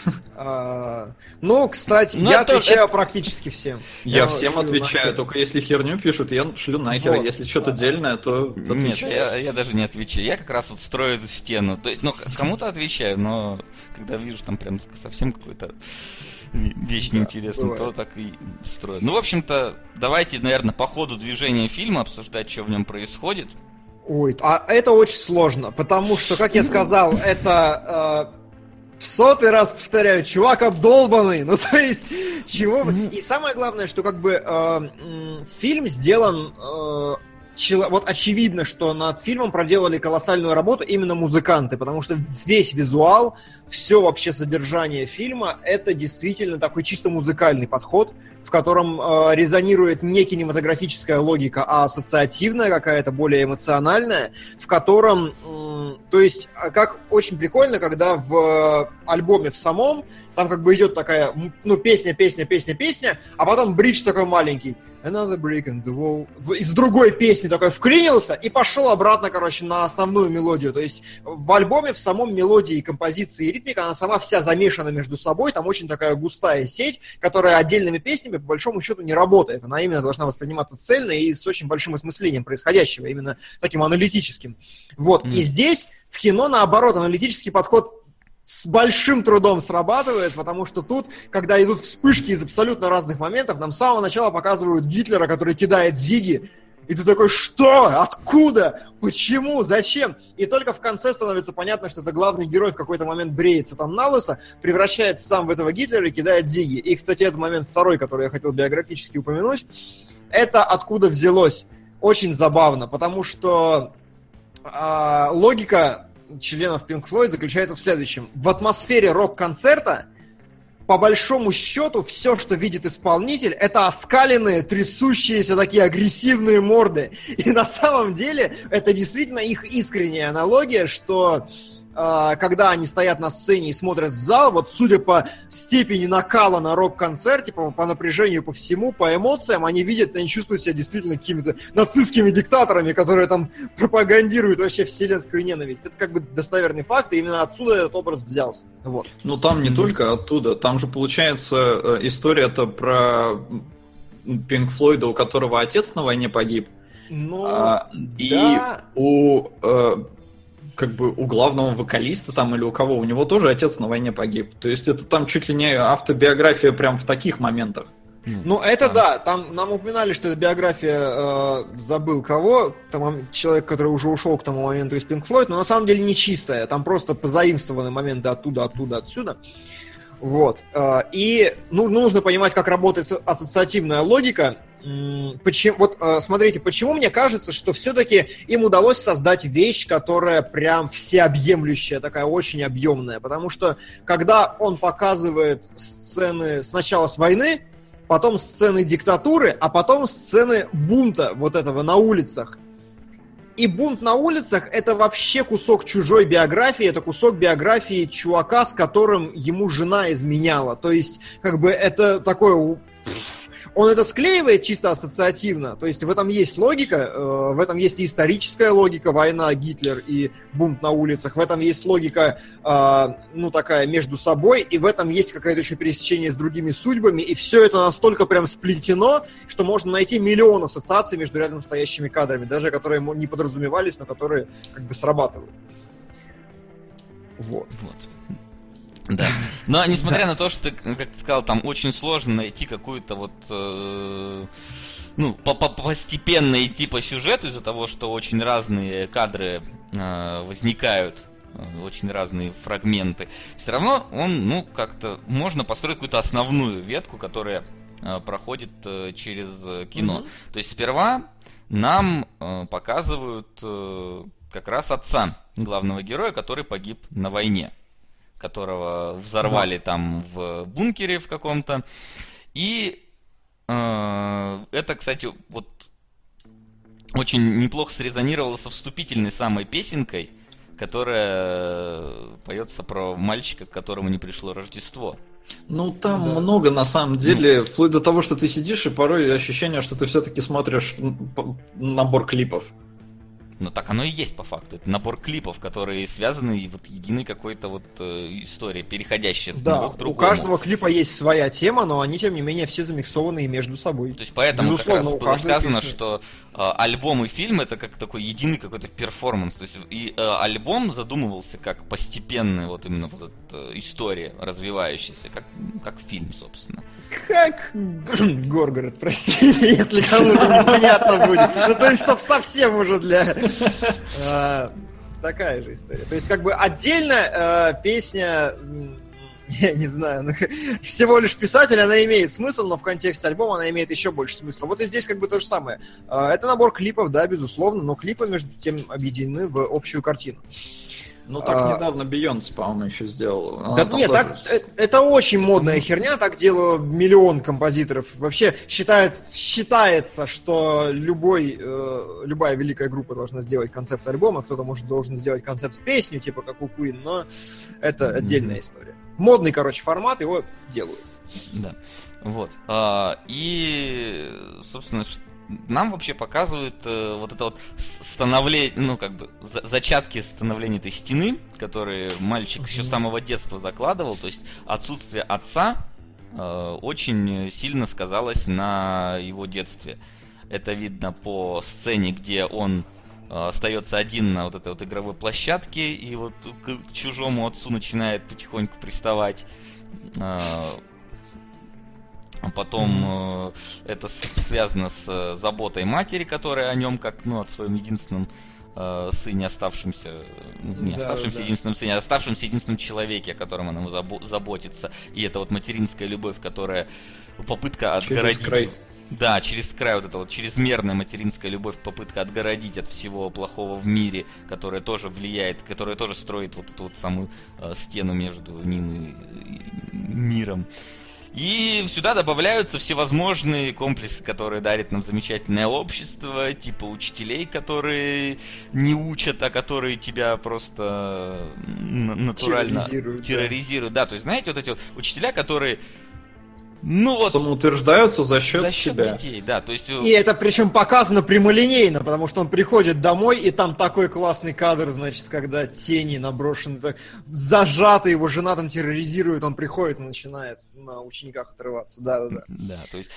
S3: Ну, кстати, я отвечаю практически всем.
S4: Я всем отвечаю, только если херню пишут, я шлю нахер. Вот. Если что-то дельное, то
S2: отвечаю. Нет, я даже не отвечаю. Я как раз вот строю эту стену. То есть, кому-то отвечаю, но когда вижу там прям совсем какой-то вещь неинтересная, то так и строю. Ну, в общем-то, давайте, наверное, по ходу движения фильма обсуждать, что в нем происходит.
S3: Ой, а это очень сложно, потому что, как я сказал, это... в 100-й раз повторяю, чувак обдолбанный, ну то есть, чего... И самое главное, что как бы фильм сделан... Вот очевидно, что над фильмом проделали колоссальную работу именно музыканты, потому что весь визуал, все вообще содержание фильма, это действительно такой чисто музыкальный подход, в котором резонирует не кинематографическая логика, а ассоциативная какая-то, более эмоциональная, в котором, то есть, как очень прикольно, когда в альбоме в самом, там как бы идет такая, ну, песня, а потом бридж такой маленький. Another brick in the wall. Из другой песни такой вклинился и пошел обратно, короче, на основную мелодию. То есть в альбоме в самом мелодии, композиции и ритмика, она сама вся замешана между собой. Там очень такая густая сеть, которая отдельными песнями по большому счету не работает. Она именно должна восприниматься цельно и с очень большим осмыслением происходящего, именно таким аналитическим. Вот. И здесь в кино, наоборот, аналитический подход с большим трудом срабатывает, потому что тут, когда идут вспышки из абсолютно разных моментов, нам с самого начала показывают Гитлера, который кидает зиги, и ты такой, что? Откуда? Почему? Зачем? И только в конце становится понятно, что это главный герой в какой-то момент бреется там на лысо, превращается сам в этого Гитлера и кидает зиги. И, кстати, этот момент второй, который я хотел биографически упомянуть, это откуда взялось. Очень забавно, потому что логика членов Pink Floyd заключается в следующем. В атмосфере рок-концерта, по большому счету, все, что видит исполнитель, это оскаленные, трясущиеся такие агрессивные морды. И на самом деле это действительно их искренняя аналогия, что когда они стоят на сцене и смотрят в зал, вот судя по степени накала на рок-концерте, по напряжению, по всему, по эмоциям, они чувствуют себя действительно какими-то нацистскими диктаторами, которые там пропагандируют вообще вселенскую ненависть. Это как бы достоверный факт, и именно отсюда этот образ взялся. Вот.
S4: Ну там не только оттуда, там же получается история-то про Pink Floyd, у которого отец на войне погиб.
S3: Ну,
S4: и у главного вокалиста там или у кого, у него тоже отец на войне погиб. То есть это там чуть ли не автобиография прям в таких моментах.
S3: Ну, это да, там нам упоминали, что это биография, забыл кого, там человек, который уже ушел к тому моменту из Pink Floyd, но на самом деле не чистая, там просто позаимствованы моменты оттуда, отсюда. Вот. И нужно понимать, как работает ассоциативная логика. Смотрите, почему мне кажется, что все-таки им удалось создать вещь, которая прям всеобъемлющая, такая очень объемная. Потому что, когда он показывает сцены сначала с войны, потом сцены диктатуры, а потом сцены бунта вот этого на улицах. И бунт на улицах — это вообще кусок чужой биографии, это кусок биографии чувака, с которым ему жена изменяла. То есть, как бы это такое... Он это склеивает чисто ассоциативно, то есть в этом есть логика, в этом есть и историческая логика, война, Гитлер и бунт на улицах, в этом есть логика, такая между собой, и в этом есть какое-то еще пересечение с другими судьбами, и все это настолько прям сплетено, что можно найти миллион ассоциаций между рядом стоящими кадрами, даже которые не подразумевались, но которые как бы срабатывают. Вот.
S2: Да. Но несмотря на то, что ты, как ты сказал, там очень сложно найти какую-то вот постепенно идти по сюжету из-за того, что очень разные кадры возникают, очень разные фрагменты. Все равно он, как-то можно построить какую-то основную ветку, которая проходит через кино. То есть сперва нам показывают как раз отца главного героя, который погиб на войне, которого взорвали там в бункере в каком-то. И это, кстати, вот очень неплохо срезонировало со вступительной самой песенкой, которая поется про мальчика, к которому не пришло Рождество.
S4: Ну, там много, на самом деле, вплоть до того, что ты сидишь, и порой ощущение, что ты все-таки смотришь набор клипов.
S2: Но так оно и есть по факту. Это набор клипов, которые связаны вот единой какой-то вот историей, переходящей от одного к другому.
S3: У каждого клипа есть своя тема, но они, тем не менее, все замиксованы между собой.
S2: То есть поэтому
S3: безусловно,
S2: как раз было сказано,
S3: песни...
S2: что альбом и фильм это как такой единый какой-то перформанс. То есть и альбом задумывался как постепенная вот именно вот эта история развивающаяся, как фильм, собственно.
S3: Как Горгород, простите, если кому-то непонятно будет. Ну, то есть, чтоб совсем уже для... Такая же история. То есть, как бы отдельно песня, я не знаю, всего лишь писатель, она имеет смысл, но в контексте альбома она имеет еще больше смысла. Вот и здесь как бы то же самое. Это набор клипов, да, безусловно, но клипы между тем объединены в общую картину.
S4: Ну, так недавно Бейонсе, по-моему, еще сделал.
S3: Да, нет, тоже... это очень модная херня, так делал миллион композиторов. Вообще считается, что любая великая группа должна сделать концепт альбома, кто-то, может, должен сделать концепт песню, типа как у Queen, но это отдельная история. Модный, короче, формат, его делают.
S2: Да, вот. И, собственно, нам вообще показывают вот это вот становление, ну, как бы, зачатки становления этой стены, которые мальчик еще с самого детства закладывал, то есть отсутствие отца очень сильно сказалось на его детстве. Это видно по сцене, где он остается один на вот этой вот игровой площадке и вот к чужому отцу начинает потихоньку приставать. Потом это связано с заботой матери, которая о нем как, ну, о своем единственном сыне, оставшемся, не оставшемся единственном сыне, а оставшемся единственном человеке, о котором она заботится. И это вот материнская любовь, которая попытка отгородить... Через край. Да, через край, вот это вот чрезмерная материнская любовь, попытка отгородить от всего плохого в мире, которая тоже влияет, которая тоже строит вот эту вот самую стену между ним и миром. И сюда добавляются всевозможные комплексы, которые дарит нам замечательное общество, типа учителей, которые не учат, а которые тебя просто натурально терроризируют. Да, то есть, знаете, вот эти вот учителя, которые... Ну вот,
S4: самоутверждаются за счет себя.
S2: Детей, да, то есть...
S3: И это причем показано прямолинейно, потому что он приходит домой, и там такой классный кадр, значит, когда тени наброшены, так, зажаты, его жена там терроризирует, он приходит и начинает на учениках отрываться. Да.
S2: Да, то есть,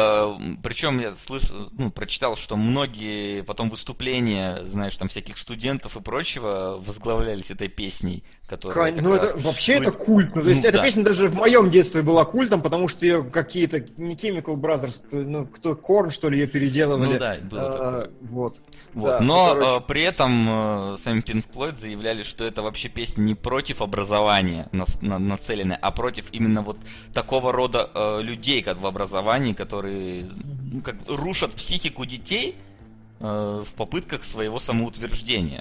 S2: причем я прочитал, что многие потом выступления, знаешь, там всяких студентов и прочего возглавлялись этой песней, которая...
S3: Ну, это вообще это культ. Ну, то есть, эта песня даже в моем детстве была культом, потому что ее какие-то, не Chemical Brothers, ну, кто, Korn, что ли, ее переделывали.
S2: Ну, да, было такое.
S3: Вот.
S2: Да, но при этом сами Pink Floyd заявляли, что это вообще песня не против образования нацеленная, а против именно вот такого рода людей, как в образовании, которые как рушат психику детей в попытках своего самоутверждения.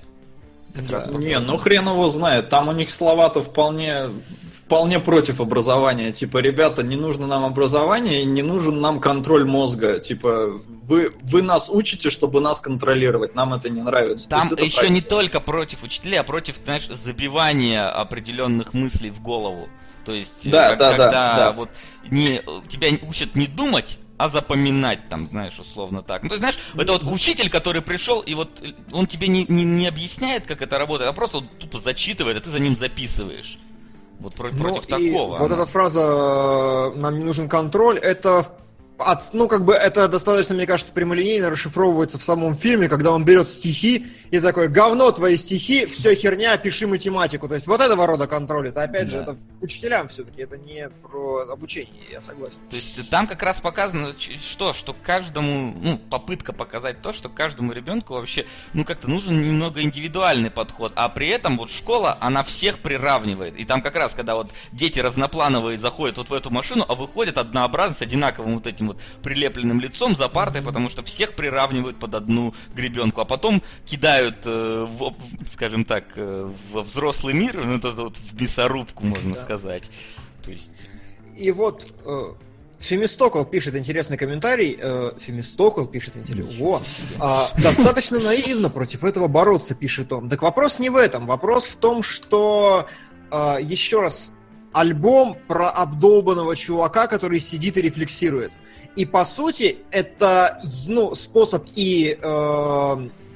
S4: Не, ну хрен его знает. Там у них слова-то вполне против образования. Типа, ребята, не нужно нам образование, не нужен нам контроль мозга. Типа, вы нас учите, чтобы нас контролировать. Нам это не нравится.
S2: Там еще не только против учителей, а против, знаешь, забивания определенных мыслей в голову. То есть, когда вот тебя учат не думать, а запоминать, там, знаешь, условно так. Ну, то есть, знаешь, это вот учитель, который пришел, и вот он тебе не объясняет, как это работает, а просто вот тупо зачитывает, а ты за ним записываешь. Вот против такого.
S3: Вот эта фраза «нам не нужен контроль», это... это достаточно, мне кажется, прямолинейно расшифровывается в самом фильме, когда он берет стихи и такой: говно твои стихи, все херня, пиши математику. То есть вот этого рода контроль, это опять же, это к учителям все-таки, это не про обучение, я согласен.
S2: То есть там как раз показано, что каждому, попытка показать то, что каждому ребенку вообще, как-то нужен немного индивидуальный подход, а при этом вот школа, она всех приравнивает. И там как раз, когда вот дети разноплановые заходят вот в эту машину, а выходят однообразно с одинаковым вот этим вот прилепленным лицом за партой, потому что всех приравнивают под одну гребенку, а потом кидают, скажем так, во взрослый мир, это вот в мясорубку, можно сказать. То есть...
S3: И вот Фемистокл пишет интересный комментарий. Достаточно наивно против этого бороться, пишет он. Так вопрос не в этом. Вопрос в том, что, еще раз, альбом про обдолбанного чувака, который сидит и рефлексирует. И, по сути, это способ и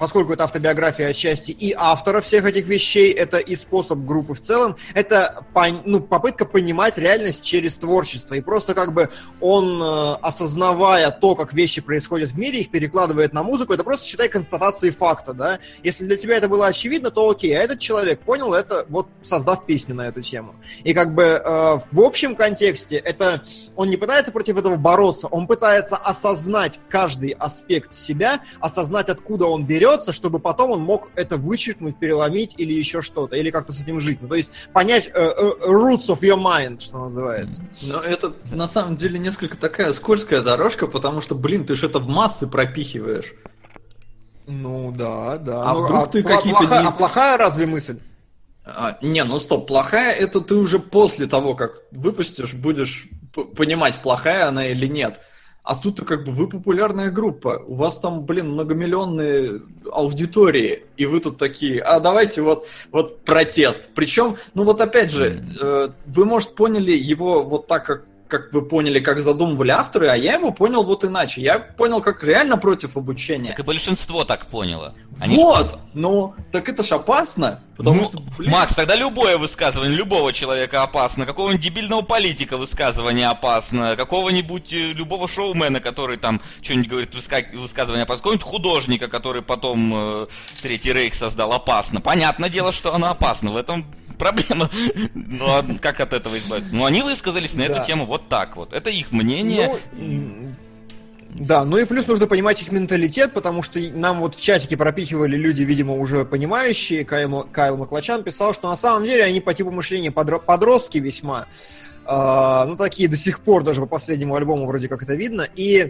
S3: поскольку это автобиография отчасти и автора всех этих вещей, это и способ группы в целом, это попытка понимать реальность через творчество. И просто как бы он, осознавая то, как вещи происходят в мире, их перекладывает на музыку, это просто, считай, констатацией факта, да. Если для тебя это было очевидно, то окей, а этот человек понял это, вот создав песню на эту тему. И как бы в общем контексте это он не пытается против этого бороться, он пытается осознать каждый аспект себя, осознать, откуда он берется, чтобы потом он мог это вычеркнуть, переломить или еще что-то, или как-то с этим жить. Ну, то есть понять roots of your mind, что называется.
S4: Но это на самом деле несколько такая скользкая дорожка, потому что, блин, ты же это в массы пропихиваешь.
S3: Ну да.
S4: А вдруг ты какие-то...
S3: плохая разве мысль?
S4: Стоп, плохая это ты уже после того, как выпустишь, будешь понимать, плохая она или нет. А тут как бы вы популярная группа, у вас там, многомиллионные аудитории, и вы тут такие, давайте вот протест. Причем, опять же, вы, может, поняли его вот так, как вы поняли, как задумывали авторы, а я его понял вот иначе. Я понял, как реально против обучения.
S2: Так и большинство так поняло.
S4: Так это ж опасно, потому что,
S2: Макс, тогда любое высказывание любого человека опасно, какого-нибудь дебильного политика высказывание опасно, какого-нибудь любого шоумена, который там что-нибудь говорит, высказывание опасно, какого-нибудь художника, который потом Третий Рейх создал, опасно. Понятное дело, что оно опасно, в этом проблема. А как от этого избавиться? Они высказались на эту тему вот так вот. Это их мнение.
S3: Да, и плюс нужно понимать их менталитет, потому что нам вот в чатике пропихивали люди, видимо, уже понимающие. Кайл Маклачан писал, что на самом деле они по типу мышления подростки весьма. Такие до сих пор, даже по последнему альбому вроде как это видно.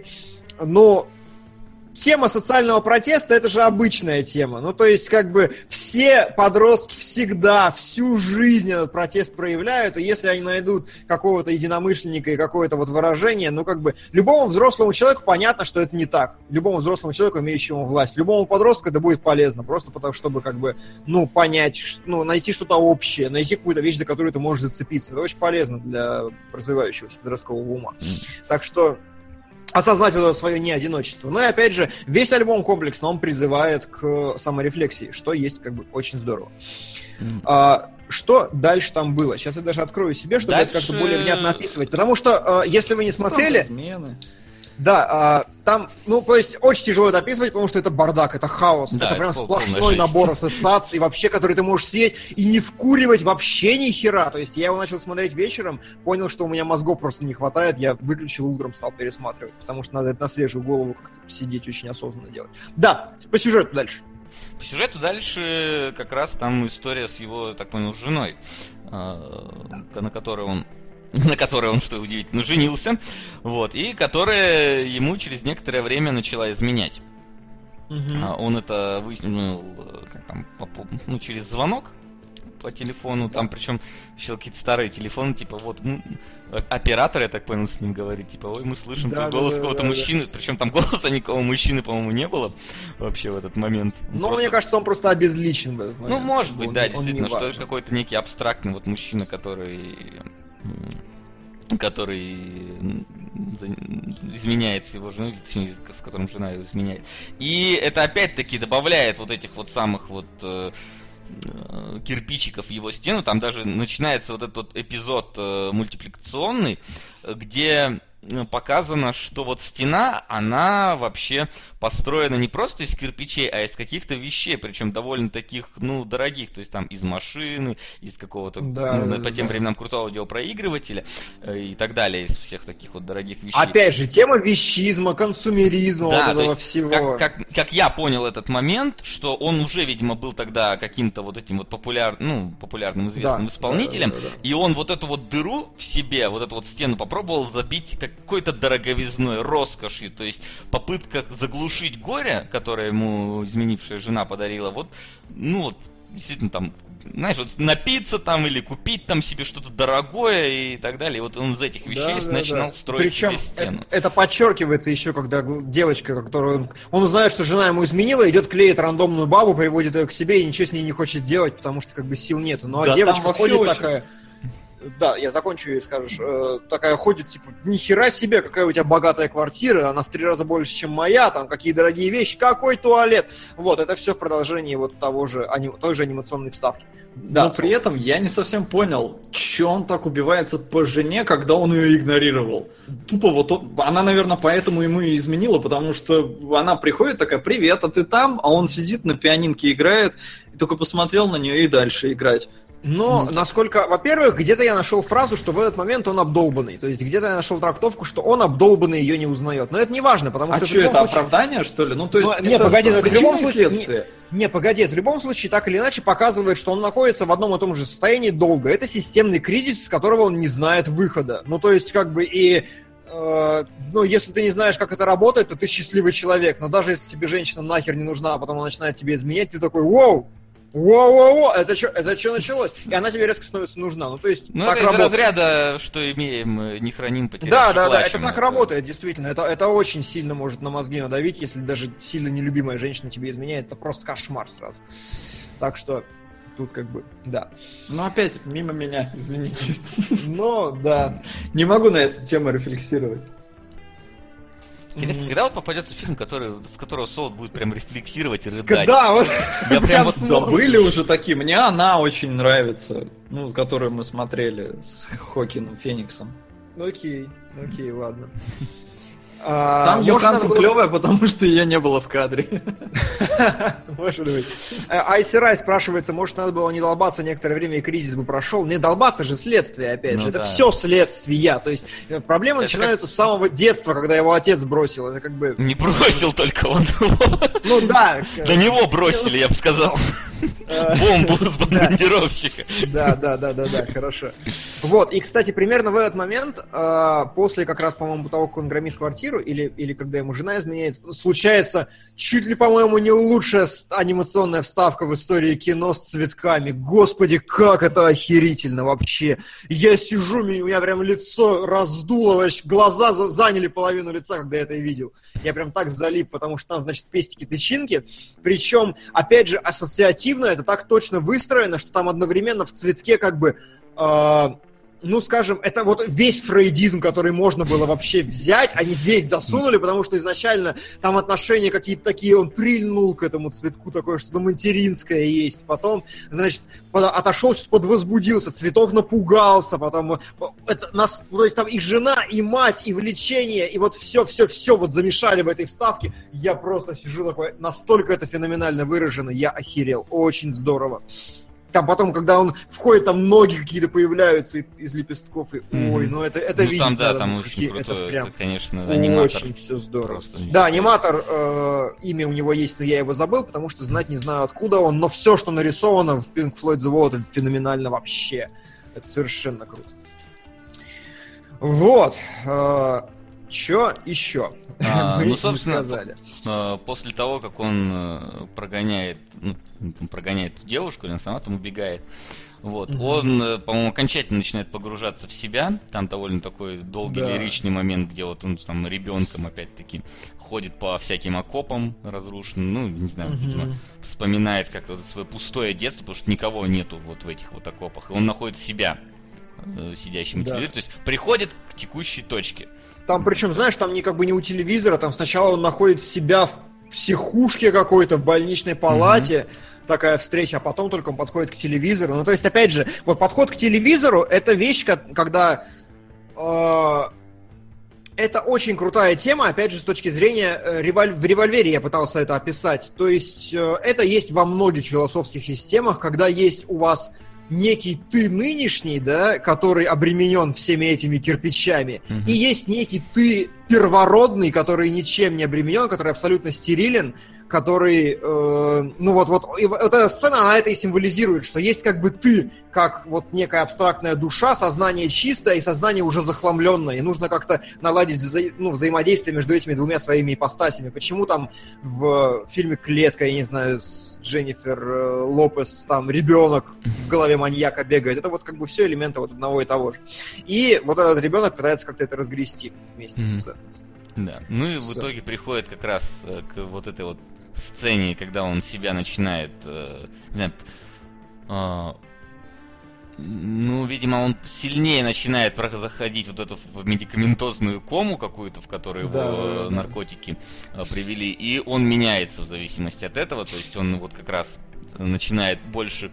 S3: Тема социального протеста — это же обычная тема. То есть, как бы, все подростки всегда, всю жизнь этот протест проявляют, и если они найдут какого-то единомышленника и какое-то вот выражение, любому взрослому человеку понятно, что это не так. Любому взрослому человеку, имеющему власть. Любому подростку это будет полезно, просто потому, чтобы, понять, найти что-то общее, найти какую-то вещь, за которую ты можешь зацепиться. Это очень полезно для развивающегося подросткового ума. Так что осознать вот это свое неодиночество. И опять же, весь альбом комплексно, он призывает к саморефлексии, что есть очень здорово. Что дальше там было? Сейчас я даже открою себе, чтобы это как-то более внятно описывать. Потому что, если вы не смотрели... Да, там, то есть очень тяжело это описывать, потому что это бардак, это хаос, да, это прям сплошной набор ассоциаций вообще, который ты можешь сидеть и не вкуривать вообще ни хера. То есть я его начал смотреть вечером, понял, что у меня мозгов просто не хватает, я выключил утром, стал пересматривать, потому что надо это на свежую голову как-то сидеть очень осознанно делать. Да, по сюжету дальше.
S2: По сюжету дальше как раз там история с его, так понял, женой, на которой он, что удивительно, женился, и которая ему через некоторое время начала изменять. Он это выяснил через звонок по телефону, там причем еще какие-то старые телефоны, оператор, я так понял, с ним говорит, мы слышим голос какого-то мужчины, причем там голоса никакого мужчины, по-моему, не было вообще в этот момент.
S3: Мне кажется, он просто обезличен в этот момент.
S2: Может быть, да, действительно, что это какой-то некий абстрактный мужчина, который изменяет с его женой, с которым жена его изменяет. И это опять-таки добавляет этих самых кирпичиков в его стену. Там даже начинается этот эпизод мультипликационный, где показано, что стена, она вообще построена не просто из кирпичей, а из каких-то вещей, причем довольно таких, дорогих, то есть там из машины, из какого-то, по тем временам крутого аудиопроигрывателя и так далее, из всех таких дорогих вещей.
S3: Опять же, тема вещизма, консумеризма, этого всего.
S2: Как я понял этот момент, что он уже, видимо, был тогда каким-то этим популярным известным исполнителем, и он эту дыру в себе, эту стену попробовал забить какой-то дороговизной, роскошью, то есть попытка заглушить горе, которое ему изменившая жена подарила, действительно там, напиться там или купить там себе что-то дорогое и так далее. И он из этих вещей начинал строить себе стену.
S3: Это подчеркивается еще, когда девочка, которую он узнает, что жена ему изменила, идет клеит рандомную бабу, приводит ее к себе и ничего с ней не хочет делать, потому что сил нету. А девочка ходит такая... Да, я закончу и скажешь, такая ходит, типа, нихера себе, какая у тебя богатая квартира, она в 3 раза больше, чем моя, там, какие дорогие вещи, какой туалет. Вот, это все в продолжении вот той же анимационной вставки. Да,
S4: но при этом я не совсем понял, че он так убивается по жене, когда он ее игнорировал. Тупо вот она, наверное, поэтому ему и изменила, потому что она приходит такая: привет, а ты там? А он сидит на пианинке играет, и только посмотрел на нее и дальше играть.
S3: Но, насколько, во-первых, где-то я нашел фразу, что в этот момент он обдолбанный. То есть где-то я нашел трактовку, что он обдолбанный ее не узнает. Но это не важно, потому что...
S4: А что, это оправдание, что ли? Ну, то есть,
S3: не, погоди, но это в любом случае...
S4: следствие.
S3: Не, погоди, это в любом случае так или иначе показывает, что он находится в одном и том же состоянии долго. Это системный кризис, из которого он не знает выхода. Ну, то есть, как бы, и... ну, если ты не знаешь, как это работает, то ты счастливый человек. Но даже если тебе женщина нахер не нужна, а потом она начинает тебе изменять, ты такой: воу! Воу-воу-воу, это что началось? И она тебе резко становится нужна. Ну, то есть,
S2: ну,
S3: так
S2: это
S3: работает.
S2: Из разряда, что имеем, не храним, потерявши
S3: Да,
S2: плачем.
S3: это так работает, действительно. Это очень сильно может на мозги надавить, если даже сильно нелюбимая женщина тебе изменяет. Это просто кошмар сразу. Так что тут как бы, да.
S4: Ну, опять мимо меня, извините.
S3: Но, да.
S4: Не могу на эту тему рефлексировать.
S2: Интересно, когда вот попадется фильм, с которого Солод будет прям рефлексировать и рыдать?
S3: Да, вот.
S2: Я прям вот...
S4: Да, были уже такие. Мне она очень нравится, ну, которую мы смотрели с Хоакином Фениксом.
S3: Окей, ладно.
S4: Там Йоханссон клевая, потому что ее не было в кадре.
S3: Может быть. Айси Рай спрашивается, может, надо было не долбаться некоторое время, и кризис бы прошел. Не долбаться же следствие, опять же. Это все следствия. То есть проблемы начинаются с самого детства, когда его отец бросил. Это как бы...
S2: Не бросил только он.
S3: Ну да.
S2: До него бросили, я бы сказал. Бомбу с бомбардировщика.
S3: Да, хорошо. Вот, и, кстати, примерно в этот момент, после как раз, по-моему, того, как он громит квартиру, или когда ему жена изменяет, случается чуть ли, по-моему, не лучшая анимационная вставка в истории кино с цветками. Господи, как это охерительно вообще. Я сижу, у меня прям лицо раздуло, вообще, глаза заняли половину лица, когда я это видел. Я прям так залип, потому что там, значит, пестики-тычинки. Причем, опять же, ассоциативно это так точно выстроено, что там одновременно в цветке как бы... ну, скажем, это вот весь фрейдизм, который можно было вообще взять, они весь засунули, потому что изначально там отношения какие-то такие, он прильнул к этому цветку, такое что-то материнское есть, потом, значит, отошел, что-то подвозбудился, цветок напугался, потом, то есть там и жена, и мать, и влечение, и вот все вот замешали в этой вставке, я просто сижу такой, настолько это феноменально выражено, я охерел, очень здорово. Там потом, когда он входит, там ноги какие-то появляются из лепестков. И, ой, ну это
S2: ну,
S3: видеть
S2: там, да,
S3: надо.
S2: там очень крутой, это, конечно, аниматор.
S3: Очень все здорово.
S2: Просто
S3: да, аниматор, имя у него есть, но я его забыл, потому что знать не знаю, откуда он. Но все, что нарисовано в Pink Floyd The Wall, это феноменально вообще. Это совершенно круто. Вот. Че еще?
S2: Ну, собственно, после того, как он прогоняет девушку, или она сама там убегает, вот, он, по-моему, окончательно начинает погружаться в себя. Там довольно такой долгий лиричный момент, где вот он там ребенком, опять-таки, ходит по всяким окопам разрушенным, ну, не знаю, видимо, вспоминает как-то свое пустое детство, потому что никого нету вот в этих вот окопах, и он находит себя сидящим у телевизора, то есть приходит к текущей точке.
S3: Там, причем, знаешь, там как бы не у телевизора, там сначала он находит себя в психушке какой-то, в больничной палате, такая встреча, а потом только он подходит к телевизору. Ну, то есть, опять же, вот подход к телевизору — это вещь, когда... это очень крутая тема, опять же, с точки зрения... в «Револьвере» я пытался это описать. То есть, это есть во многих философских системах, когда есть у вас... некий ты нынешний, да, который обременен всеми этими кирпичами, и есть некий ты первородный, который ничем не обременен, который абсолютно стерилен, который, ну вот эта сцена, она это и символизирует, что есть как бы ты, как вот некая абстрактная душа, сознание чистое и сознание уже захламленное, и нужно как-то наладить взаимодействие между этими двумя своими ипостасями. Почему там в фильме «Клетка», я не знаю, с Дженнифер Лопес, там ребенок в голове маньяка бегает, это вот как бы все элементы вот одного и того же. И вот этот ребенок пытается как-то это разгрести вместе с...
S2: Да, ну и в итоге приходит как раз к вот этой вот сцене, когда он себя начинает, не знаю, Ну, видимо, он сильнее начинает заходить вот эту в медикаментозную кому какую-то, в которую его наркотики привели, и он меняется в зависимости от этого, то есть он вот как раз начинает больше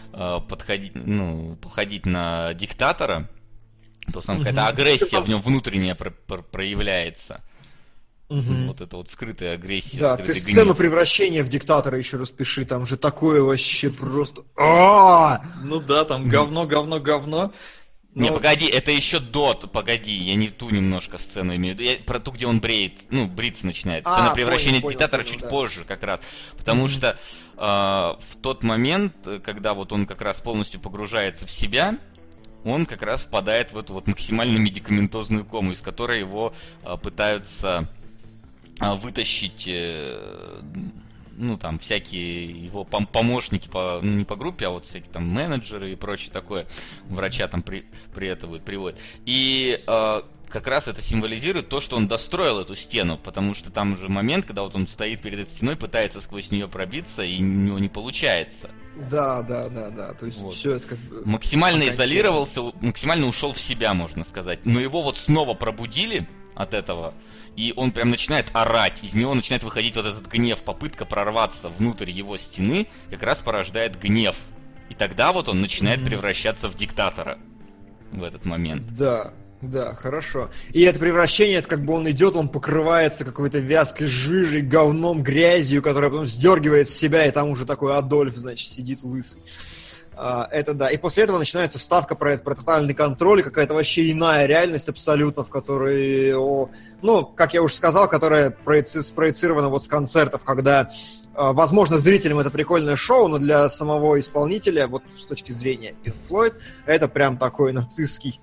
S2: походить на диктатора, то есть какая-то агрессия в нем внутренняя проявляется. Вот это вот скрытая агрессия,
S3: да,
S2: скрытый
S3: ты
S2: гнев.
S3: сцену превращения в диктатора еще распиши, там же такое вообще просто...
S4: Ну да, там говно.
S2: Не, погоди, это еще погоди, я не ту немножко сцену имею в виду, я про ту, где он бриться начинает. Сцена превращения диктатора чуть позже как раз, потому что в тот момент, когда вот он как раз полностью погружается в себя, он как раз впадает в эту вот максимально медикаментозную кому, из которой его пытаются вытащить, ну там всякие его помощники, не по группе, а вот всякие там менеджеры и прочее такое, врача там приводят. И как раз это символизирует то, что он достроил эту стену, потому что там уже момент, когда вот он стоит перед этой стеной, пытается сквозь нее пробиться, и у него не получается.
S3: Да, то есть вот. Все это как бы...
S2: Максимально изолировался, максимально ушел в себя, можно сказать. Но его вот снова пробудили от этого, и он прям начинает орать. Из него начинает выходить вот этот гнев. Попытка прорваться внутрь его стены как раз порождает гнев. И тогда вот он начинает превращаться в диктатора в этот момент.
S3: Да, хорошо. И это превращение, это как бы он идет, он покрывается какой-то вязкой жижей, говном, грязью, которая потом сдергивает с себя, и там уже такой Адольф, значит, сидит лысый. Это да. И после этого начинается вставка про тотальный контроль, какая-то вообще иная реальность абсолютно, в которой, ну, как я уже сказал, которая спроецирована вот с концертов, когда, возможно, зрителям это прикольное шоу, но для самого исполнителя, вот с точки зрения Pink Floyd, это прям такой нацистский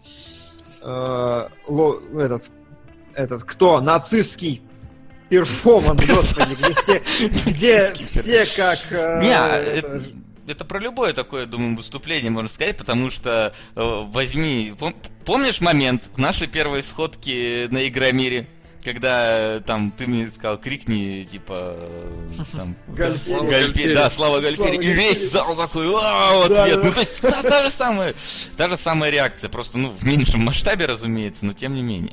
S3: нацистский перформанс, господи, где все как...
S2: Это про любое такое, думаю, выступление можно сказать, потому что помнишь момент в нашей первой сходке на Игромире, когда там ты мне сказал, крикни, типа, там,
S3: Гальпери.
S2: Да, Слава Гальпери, и весь зал такой, в ответ. Ну, то есть, та же самая реакция, просто, ну, в меньшем масштабе, разумеется, но тем не менее.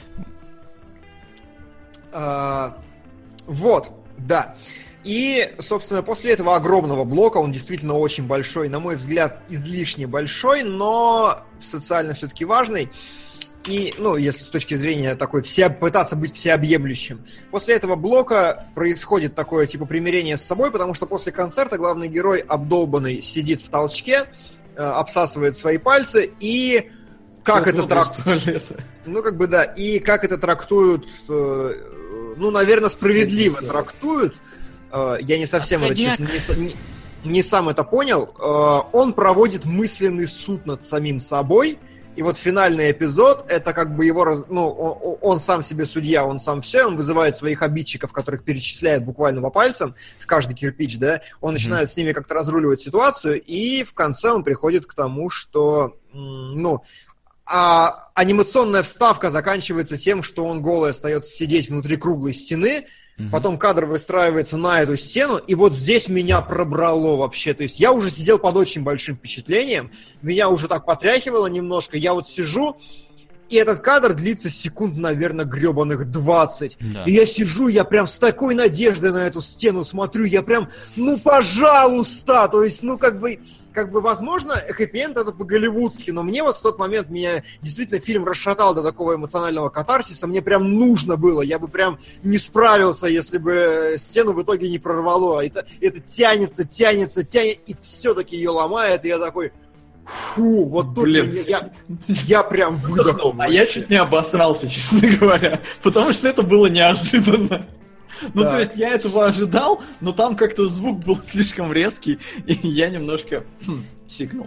S3: Вот, да. И, собственно, после этого огромного блока, он действительно очень большой, на мой взгляд, излишне большой, но социально все-таки важный. И, ну, если с точки зрения такой, пытаться быть всеобъемлющим. После этого блока происходит такое, типа, примирение с собой, потому что после концерта главный герой, обдолбанный, сидит в толчке, обсасывает свои пальцы, и как это трактуют... Ну, как бы, да, и как это трактуют, ну, наверное, справедливо трактуют, я не совсем это, честно, не сам это понял, он проводит мысленный суд над самим собой. И вот финальный эпизод, это как бы его, ну, он сам себе судья, он сам все, он вызывает своих обидчиков, которых перечисляет буквально по пальцам, в каждый кирпич, да, он начинает с ними как-то разруливать ситуацию, и в конце он приходит к тому, что, ну, анимационная вставка заканчивается тем, что он голый остается сидеть внутри круглой стены. Потом кадр выстраивается на эту стену, и вот здесь меня пробрало вообще. То есть я уже сидел под очень большим впечатлением, меня уже так потряхивало немножко. Я вот сижу, и этот кадр длится секунд, наверное, гребаных 20. Да. И я сижу, я прям с такой надеждой на эту стену смотрю, я прям, ну, пожалуйста! То есть, ну, как бы, возможно, хэппи-энд это по-голливудски, но мне вот в тот момент меня действительно фильм расшатал до такого эмоционального катарсиса, мне прям нужно было, я бы прям не справился, если бы стену в итоге не прорвало. Это тянется, и все-таки ее ломает, и я такой... Фу, вот тут я прям выдохнул.
S4: А я чуть не обосрался, честно говоря, потому что это было неожиданно. Ну, то есть я этого ожидал, но там как-то звук был слишком резкий, и я немножко сикнул.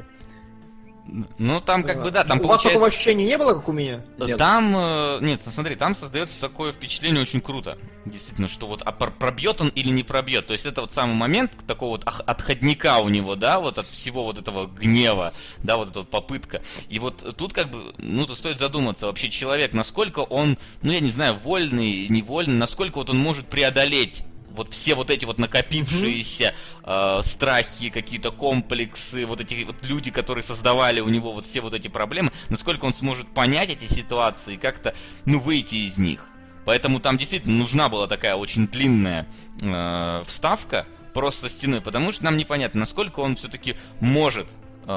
S2: Ну, там как бы, да, там
S3: у
S2: получается...
S3: вас такого ощущения не было, как у меня?
S2: Нет. Там, нет, смотри, там создается такое впечатление очень круто. Действительно, что вот пробьет он или не пробьет. То есть это вот самый момент такого вот отходника у него, да, вот от всего вот этого гнева, да, вот эта вот попытка. И вот тут как бы, ну, тут стоит задуматься, вообще человек, насколько он, ну, я не знаю, вольный, невольный, насколько вот он может преодолеть вот все вот эти вот накопившиеся страхи, какие-то комплексы, вот эти вот люди, которые создавали у него вот все вот эти проблемы, насколько он сможет понять эти ситуации и как-то, ну, выйти из них. Поэтому там действительно нужна была такая очень длинная вставка просто со стеной, потому что нам непонятно, насколько он все-таки может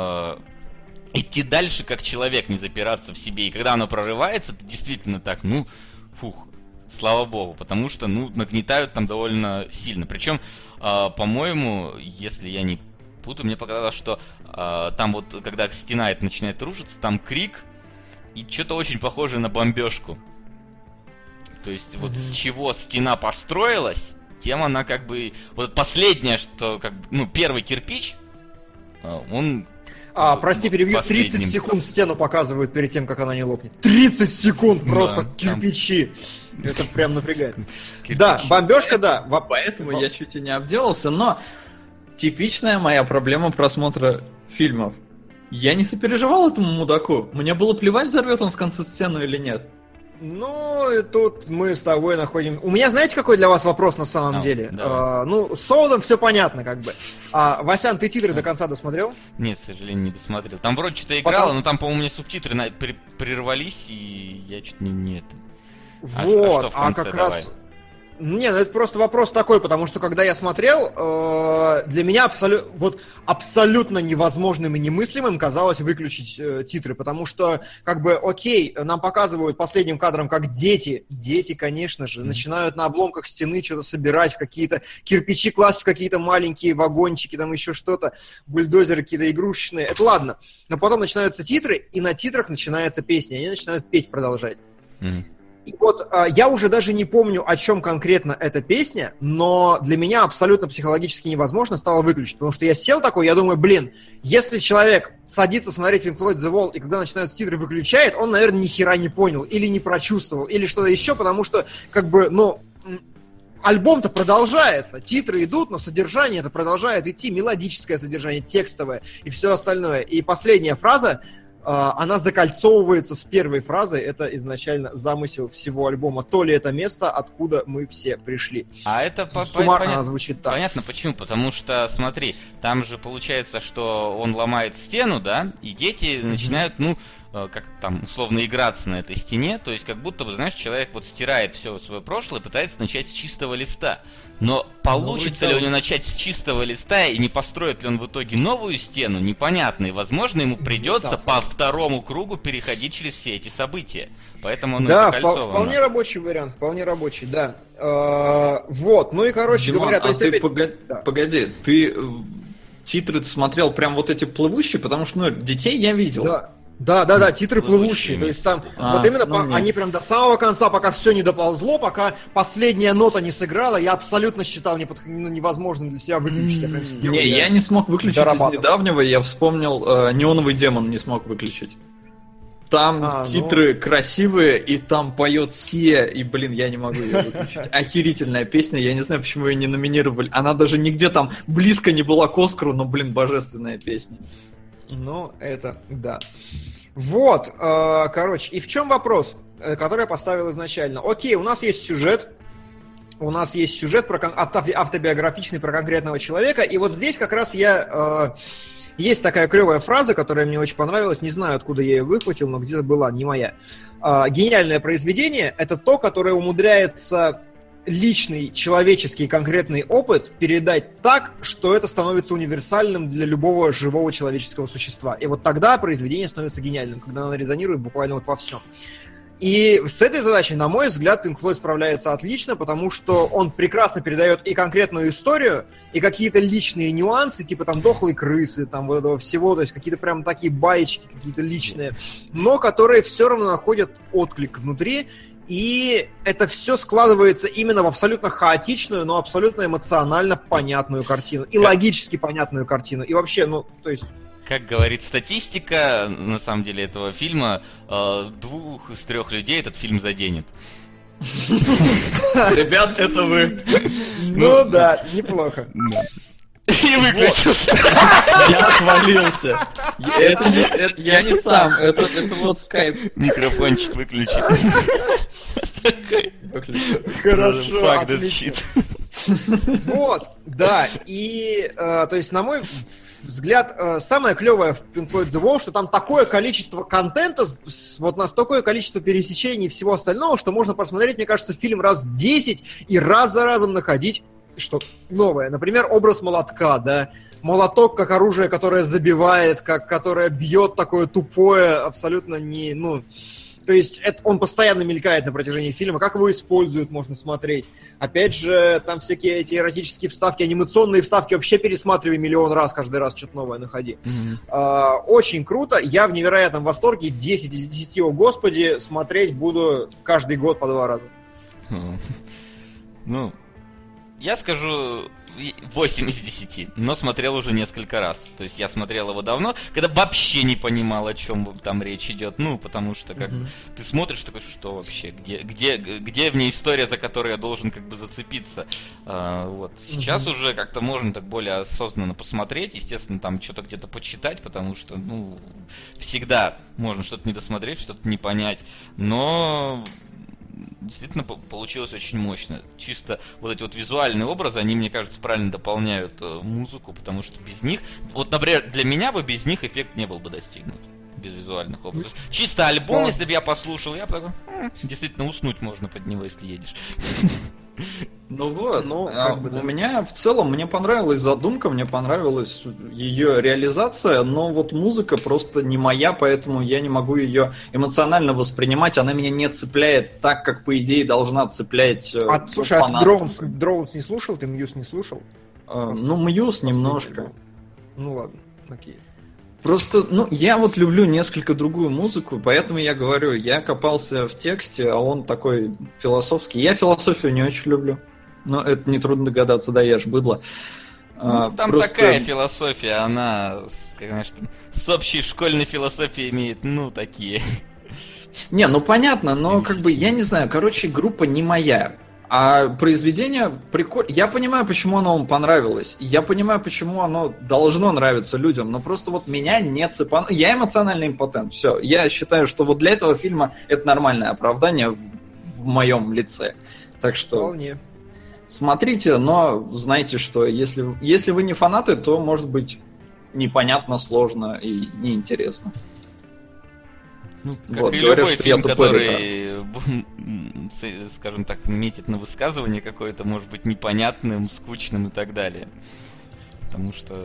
S2: идти дальше как человек, не запираться в себе. И когда оно прорывается, это действительно так, ну, фух, слава богу, потому что, ну, нагнетают там довольно сильно. Причем, по-моему, если я не путаю, мне показалось, что там вот, когда стена это начинает рушиться, там крик и что-то очень похожее на бомбежку. То есть вот с чего стена построилась, тем она как бы... Вот последнее, что как бы, ну, первый кирпич, он...
S3: прости, перебью,
S2: последним.
S3: 30 секунд стену показывают перед тем, как она не лопнет. 30 секунд просто
S2: Да,
S3: кирпичи. Это прям напрягает.
S2: Кирпичи.
S3: Да, бомбежка, да.
S4: Поэтому я чуть и не обделался, но типичная моя проблема просмотра фильмов. Я не сопереживал этому мудаку. Мне было плевать, взорвет он в конце сцену или нет.
S3: Ну, и тут мы с тобой находим... У меня, знаете, какой для вас вопрос на самом деле?
S2: Давай.
S3: Ну, с Солодом все понятно, как бы. Васян, ты титры до конца досмотрел?
S2: Нет, к сожалению, не досмотрел. Там вроде что-то играло, но там, по-моему, у меня субтитры прервались, и я чуть не это...
S3: Вот,
S2: что в конце,
S3: как
S2: давай?
S3: раз... Не, ну это просто вопрос такой, потому что когда я смотрел, для меня абсолютно невозможным и немыслимым казалось выключить титры, потому что, как бы, окей, нам показывают последним кадром, как дети, конечно же, начинают на обломках стены что-то собирать, в какие-то кирпичи класть в какие-то маленькие вагончики, там еще что-то, бульдозеры какие-то игрушечные, это ладно. Но потом начинаются титры, и на титрах начинается песня, и они начинают петь, продолжать. И вот я уже даже не помню, о чем конкретно эта песня, но для меня абсолютно психологически невозможно стало выключить, потому что я сел такой, я думаю, блин, если человек садится смотреть Pink Floyd The Wall, и когда начинаются титры выключает, он, наверное, ни хера не понял, или не прочувствовал, или что-то еще, потому что, как бы, ну, альбом-то продолжается, титры идут, но содержание это продолжает идти, мелодическое содержание, текстовое и все остальное. И последняя фраза, она закольцовывается с первой фразой, это изначально замысел всего альбома. То ли это место, откуда мы все пришли.
S2: А это
S3: суммарно она звучит так.
S2: Понятно почему, потому что, смотри, там же получается, что он ломает стену, да, и дети начинают, ну, как там, условно, играться на этой стене, то есть как будто бы, знаешь, человек вот стирает все свое прошлое и пытается начать с чистого листа. Но получится ли у него начать с чистого листа и не построит ли он в итоге новую стену, непонятно. И, возможно, ему придется по второму кругу переходить через все эти события. Поэтому он закольцован.
S3: Да, вполне рабочий вариант, вполне рабочий, да. Вот, ну и, короче
S4: Димон,
S3: говоря...
S4: то есть погоди, ты титры смотрел прям вот эти плывущие, потому что, ну, детей я видел.
S3: Да, титры плывущие. То есть там вот именно они прям до самого конца, пока все не доползло, пока последняя нота не сыграла, я абсолютно считал невозможным для себя выключить. Я прям сидел,
S4: я не смог выключить из недавнего, я вспомнил «Неоновый демон» не смог выключить. Там титры красивые, и там поет Сия, и, блин, я не могу ее выключить. Охерительная песня, я не знаю, почему ее не номинировали. Она даже нигде там близко не была к Оскару, но, блин, божественная песня.
S3: Ну, это да. Вот, короче, и в чем вопрос, который я поставил изначально? Окей, у нас есть сюжет автобиографичный про конкретного человека, и вот здесь как раз есть такая клевая фраза, которая мне очень понравилась, не знаю, откуда я ее выхватил, но где-то была, не моя. Гениальное произведение — это то, которое умудряется личный, человеческий, конкретный опыт передать так, что это становится универсальным для любого живого человеческого существа. И вот тогда произведение становится гениальным, когда оно резонирует буквально вот во всем. И с этой задачей, на мой взгляд, Pink Floyd справляется отлично, потому что он прекрасно передает и конкретную историю, и какие-то личные нюансы, типа там дохлой крысы, там вот этого всего, то есть какие-то прям такие баечки, какие-то личные, но которые все равно находят отклик внутри, и это все складывается именно в абсолютно хаотичную, но абсолютно эмоционально понятную картину, и логически понятную картину, и вообще, ну, то есть...
S2: Как говорит статистика, на самом деле, этого фильма, 2 из 3 людей этот фильм заденет.
S4: Ребят, это вы.
S3: Ну да, неплохо.
S2: И выключился.
S4: Я свалился. Я не сам, это вот скайп.
S2: Микрофончик выключи.
S3: Хорошо,
S2: Fuck that shit.
S3: Вот, да, и, то есть, на мой взгляд, самое клевое в Pink Floyd The Wall, что там такое количество контента, вот такое количество пересечений и всего остального, что можно посмотреть, мне кажется, фильм раз 10 и раз за разом находить что новое. Например, образ молотка, да, молоток как оружие, которое забивает, которое бьет, такое тупое, абсолютно не, то есть он постоянно мелькает на протяжении фильма. Как его используют, можно смотреть. Опять же, там всякие эти эротические вставки, анимационные вставки вообще пересматривай миллион раз, каждый раз что-то новое находи. Очень круто. Я в невероятном восторге. 10 из 10, о господи, смотреть буду каждый год по 2 раза.
S2: Ну, я скажу 8 из 10, но смотрел уже несколько раз. То есть я смотрел его давно, когда вообще не понимал, о чем там речь идет. Ну, потому что как бы ты смотришь, такой, что вообще, где в ней история, за которую я должен как бы зацепиться. Вот. Сейчас уже как-то можно так более осознанно посмотреть, естественно, там что-то где-то почитать, потому что, всегда можно что-то не досмотреть, что-то не понять. Но действительно получилось очень мощно. Чисто вот эти вот визуальные образы, они, мне кажется, правильно дополняют музыку, потому что без них, вот, например, для меня бы без них эффект не был бы достигнут. Без визуальных образов. Чисто альбом, если бы я послушал, я бы такой, действительно уснуть можно под него, если едешь.
S4: Ну вот, у меня в целом, мне понравилась задумка, мне понравилась ее реализация, но вот музыка просто не моя, поэтому я не могу ее эмоционально воспринимать, она меня не цепляет так, как по идее должна цеплять
S3: слушай,
S4: фанатов.
S3: А ты Drones не слушал? Ты Muse не слушал?
S4: Muse немножко.
S3: Ну ладно, окей.
S4: Просто, я вот люблю несколько другую музыку, поэтому я говорю, я копался в тексте, а он такой философский. Я философию не очень люблю, но это нетрудно догадаться, да, я ж быдло.
S2: Там такая философия, она, конечно, с общей школьной философией имеет, такие.
S4: Не, понятно, но как бы, я не знаю, короче, группа не моя. А произведение прикольно. Я понимаю, почему оно вам понравилось. Я понимаю, почему оно должно нравиться людям. Но просто вот меня не цепануло. Я эмоциональный импотент. Все. Я считаю, что вот для этого фильма это нормальное оправдание в моем лице. Так что
S3: вполне.
S4: Смотрите, но знайте, что если вы не фанаты, то может быть непонятно, сложно и неинтересно.
S2: Как и любой фильм, который, скажем так, метит на высказывание какое-то, может быть непонятным, скучным и так далее. Потому что,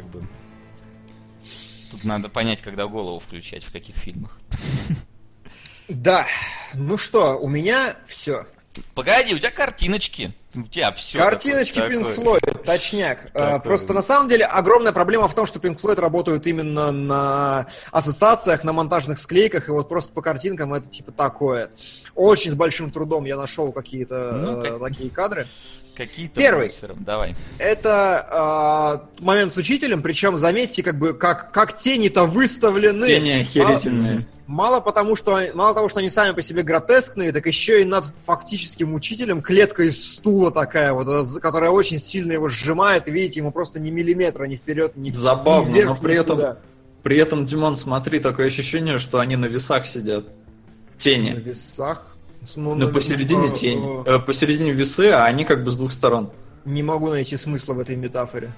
S2: тут надо понять, когда голову включать, в каких фильмах.
S3: Да, что, у меня все.
S2: Погоди, у тебя картиночки. У тебя все.
S3: Картиночки Pink Floyd, точняк. Просто на самом деле огромная проблема в том, что Pink Floyd работают именно на ассоциациях, на монтажных склейках, и вот просто по картинкам это типа такое. Очень с большим трудом я нашел какие-то такие кадры.
S2: Какие-то
S3: первый.
S2: Давай.
S3: Это момент с учителем, причем заметьте, как тени-то выставлены.
S4: Тени охерительные.
S3: Мало того, что они сами по себе гротескные, так еще и над фактическим учителем клетка из стула такая, вот, которая очень сильно его сжимает, и видите, ему просто ни миллиметра ни вперед, ни вверх.
S4: Забавно, но при этом, Димон, смотри, такое ощущение, что они на весах сидят. Тени.
S3: На весах?
S4: Посередине тень. Посередине весы, а они как бы с двух сторон.
S3: Не могу найти смысла в этой метафоре.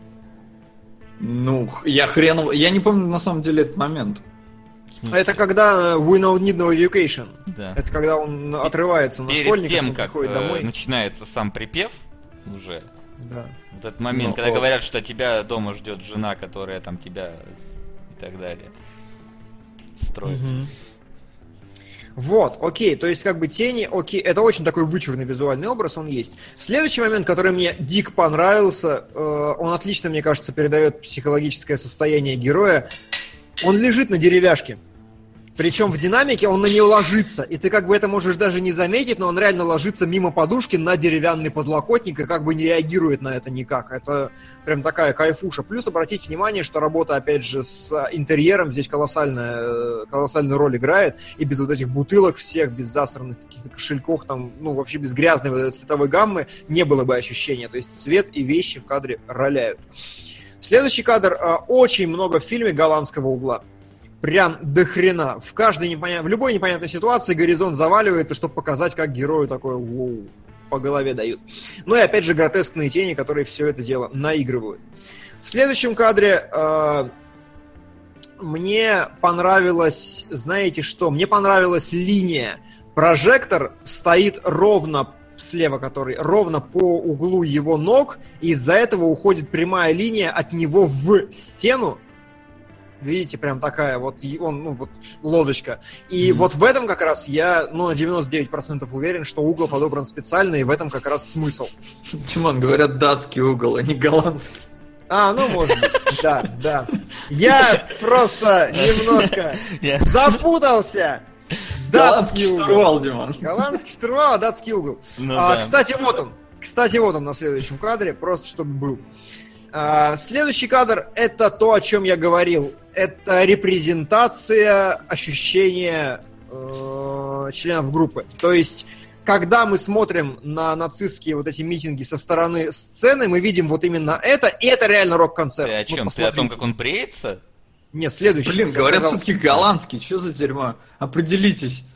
S4: Я не помню на самом деле этот момент.
S3: Это когда We Don't Need No Education.
S2: Да.
S3: Это когда он отрывается на школьника.
S2: Перед тем, как
S3: домой.
S2: начинается сам припев уже.
S3: Да.
S2: Вот этот момент, когда говорят, что тебя дома ждет жена, которая там тебя и так далее строит.
S3: Вот, окей, то есть как бы тени, окей, это очень такой вычурный визуальный образ, он есть. Следующий момент, который мне дико понравился, он отлично, мне кажется, передает психологическое состояние героя. Он лежит на деревяшке. Причем в динамике он на нее ложится. И ты как бы это можешь даже не заметить, но он реально ложится мимо подушки на деревянный подлокотник и как бы не реагирует на это никак. Это прям такая кайфуша. Плюс обратите внимание, что работа, опять же, с интерьером здесь колоссальную роль играет. И без вот этих бутылок всех, без засранных каких-то кошельков, там, вообще без грязной вот этой цветовой гаммы не было бы ощущения. То есть цвет и вещи в кадре роляют. Следующий кадр. Очень много в фильме голландского угла. Прям до хрена. В любой непонятной ситуации горизонт заваливается, чтобы показать, как герою такое по голове дают. Ну и опять же гротескные тени, которые все это дело наигрывают. В следующем кадре мне понравилось, знаете что, мне понравилась линия. Прожектор стоит ровно слева, который ровно по углу его ног, и из-за этого уходит прямая линия от него в стену. Видите, прям такая вот, вот лодочка. И вот в этом как раз я, на 99% уверен, что угол подобран специально, и в этом как раз смысл.
S4: Тимон, говорят, датский угол, а не голландский.
S3: Может быть, да. Я просто немножко запутался.
S4: Голландский штурвал, Димон.
S3: Голландский штурвал, датский угол. Кстати, вот он на следующем кадре, просто чтобы был. Следующий кадр — это то, о чем я говорил. Это репрезентация ощущения членов группы. То есть, когда мы смотрим на нацистские вот эти митинги со стороны сцены, мы видим вот именно это, и это реально рок-концерт.
S2: Ты о чем? Ты о том, как он бреется?
S3: Нет, следующий.
S4: Блин, говорят, все-таки голландский. Что за дерьмо? Определитесь.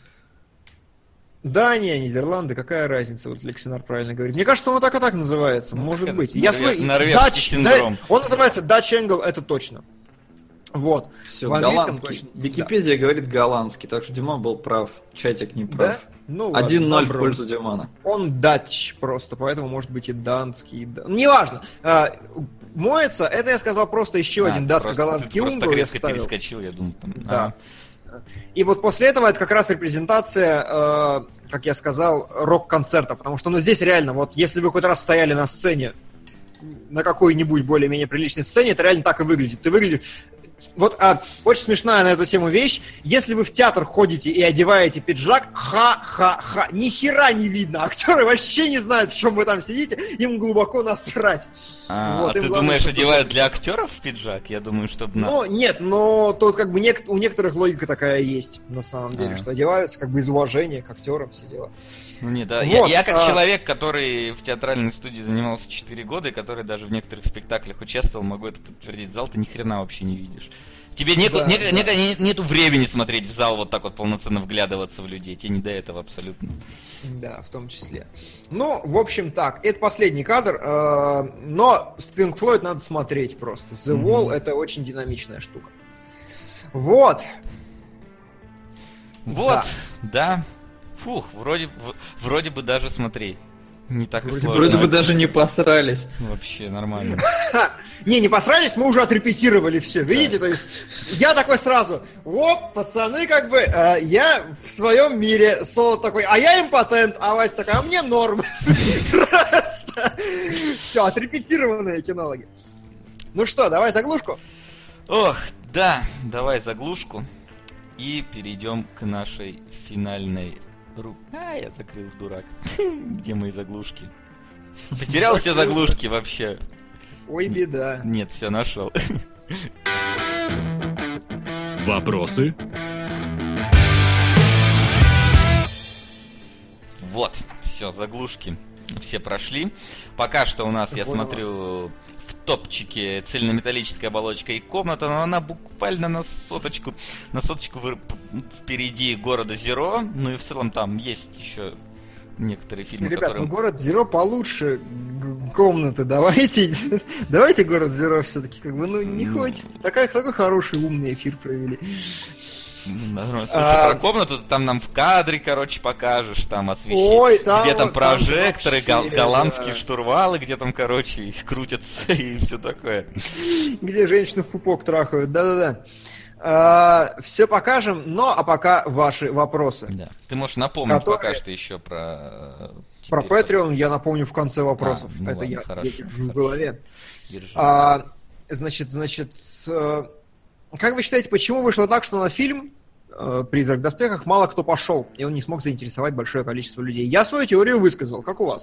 S3: Дания, Нидерланды, какая разница? Вот Лексинар правильно говорит. Мне кажется, он так и так называется. Может быть.
S2: Норвежский синдром.
S3: Он называется Dutch Angle, это точно. Вот.
S4: Все, голландский. Википедия говорит голландский, так что Димон был прав. Чатик не прав. Да?
S3: Ну,
S4: 1-0 в пользу Димона.
S3: Он Dutch просто, поэтому может быть и данский. Неважно. Моется, это я сказал просто еще один датско-голландский угол.
S2: Ты просто резко перескочил, я думаю.
S3: Да. И вот после этого это как раз репрезентация, как я сказал, рок-концерта. Потому что здесь реально, вот если вы хоть раз стояли на сцене, на какой-нибудь более-менее приличной сцене, это реально так и выглядит. Ты выглядишь... Вот очень смешная на эту тему вещь. Если вы в театр ходите и одеваете пиджак, ни хера не видно. Актеры вообще не знают, в чем вы там сидите, им глубоко насрать.
S2: Вот, ты думаешь, одевают для актеров пиджак? Я думаю, чтобы...
S3: Нет, но тут как бы у некоторых логика такая есть, на самом деле, что одеваются как бы из уважения к актерам, все дела.
S2: Да. Вот, я как человек, который в театральной студии занимался 4 года, и который даже в некоторых спектаклях участвовал, могу это подтвердить. Зал ты ни хрена вообще не видишь. Тебе нету времени смотреть в зал вот так вот полноценно вглядываться в людей. Тебе не до этого абсолютно.
S3: Да, в том числе. В общем так, это последний кадр, но в Pink Floyd надо смотреть просто. The Wall — это очень динамичная штука. Вот,
S2: да. Фух, вроде бы даже смотри. Не так и сложно.
S4: Вроде бы даже не посрались.
S2: Вообще нормально.
S3: Не посрались, мы уже отрепетировали все. Видите, то есть я такой сразу: пацаны, как бы, я в своем мире. Солод такой: а я импотент. А Вася такой: а мне норм. Просто. Все, отрепетированные кинологи. Ну что, давай заглушку?
S2: Ох, да, давай заглушку. И перейдем к нашей финальной... я закрыл, дурак. Где мои заглушки? Потерял все заглушки вообще.
S3: Ой, беда.
S2: Нет, все, нашел.
S5: Вопросы?
S2: Вот, все, заглушки все прошли. Пока что у нас, я смотрю, в топчике цельнометаллическая оболочка и комната, но она буквально на соточку впереди города Зеро. Ну и в целом там есть еще некоторые фильмы,
S3: ребят,
S2: которые...
S3: город Зеро получше комнаты. Давайте город Зеро все-таки, как бы, не хочется. Такой хороший умный эфир провели.
S2: Слушай, про комнату там нам в кадре, покажешь, там освещение, где там прожекторы, голландские штурвалы, где там, их крутятся и все такое.
S3: Где женщину в пупок трахают, да-да-да. Все покажем, а пока ваши вопросы.
S2: Да. Ты можешь напомнить пока что еще про...
S3: Про Patreon я напомню в конце вопросов. Это ладно, я держу в голове. Значит, как вы считаете, почему вышло так, что на фильм «Призрак в доспехах» мало кто пошел, и он не смог заинтересовать большое количество людей? Я свою теорию высказал, как у вас?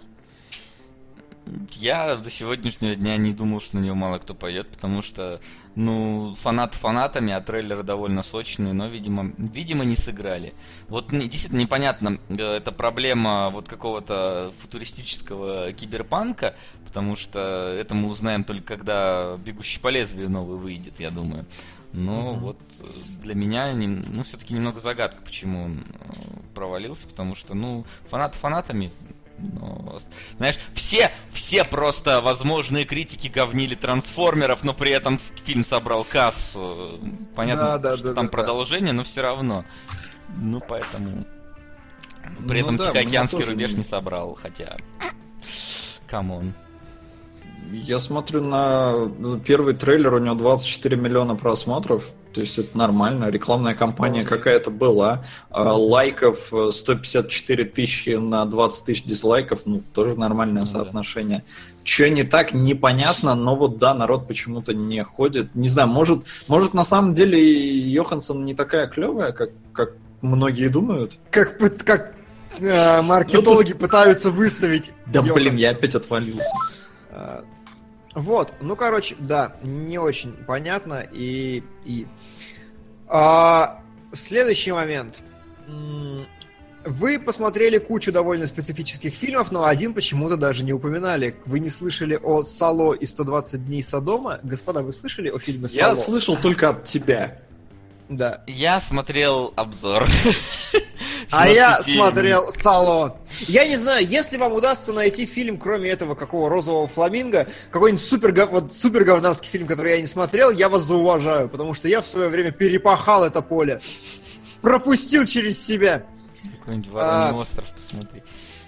S2: Я до сегодняшнего дня не думал, что на него мало кто пойдет, потому что, фанаты фанатами, а трейлеры довольно сочные, но, видимо, не сыграли. Вот действительно непонятно, это проблема вот какого-то футуристического киберпанка, потому что это мы узнаем только когда «Бегущий по лезвию» новый выйдет, я думаю. Но вот для меня, все-таки немного загадка, почему он провалился, потому что, фанаты фанатами, Но, знаешь, все просто возможные критики говнили трансформеров, но при этом фильм собрал кассу. Понятно, что там продолжение, но все равно. Ну, поэтому... При этом Тихоокеанский рубеж не собрал, хотя... Камон.
S4: Я смотрю на первый трейлер, у него 24 миллиона просмотров. То есть это нормально, рекламная кампания какая-то была. Лайков 154 тысячи на 20 тысяч дизлайков, ну, тоже нормальное соотношение. Че не так, непонятно, но вот да, народ почему-то не ходит. Не знаю, может на самом деле Йоханссон не такая клевая, как многие думают.
S3: Как маркетологи пытаются выставить.
S4: Да блин, я опять отвалился.
S3: Вот, ну, короче, да, не очень понятно. Следующий момент. Вы посмотрели кучу довольно специфических фильмов, но один почему-то даже не упоминали. Вы не слышали о «Сало» и «120 дней Содома»? Господа, вы слышали о фильме «Сало»?
S4: Я слышал только от тебя.
S3: Да.
S2: Я смотрел обзор.
S3: А я смотрел «Сало». Я не знаю, если вам удастся найти фильм, кроме этого какого «Розового фламинго», какой-нибудь супер говнарский фильм, который я не смотрел, я вас зауважаю, потому что я в свое время перепахал это поле. Пропустил через себя.
S2: Какой-нибудь «Вороний остров» посмотри.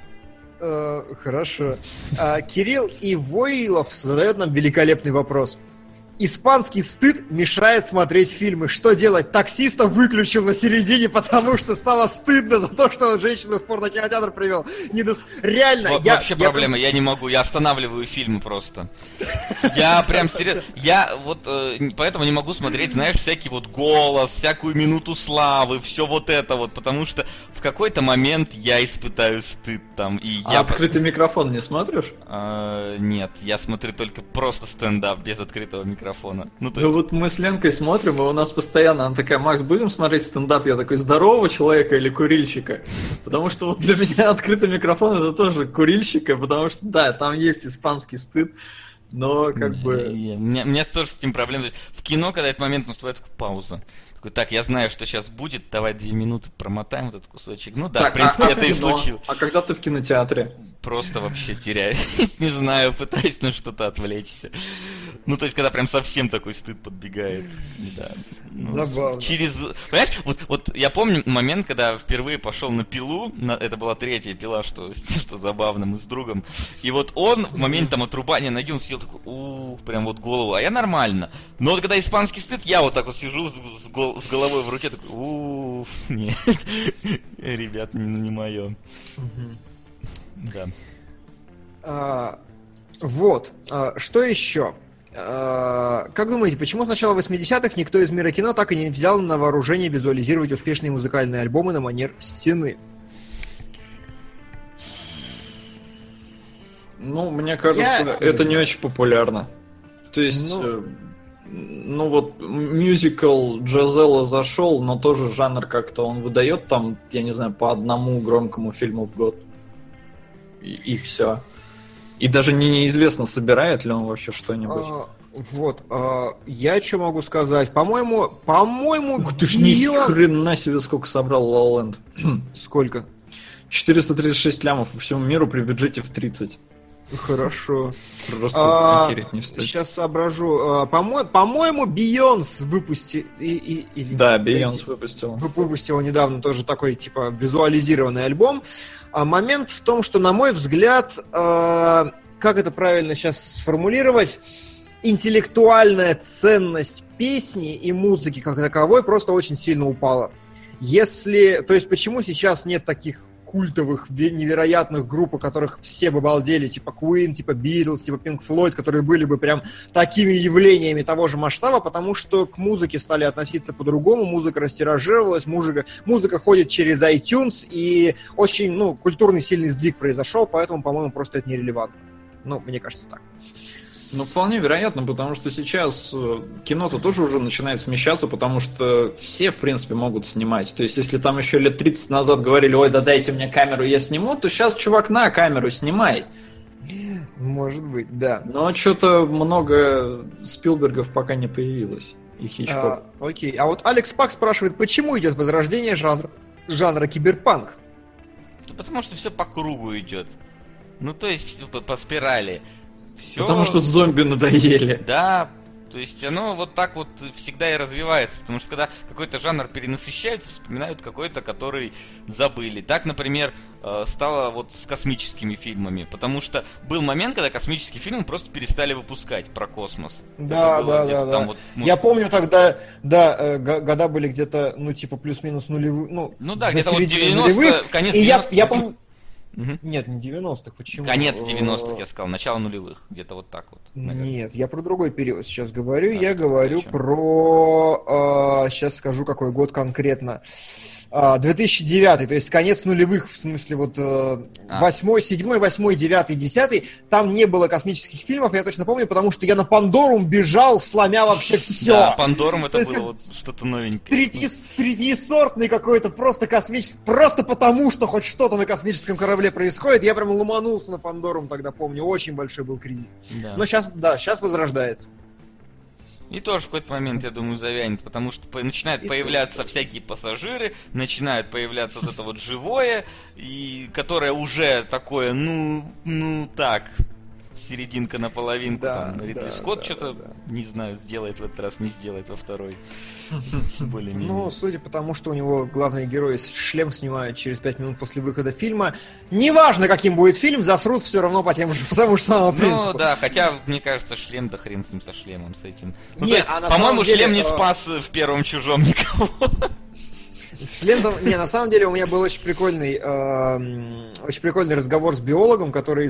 S3: Хорошо. Кирилл Ивоилов задает нам великолепный вопрос. Испанский стыд мешает смотреть фильмы. Что делать? Таксиста выключил на середине, потому что стало стыдно за то, что он женщину в порно-кинотеатр привел. Реально.
S2: Вообще проблема, я не могу, я останавливаю фильмы просто. Я прям серьезно, я вот поэтому не могу смотреть, знаешь, всякий вот «Голос», всякую «Минуту славы», все вот это вот, потому что в какой-то момент я испытаю стыд там.
S4: Открытый микрофон не смотришь?
S2: Нет, я смотрю только просто стендап без открытого микрофона. Ну
S4: вот мы с Ленкой смотрим, и у нас постоянно она такая: Макс, будем смотреть стендап? Я такой: здорового человека или курильщика? Потому что вот для меня открытый микрофон — это тоже курильщика, потому что, да, там есть испанский стыд, но как бы...
S2: У меня тоже с этим проблема. В кино, когда этот момент наступает, такая пауза. Такой: так, я знаю, что сейчас будет, давай 2 минуты промотаем вот этот кусочек. Ну да, так, в принципе, это и случилось.
S4: А когда ты в кинотеатре?
S2: Просто вообще теряюсь, не знаю, пытаюсь на что-то отвлечься. Ну, то есть, когда прям совсем такой стыд подбегает. Да.
S3: Забавно.
S2: Понимаешь, вот я помню момент, когда впервые пошел на пилу, это была 3-я пила, что забавно, мы с другом. И вот он в момент там отрубания ноги, он сидел такой: прям вот голову, а я нормально. Но вот когда испанский стыд, я вот так вот сижу с головой в руке, такой: нет, ребят, не мое. Да.
S3: Вот, что еще? Как думаете, почему с начала 80-х никто из мира кино так и не взял на вооружение визуализировать успешные музыкальные альбомы на манер стены?
S4: Ну, мне кажется, это не очень популярно. То есть, вот мюзикл Джазелла зашел, но тоже жанр как-то он выдает там, я не знаю, по одному громкому фильму в год. И все. И даже неизвестно, собирает ли он вообще что-нибудь. Я что могу сказать? По-моему... Ты ж ни хрена себе сколько собрал La La Land.
S3: Сколько?
S4: 436 лямов по всему миру при бюджете в 30.
S3: Хорошо.
S4: Просто охереть не встать.
S3: Сейчас соображу. По-моему, Бейонс выпустил...
S4: Да, Бейонс выпустил.
S3: Выпустил недавно тоже такой, типа, визуализированный альбом. Момент в том, что, на мой взгляд, как это правильно сейчас сформулировать, интеллектуальная ценность песни и музыки как таковой просто очень сильно упала. То есть, почему сейчас нет таких культовых, невероятных групп, о которых все бы балдели, типа Queen, типа Beatles, типа Pink Floyd, которые были бы прям такими явлениями того же масштаба, потому что к музыке стали относиться по-другому, музыка растиражировалась, музыка ходит через iTunes, и очень, культурный сильный сдвиг произошел, поэтому, по-моему, просто это нерелевантно. Мне кажется, так.
S4: Вполне вероятно, потому что сейчас кино-то тоже уже начинает смещаться, потому что все, в принципе, могут снимать. То есть, если там еще лет 30 назад говорили: ой, да дайте мне камеру, я сниму, то сейчас, чувак, на камеру снимай.
S3: Может быть, да.
S4: Но что-то много Спилбергов пока не появилось. И Хичкок.
S3: Окей, а вот Алекс Пак спрашивает, почему идет возрождение жанра киберпанк?
S2: Потому что все по кругу идет. Ну, то есть по спирали. Все...
S4: Потому что зомби надоели.
S2: Да, то есть оно вот так вот всегда и развивается, потому что когда какой-то жанр перенасыщается, вспоминают какой-то, который забыли. Так, например, стало вот с космическими фильмами, потому что был момент, когда космические фильмы просто перестали выпускать про космос.
S3: Да.
S2: Вот,
S3: Я помню тогда, года были где-то, ну, типа, плюс-минус нулевые,
S2: ну да, где-то вот 90, конец 90-х.
S3: Я помню... Нет, не 90-х, почему?
S2: Конец 90-х, я сказал, начало нулевых, где-то вот так вот. Наверное.
S3: Нет, я про другой период сейчас говорю. Я
S2: что
S3: говорю
S2: еще?
S3: про... сейчас скажу, какой год конкретно. 2009, то есть конец нулевых, в смысле вот 8, 7, 8, 9, 10, там не было космических фильмов, я точно помню, потому что я на Пандорум бежал, сломя вообще все.
S2: Да, Пандорум это
S3: есть,
S2: было вот что-то новенькое.
S3: Третьесортный какой-то, просто космический, просто потому, что хоть что-то на космическом корабле происходит, я прям ломанулся на Пандорум тогда, помню, очень большой был кредит.
S2: Да.
S3: Но сейчас возрождается.
S2: И тоже в какой-то момент, я думаю, завянет, потому что начинают появляться всякие пассажиры, начинают появляться вот это вот живое, и которое уже такое, так, серединка на половинку, там, Ридли Скотт что-то, не знаю, сделает в этот раз, не сделает во второй. Более-менее.
S3: Ну, судя по тому, что у него главный герой шлем снимает через 5 минут после выхода фильма, неважно, каким будет фильм, засрут все равно по тем же, потому что самому принципу.
S2: Ну, да, хотя, мне кажется, шлем, да хрен с ним, со шлемом, с этим. Ну,
S3: Не,
S2: то есть,
S3: а на
S2: по-моему,
S3: самом деле,
S2: шлем не спас в первом «Чужом» никого.
S3: На самом деле у меня был очень прикольный разговор с биологом, который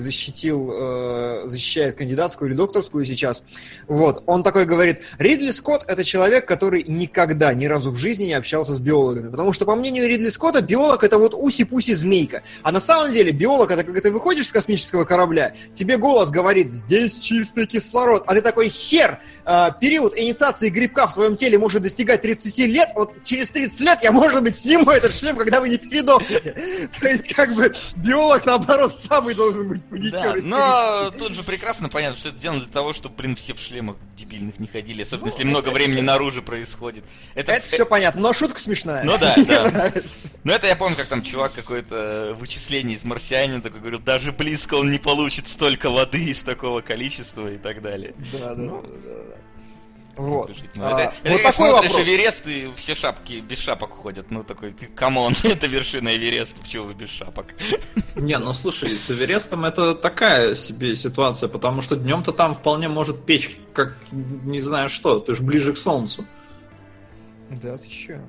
S3: защищает кандидатскую или докторскую сейчас. Вот. Он такой говорит: Ридли Скотт — это человек, который никогда, ни разу в жизни не общался с биологами. Потому что, по мнению Ридли Скотта, биолог — это вот уси-пуси-змейка. А на самом деле биолог — это когда ты выходишь с космического корабля, тебе голос говорит: здесь чистый кислород. А ты такой: хер! Период инициации грибка в твоем теле может достигать 30 лет, вот через 30 лет я, может быть, сниму этот шлем, когда вы не передохнете. То есть, как бы, биолог, наоборот, самый должен быть паникер.
S2: Да, но тут же прекрасно понятно, что это сделано для того, чтобы, все в шлемах дебильных не ходили, особенно если много времени наружу происходит.
S3: Это все понятно, но шутка смешная.
S2: Ну да,
S3: Мне
S2: да.
S3: нравится.
S2: Ну это я помню, как там чувак какое-то вычисление из «Марсианина» такой говорил: даже близко он не получит столько воды из такого количества и так далее.
S3: Да. Вот.
S2: Это
S3: вот
S2: как
S3: такой
S2: смотришь
S3: вопрос.
S2: Эверест, и все шапки без шапок ходят. Ну такой, ты, камон, это вершина Эвереста, почему вы без шапок?
S4: Не, ну слушай, с Эверестом это такая себе ситуация, потому что днем-то там вполне может печь, как не знаю что, ты ж ближе к солнцу.
S3: Да, ты чё?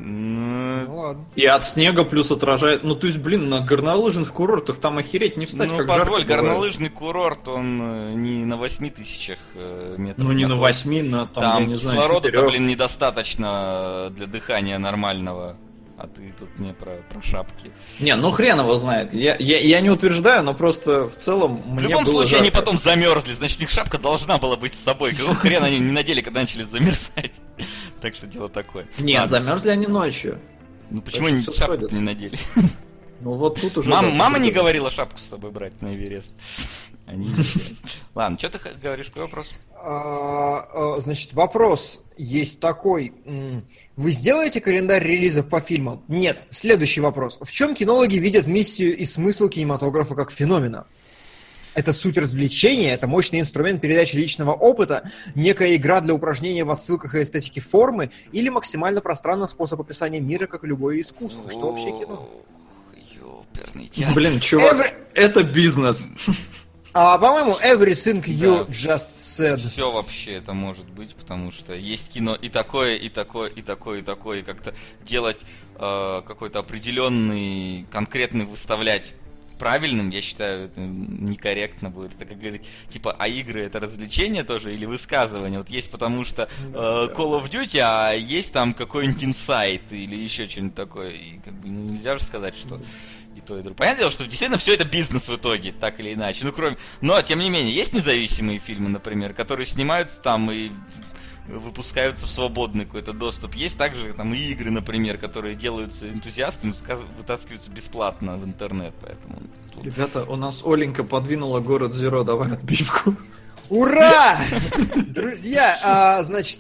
S2: Ну,
S3: ладно.
S4: И от снега плюс отражает. Ну, то есть, блин, на горнолыжных курортах там охереть не встать,
S2: ну
S4: как
S2: позволь,
S4: жарко бывает.
S2: горнолыжный курорт, он не на 8000 метров.
S4: Ну, не на
S2: находится.
S4: 8, но там,
S2: Там
S4: я не знаю,
S2: кислорода-то,
S4: 4.
S2: блин, недостаточно для дыхания нормального. А ты тут мне про шапки.
S4: Не, ну хрен его знает. Я не утверждаю, но просто в целом
S2: В
S4: мне
S2: любом
S4: было
S2: случае, они
S4: жарко.
S2: потом замерзли, значит, их шапка должна была быть с собой. Какого хрена они не надели, когда начали замерзать? Так что дело такое.
S4: Не,
S2: Ладно.
S4: замерзли они ночью.
S2: Ну почему
S4: так
S2: они
S4: что всё
S2: шапку
S4: сходится.
S2: не надели?
S4: Ну вот тут уже...
S2: Мама не говорила шапку с собой брать на Эверест. Они не взяли. Ладно, что ты говоришь, какой вопрос?
S3: Значит, вопрос есть такой. Вы сделаете календарь релизов по фильмам? Нет. Следующий вопрос. В чем кинологи видят миссию и смысл кинематографа как феномена? Это суть развлечения, это мощный инструмент передачи личного опыта, некая игра для упражнения в отсылках и эстетике формы или максимально пространный способ описания мира, как любое искусство. Что вообще кино?
S2: Ёперный театр.
S4: Блин, чувак, это бизнес.
S3: По-моему, everything you
S2: Да.
S3: just said.
S2: Все вообще это может быть, потому что есть кино и такое, и такое, и такое, и такое, и как-то делать какой-то определенный, конкретный выставлять правильным, я считаю, это некорректно будет. Это как говорить, типа, а игры это развлечение тоже или высказывание? Вот есть потому что Call of Duty, а есть там какой-нибудь инсайт или еще что-нибудь такое. И как бы нельзя же сказать, что и то, и другое. Понятное дело, что действительно все это бизнес в итоге, так или иначе. Ну, кроме... Но, тем не менее, есть независимые фильмы, например, которые снимаются там и выпускаются в свободный какой-то доступ. Есть также там и игры, например, которые делаются энтузиастами, вытаскиваются бесплатно в интернет, поэтому... Тут...
S4: Ребята, у нас Оленька подвинула город Зеро, давай отбивку.
S3: Ура! Друзья, значит,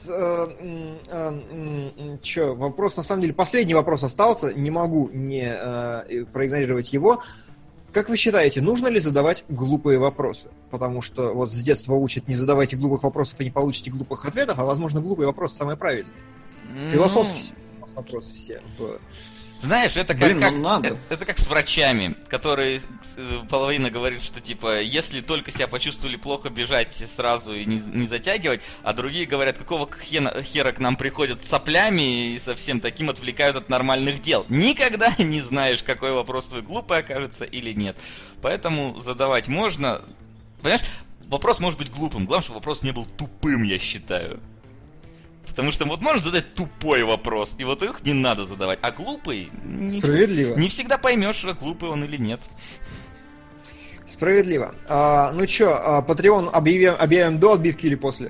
S3: вопрос, на самом деле, последний вопрос остался, не могу не проигнорировать его. Как вы считаете, нужно ли задавать глупые вопросы? Потому что вот с детства учат, не задавайте глупых вопросов и не получите глупых ответов, а, возможно, глупые вопросы самые правильные. Философские вопросы все.
S2: Знаешь, это как с врачами, которые половина говорит, что типа, если только себя почувствовали плохо, бежать сразу и не затягивать, а другие говорят, какого хера к нам приходят с соплями и совсем таким отвлекают от нормальных дел. Никогда не знаешь, какой вопрос твой глупый окажется или нет. Поэтому задавать можно. Понимаешь, вопрос может быть глупым, главное, чтобы вопрос не был тупым, я считаю. Потому что вот можно задать тупой вопрос, и вот их не надо задавать. А глупый не всегда поймешь, глупый он или нет.
S3: Справедливо. Ну чё, Patreon объявим до отбивки или после?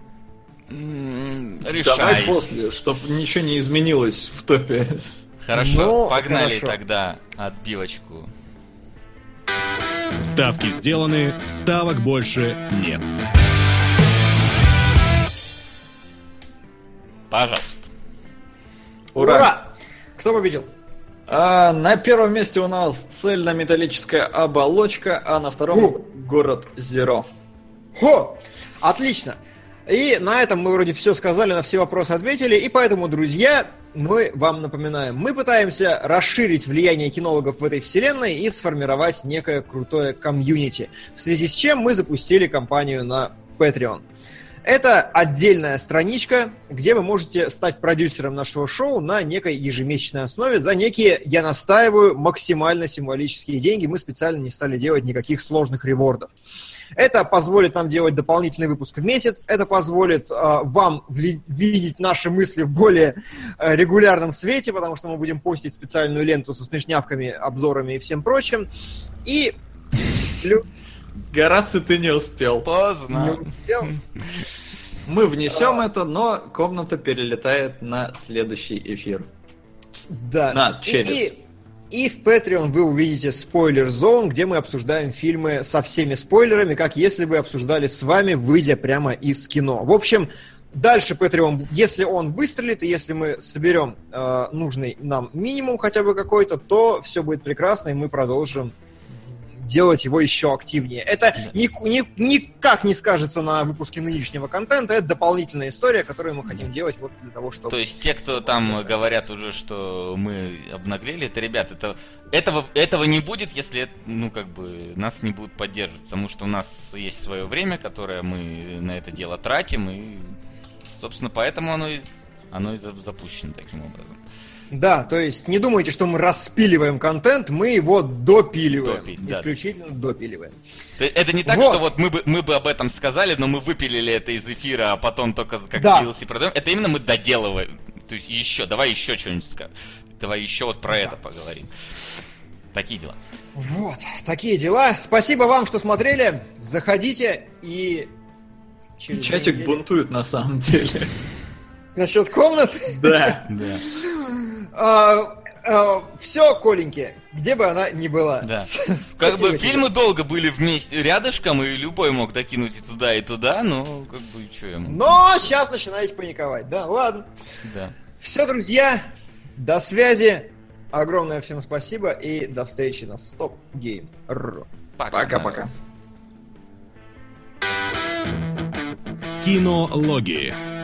S2: Решай.
S4: Давай после, чтобы ничего не изменилось в топе.
S2: Хорошо, погнали тогда отбивочку.
S5: Ставки сделаны, ставок больше нет.
S2: Пожалуйста.
S3: Ура! Кто победил?
S4: На первом месте у нас цельнометаллическая оболочка, а на втором город Зеро.
S3: Отлично! И на этом мы вроде все сказали, на все вопросы ответили, и поэтому, друзья, мы вам напоминаем, мы пытаемся расширить влияние кинологов в этой вселенной и сформировать некое крутое комьюнити, в связи с чем мы запустили кампанию на Patreon. Это отдельная страничка, где вы можете стать продюсером нашего шоу на некой ежемесячной основе за некие, я настаиваю, максимально символические деньги. Мы специально не стали делать никаких сложных ревордов. Это позволит нам делать дополнительный выпуск в месяц, это позволит вам видеть наши мысли в более регулярном свете, потому что мы будем постить специальную ленту со смешнявками, обзорами и всем прочим. И...
S4: Гораций, ты не успел.
S2: Поздно.
S3: Не успел.
S4: Мы внесем это, но комната перелетает на следующий эфир.
S3: Да.
S4: Через.
S3: И в Patreon вы увидите спойлер зон, где мы обсуждаем фильмы со всеми спойлерами, как если бы обсуждали с вами, выйдя прямо из кино. В общем, дальше Patreon, если он выстрелит, и если мы соберем нужный нам минимум хотя бы какой-то, то все будет прекрасно, и мы продолжим делать его еще активнее. Это никак не скажется на выпуске нынешнего контента, это дополнительная история, которую мы хотим делать вот для того, чтобы...
S2: То есть те, кто там говорят уже, что мы обнаглели, это, ребят, этого не будет, если, нас не будут поддерживать, потому что у нас есть свое время, которое мы на это дело тратим, и, собственно, поэтому оно и запущено таким образом.
S3: Да, то есть не думайте, что мы распиливаем контент, мы его допиливаем. Исключительно допиливаем.
S2: Это не так, что вот мы бы об этом сказали, но мы выпилили это из эфира, а потом только как DLC продаем. Это именно мы доделываем. То есть давай еще что-нибудь скажем. Давай еще вот про это поговорим. Такие дела.
S3: Вот, такие дела. Спасибо вам, что смотрели. Заходите и...
S4: Чатик бунтует на самом деле.
S3: Насчет комнат?
S4: Да.
S3: Все, Коленьки, где бы она ни была.
S2: Да. Как бы фильмы долго были вместе рядышком, и любой мог докинуть и туда, но как бы что ему.
S3: Но сейчас начинаете паниковать, да, ладно.
S2: Да.
S3: Все, друзья, до связи. Огромное всем спасибо и до встречи на Stop Game.
S4: Пока-пока.
S5: Кинологии.